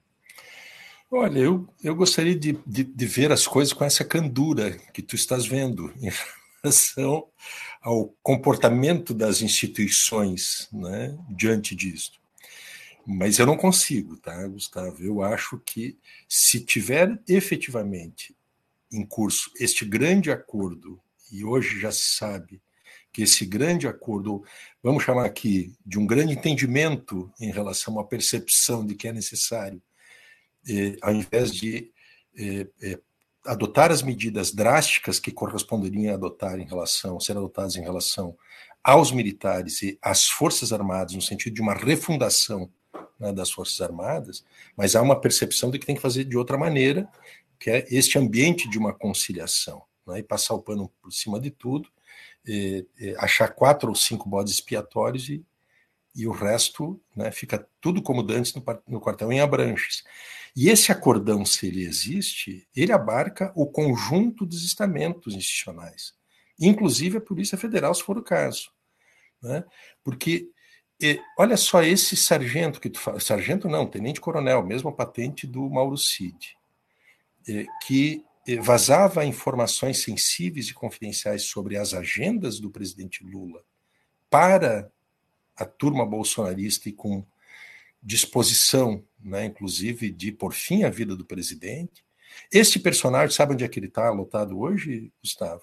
Olha, eu, eu gostaria de, de, de ver as coisas com essa candura que tu estás vendo em relação ao comportamento das instituições, né, diante disto. Mas eu não consigo, tá, Gustavo? Eu acho que se tiver efetivamente em curso este grande acordo, e hoje já se sabe que esse grande acordo, vamos chamar aqui de um grande entendimento em relação à percepção de que é necessário, eh, ao invés de eh, eh, adotar as medidas drásticas que corresponderiam a adotar em relação, ser adotadas em relação aos militares e às Forças Armadas, no sentido de uma refundação, né, das Forças Armadas, mas há uma percepção de que tem que fazer de outra maneira, que é este ambiente de uma conciliação, né, e passar o pano por cima de tudo, e, e achar quatro ou cinco bodes expiatórios e, e o resto, né, fica tudo como dantes no, no quartel em Abranches. E esse acordão, se ele existe, ele abarca o conjunto dos estamentos institucionais, inclusive a Polícia Federal, se for o caso, né? Porque, e, olha só, esse sargento que tu fala, sargento não, tenente-coronel, mesmo a patente do Mauro Cid, e, que vazava informações sensíveis e confidenciais sobre as agendas do presidente Lula para a turma bolsonarista e com disposição, né, inclusive, de por fim a vida do presidente. Este personagem, sabe onde é que ele está lotado hoje, Gustavo?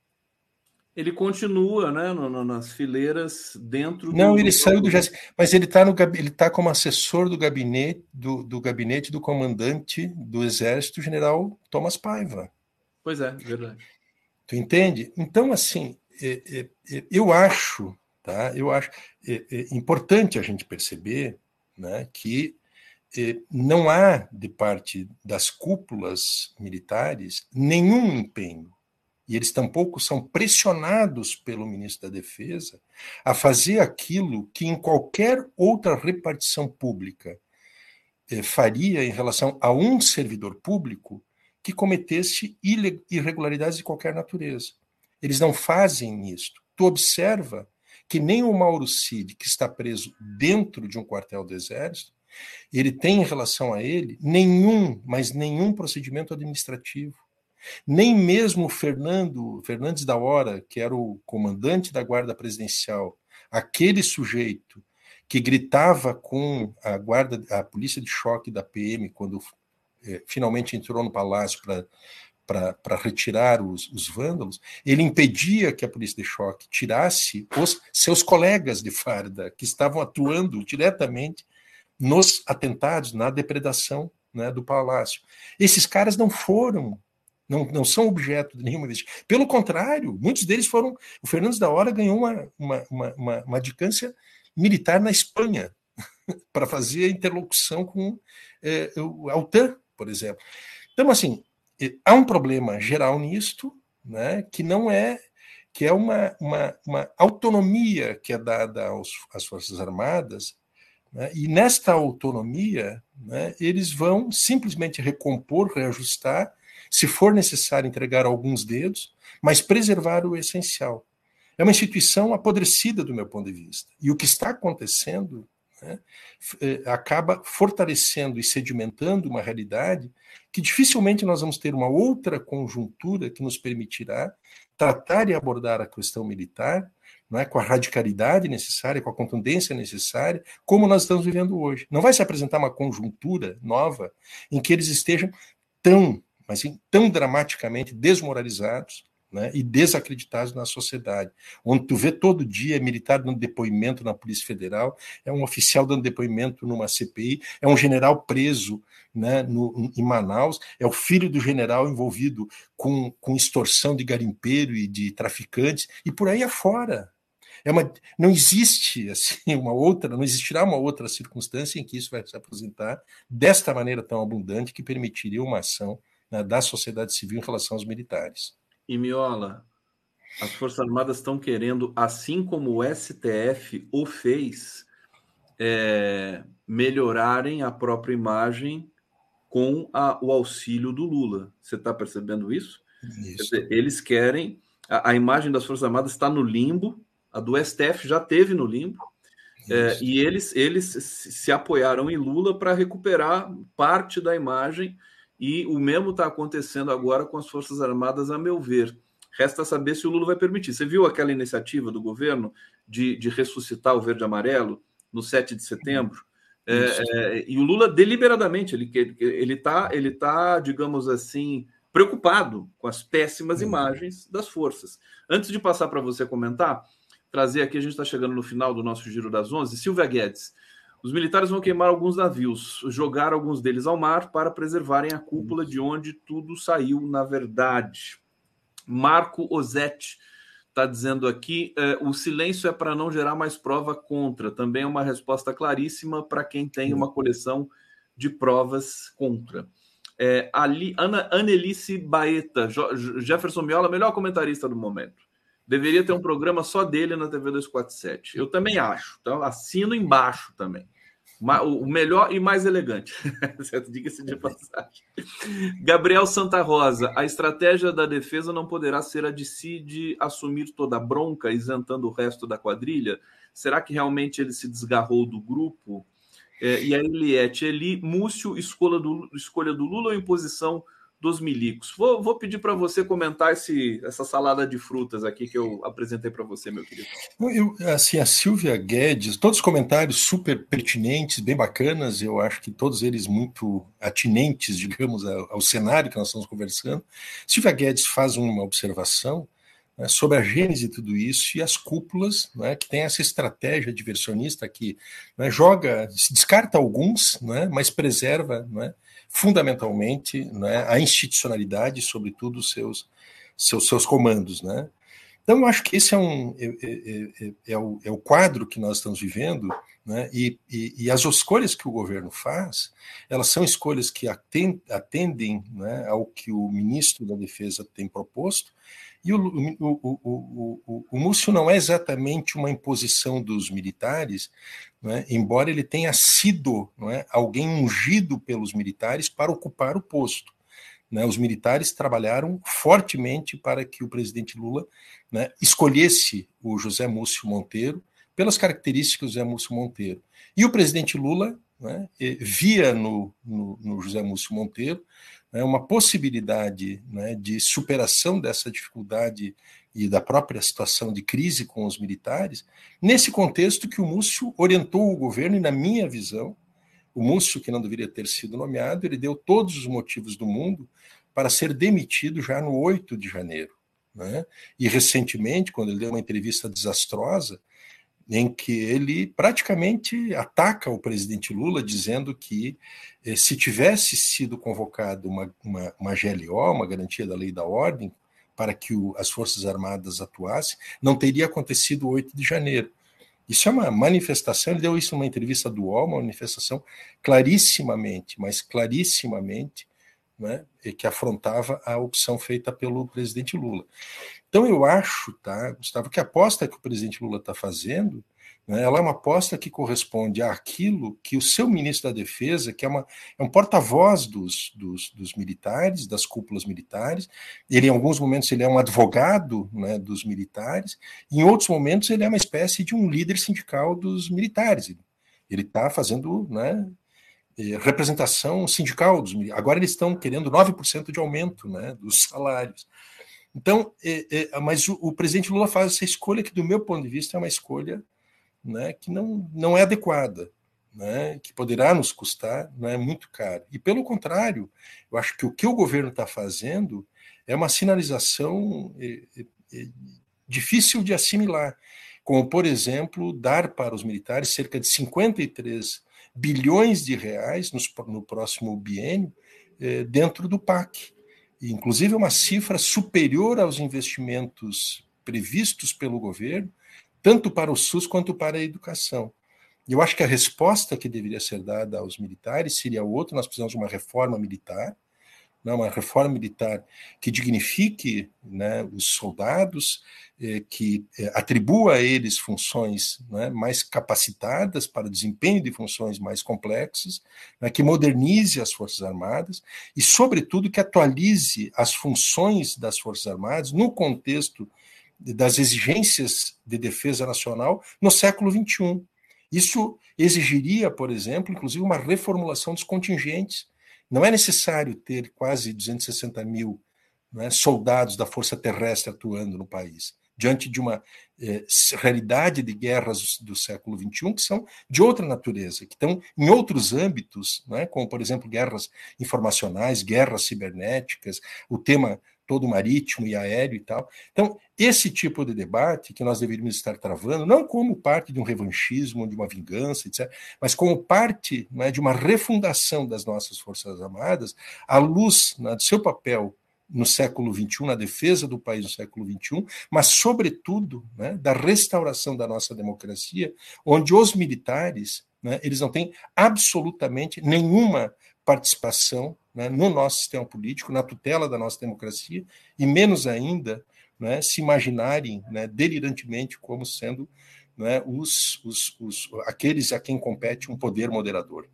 Ele continua, né, no, no, nas fileiras dentro do... Não, ele do... saiu do G S, mas ele está ele tá como assessor do gabinete do, do gabinete do comandante do Exército, general Thomas Paiva. Pois é, verdade. Tu entende? Então, assim, é, é, eu acho, tá? Eu acho é, é importante a gente perceber, né, que eh, não há, de parte das cúpulas militares, nenhum empenho, e eles tampouco são pressionados pelo ministro da Defesa a fazer aquilo que em qualquer outra repartição pública eh, faria em relação a um servidor público que cometesse irregularidades de qualquer natureza. Eles não fazem isso. Tu observa que nem o Mauro Cid, que está preso dentro de um quartel do Exército, ele tem em relação a ele nenhum, mas nenhum procedimento administrativo. Nem mesmo o Fernando, Fernandes da Hora, que era o comandante da Guarda Presidencial, aquele sujeito que gritava com a guarda, a polícia de choque da P M quando eh, finalmente entrou no palácio para para retirar os, os vândalos, ele impedia que a polícia de choque tirasse os seus colegas de farda, que estavam atuando diretamente nos atentados, na depredação, né, do palácio. Esses caras não foram, não, não são objeto de nenhuma investigação. Pelo contrário, muitos deles foram... O Fernandes da Hora ganhou uma, uma, uma, uma, uma adjudicância militar na Espanha para fazer a interlocução com eh, o Altan, por exemplo. Então, assim, há um problema geral nisto, né, que não é, que é uma, uma, uma autonomia que é dada aos, às Forças Armadas, né, e nesta autonomia, né, eles vão simplesmente recompor, reajustar, se for necessário entregar alguns dedos, mas preservar o essencial. É uma instituição apodrecida do meu ponto de vista. E o que está acontecendo, né, acaba fortalecendo e sedimentando uma realidade que dificilmente nós vamos ter uma outra conjuntura que nos permitirá tratar e abordar a questão militar, não é, com a radicalidade necessária, com a contundência necessária, como nós estamos vivendo hoje. Não vai se apresentar uma conjuntura nova em que eles estejam tão, mas sim, tão dramaticamente desmoralizados, né, e desacreditados na sociedade, onde tu vê todo dia militar dando depoimento na Polícia Federal, é um oficial dando depoimento numa C P I, é um general preso, né, no, em Manaus, é o filho do general envolvido com, com extorsão de garimpeiro e de traficantes, e por aí afora. É uma, não existe assim uma outra, não existirá uma outra circunstância em que isso vai se apresentar desta maneira tão abundante que permitiria uma ação, né, da sociedade civil em relação aos militares. E Miola, as Forças Armadas estão querendo, assim como o S T F o fez, é, melhorarem a própria imagem com a, o auxílio do Lula. Você está percebendo isso? Isso. Quer dizer, eles querem... A, a imagem das Forças Armadas está no limbo, a do S T F já teve no limbo, é, e eles, eles se apoiaram em Lula para recuperar parte da imagem, e o mesmo está acontecendo agora com as Forças Armadas, a meu ver. Resta saber se o Lula vai permitir. Você viu aquela iniciativa do governo de, de ressuscitar o verde e amarelo no sete de setembro? É, é, e o Lula, deliberadamente, ele ele está, ele tá, digamos assim, preocupado com as péssimas é. imagens das forças. Antes de passar para você comentar, trazer aqui, a gente está chegando no final do nosso Giro das onze, Silvia Guedes. Os militares vão queimar alguns navios, jogar alguns deles ao mar para preservarem a cúpula de onde tudo saiu, na verdade. Marco Osetti está dizendo aqui, eh, o silêncio é para não gerar mais prova contra. Também é uma resposta claríssima para quem tem uma coleção de provas contra. É, ali, Ana, Annelice Baeta, jo, Jefferson Miola, melhor comentarista do momento. Deveria ter um programa só dele na T V duzentos e quarenta e sete. Eu também acho. Então, assino embaixo também. O melhor e mais elegante. Diga-se de passagem. Gabriel Santa Rosa. A estratégia da defesa não poderá ser a de si de assumir toda a bronca, isentando o resto da quadrilha? Será que realmente ele se desgarrou do grupo? É, e a Eliette. Eli, Múcio, escolha do, escolha do Lula ou imposição dos milicos? Vou, vou pedir para você comentar esse, essa salada de frutas aqui que eu apresentei para você, meu querido. Eu, assim, a Silvia Guedes, todos os comentários super pertinentes, bem bacanas, eu acho que todos eles muito atinentes, digamos, ao, ao cenário que nós estamos conversando. Silvia Guedes faz uma observação, né, sobre a gênese de tudo isso e as cúpulas, né, que tem essa estratégia diversionista que, né, joga, descarta alguns, né, mas preserva, né, fundamentalmente, né, a institucionalidade, sobretudo os seus, seus, seus comandos. Né? Então, eu acho que esse é, um, é, é, é, é, o, é o quadro que nós estamos vivendo, né, e, e, e as escolhas que o governo faz, elas são escolhas que atendem, né, ao que o ministro da Defesa tem proposto, e o, o, o, o, o, o Múcio não é exatamente uma imposição dos militares, né, embora ele tenha sido, né, alguém ungido pelos militares para ocupar o posto. Né, os militares trabalharam fortemente para que o presidente Lula, né, escolhesse o José Múcio Monteiro pelas características do José Múcio Monteiro. E o presidente Lula, né, via no, no, no José Múcio Monteiro, né, uma possibilidade, né, de superação dessa dificuldade e da própria situação de crise com os militares, nesse contexto que o Múcio orientou o governo, e na minha visão, o Múcio, que não deveria ter sido nomeado, ele deu todos os motivos do mundo para ser demitido já no oito de janeiro. Né? E recentemente, quando ele deu uma entrevista desastrosa, em que ele praticamente ataca o presidente Lula, dizendo que eh, se tivesse sido convocado uma, uma, uma G L O, uma garantia da lei e da ordem, para que o, as Forças Armadas atuassem, não teria acontecido o oito de janeiro. Isso é uma manifestação, ele deu isso numa entrevista do U O L, uma manifestação clarissimamente, mas clarissimamente, né, que afrontava a opção feita pelo presidente Lula. Então eu acho, tá, Gustavo, que a aposta que o presidente Lula está fazendo, né, ela é uma aposta que corresponde àquilo que o seu ministro da Defesa, que é, uma, é um porta-voz dos, dos, dos militares, das cúpulas militares, ele em alguns momentos ele é um advogado, né, dos militares, e em outros momentos ele é uma espécie de um líder sindical dos militares. Ele está fazendo, né, representação sindical dos militares. Agora eles estão querendo nove por cento de aumento, né, dos salários. Então, é, é, mas o, o presidente Lula faz essa escolha que, do meu ponto de vista, é uma escolha, né, que não, não é adequada, né, que poderá nos custar, né, muito caro. E, pelo contrário, eu acho que o que o governo está fazendo é uma sinalização é, é, difícil de assimilar, como, por exemplo, dar para os militares cerca de cinquenta e três bilhões de reais nos, no próximo biênio é, dentro do P A C. Inclusive uma cifra superior aos investimentos previstos pelo governo tanto para o SUS quanto para a educação. Eu acho que a resposta que deveria ser dada aos militares seria outra. Nós precisamos de uma reforma militar, né, uma reforma militar que dignifique, né, os soldados, eh, que eh, atribua a eles funções, né, mais capacitadas para o desempenho de funções mais complexas, né, que modernize as Forças Armadas e, sobretudo, que atualize as funções das Forças Armadas no contexto das exigências de defesa nacional no século vinte e um. Isso exigiria, por exemplo, inclusive uma reformulação dos contingentes. Não é necessário ter quase duzentos e sessenta mil, né, soldados da Força Terrestre atuando no país, diante de uma eh, realidade de guerras do século vinte e um que são de outra natureza, que estão em outros âmbitos, né, como, por exemplo, guerras informacionais, guerras cibernéticas, o tema todo marítimo e aéreo e tal. Então, esse tipo de debate que nós deveríamos estar travando, não como parte de um revanchismo, de uma vingança, etcétera, mas como parte, né, de uma refundação das nossas Forças Armadas, à luz, né, do seu papel no século vinte e um, na defesa do país no século vinte e um, mas, sobretudo, né, da restauração da nossa democracia, onde os militares, né, eles não têm absolutamente nenhuma participação, né, no nosso sistema político, na tutela da nossa democracia, e menos ainda, né, se imaginarem, né, delirantemente como sendo, né, os, os, os, aqueles a quem compete um poder moderador.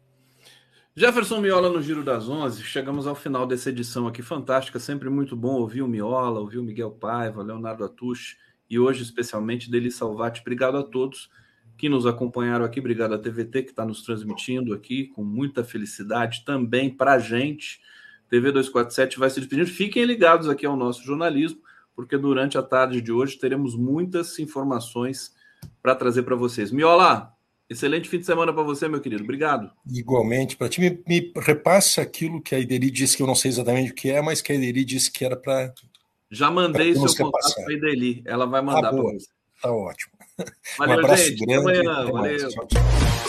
Jefferson Miola no Giro das Onze. Chegamos ao final dessa edição aqui fantástica, sempre muito bom ouvir o Miola, ouvir o Miguel Paiva, Leonardo Atush e hoje especialmente Deli Salvati. Obrigado a todos que nos acompanharam aqui, obrigado à T V T que está nos transmitindo aqui com muita felicidade também para a gente. T V duzentos e quarenta e sete vai se despedindo. Fiquem ligados aqui ao nosso jornalismo, porque durante a tarde de hoje teremos muitas informações para trazer para vocês. Miola, excelente fim de semana para você, meu querido. Obrigado. Igualmente. Para ti, me, me repassa aquilo que a Ideri disse, que eu não sei exatamente o que é, mas que a Ideri disse que era para... Já mandei seu contato para a Ideri. Ela vai mandar ah, para você. Tá ótimo. Valeu, um abraço gente. grande. Até amanhã. Valeu. Tchau, tchau.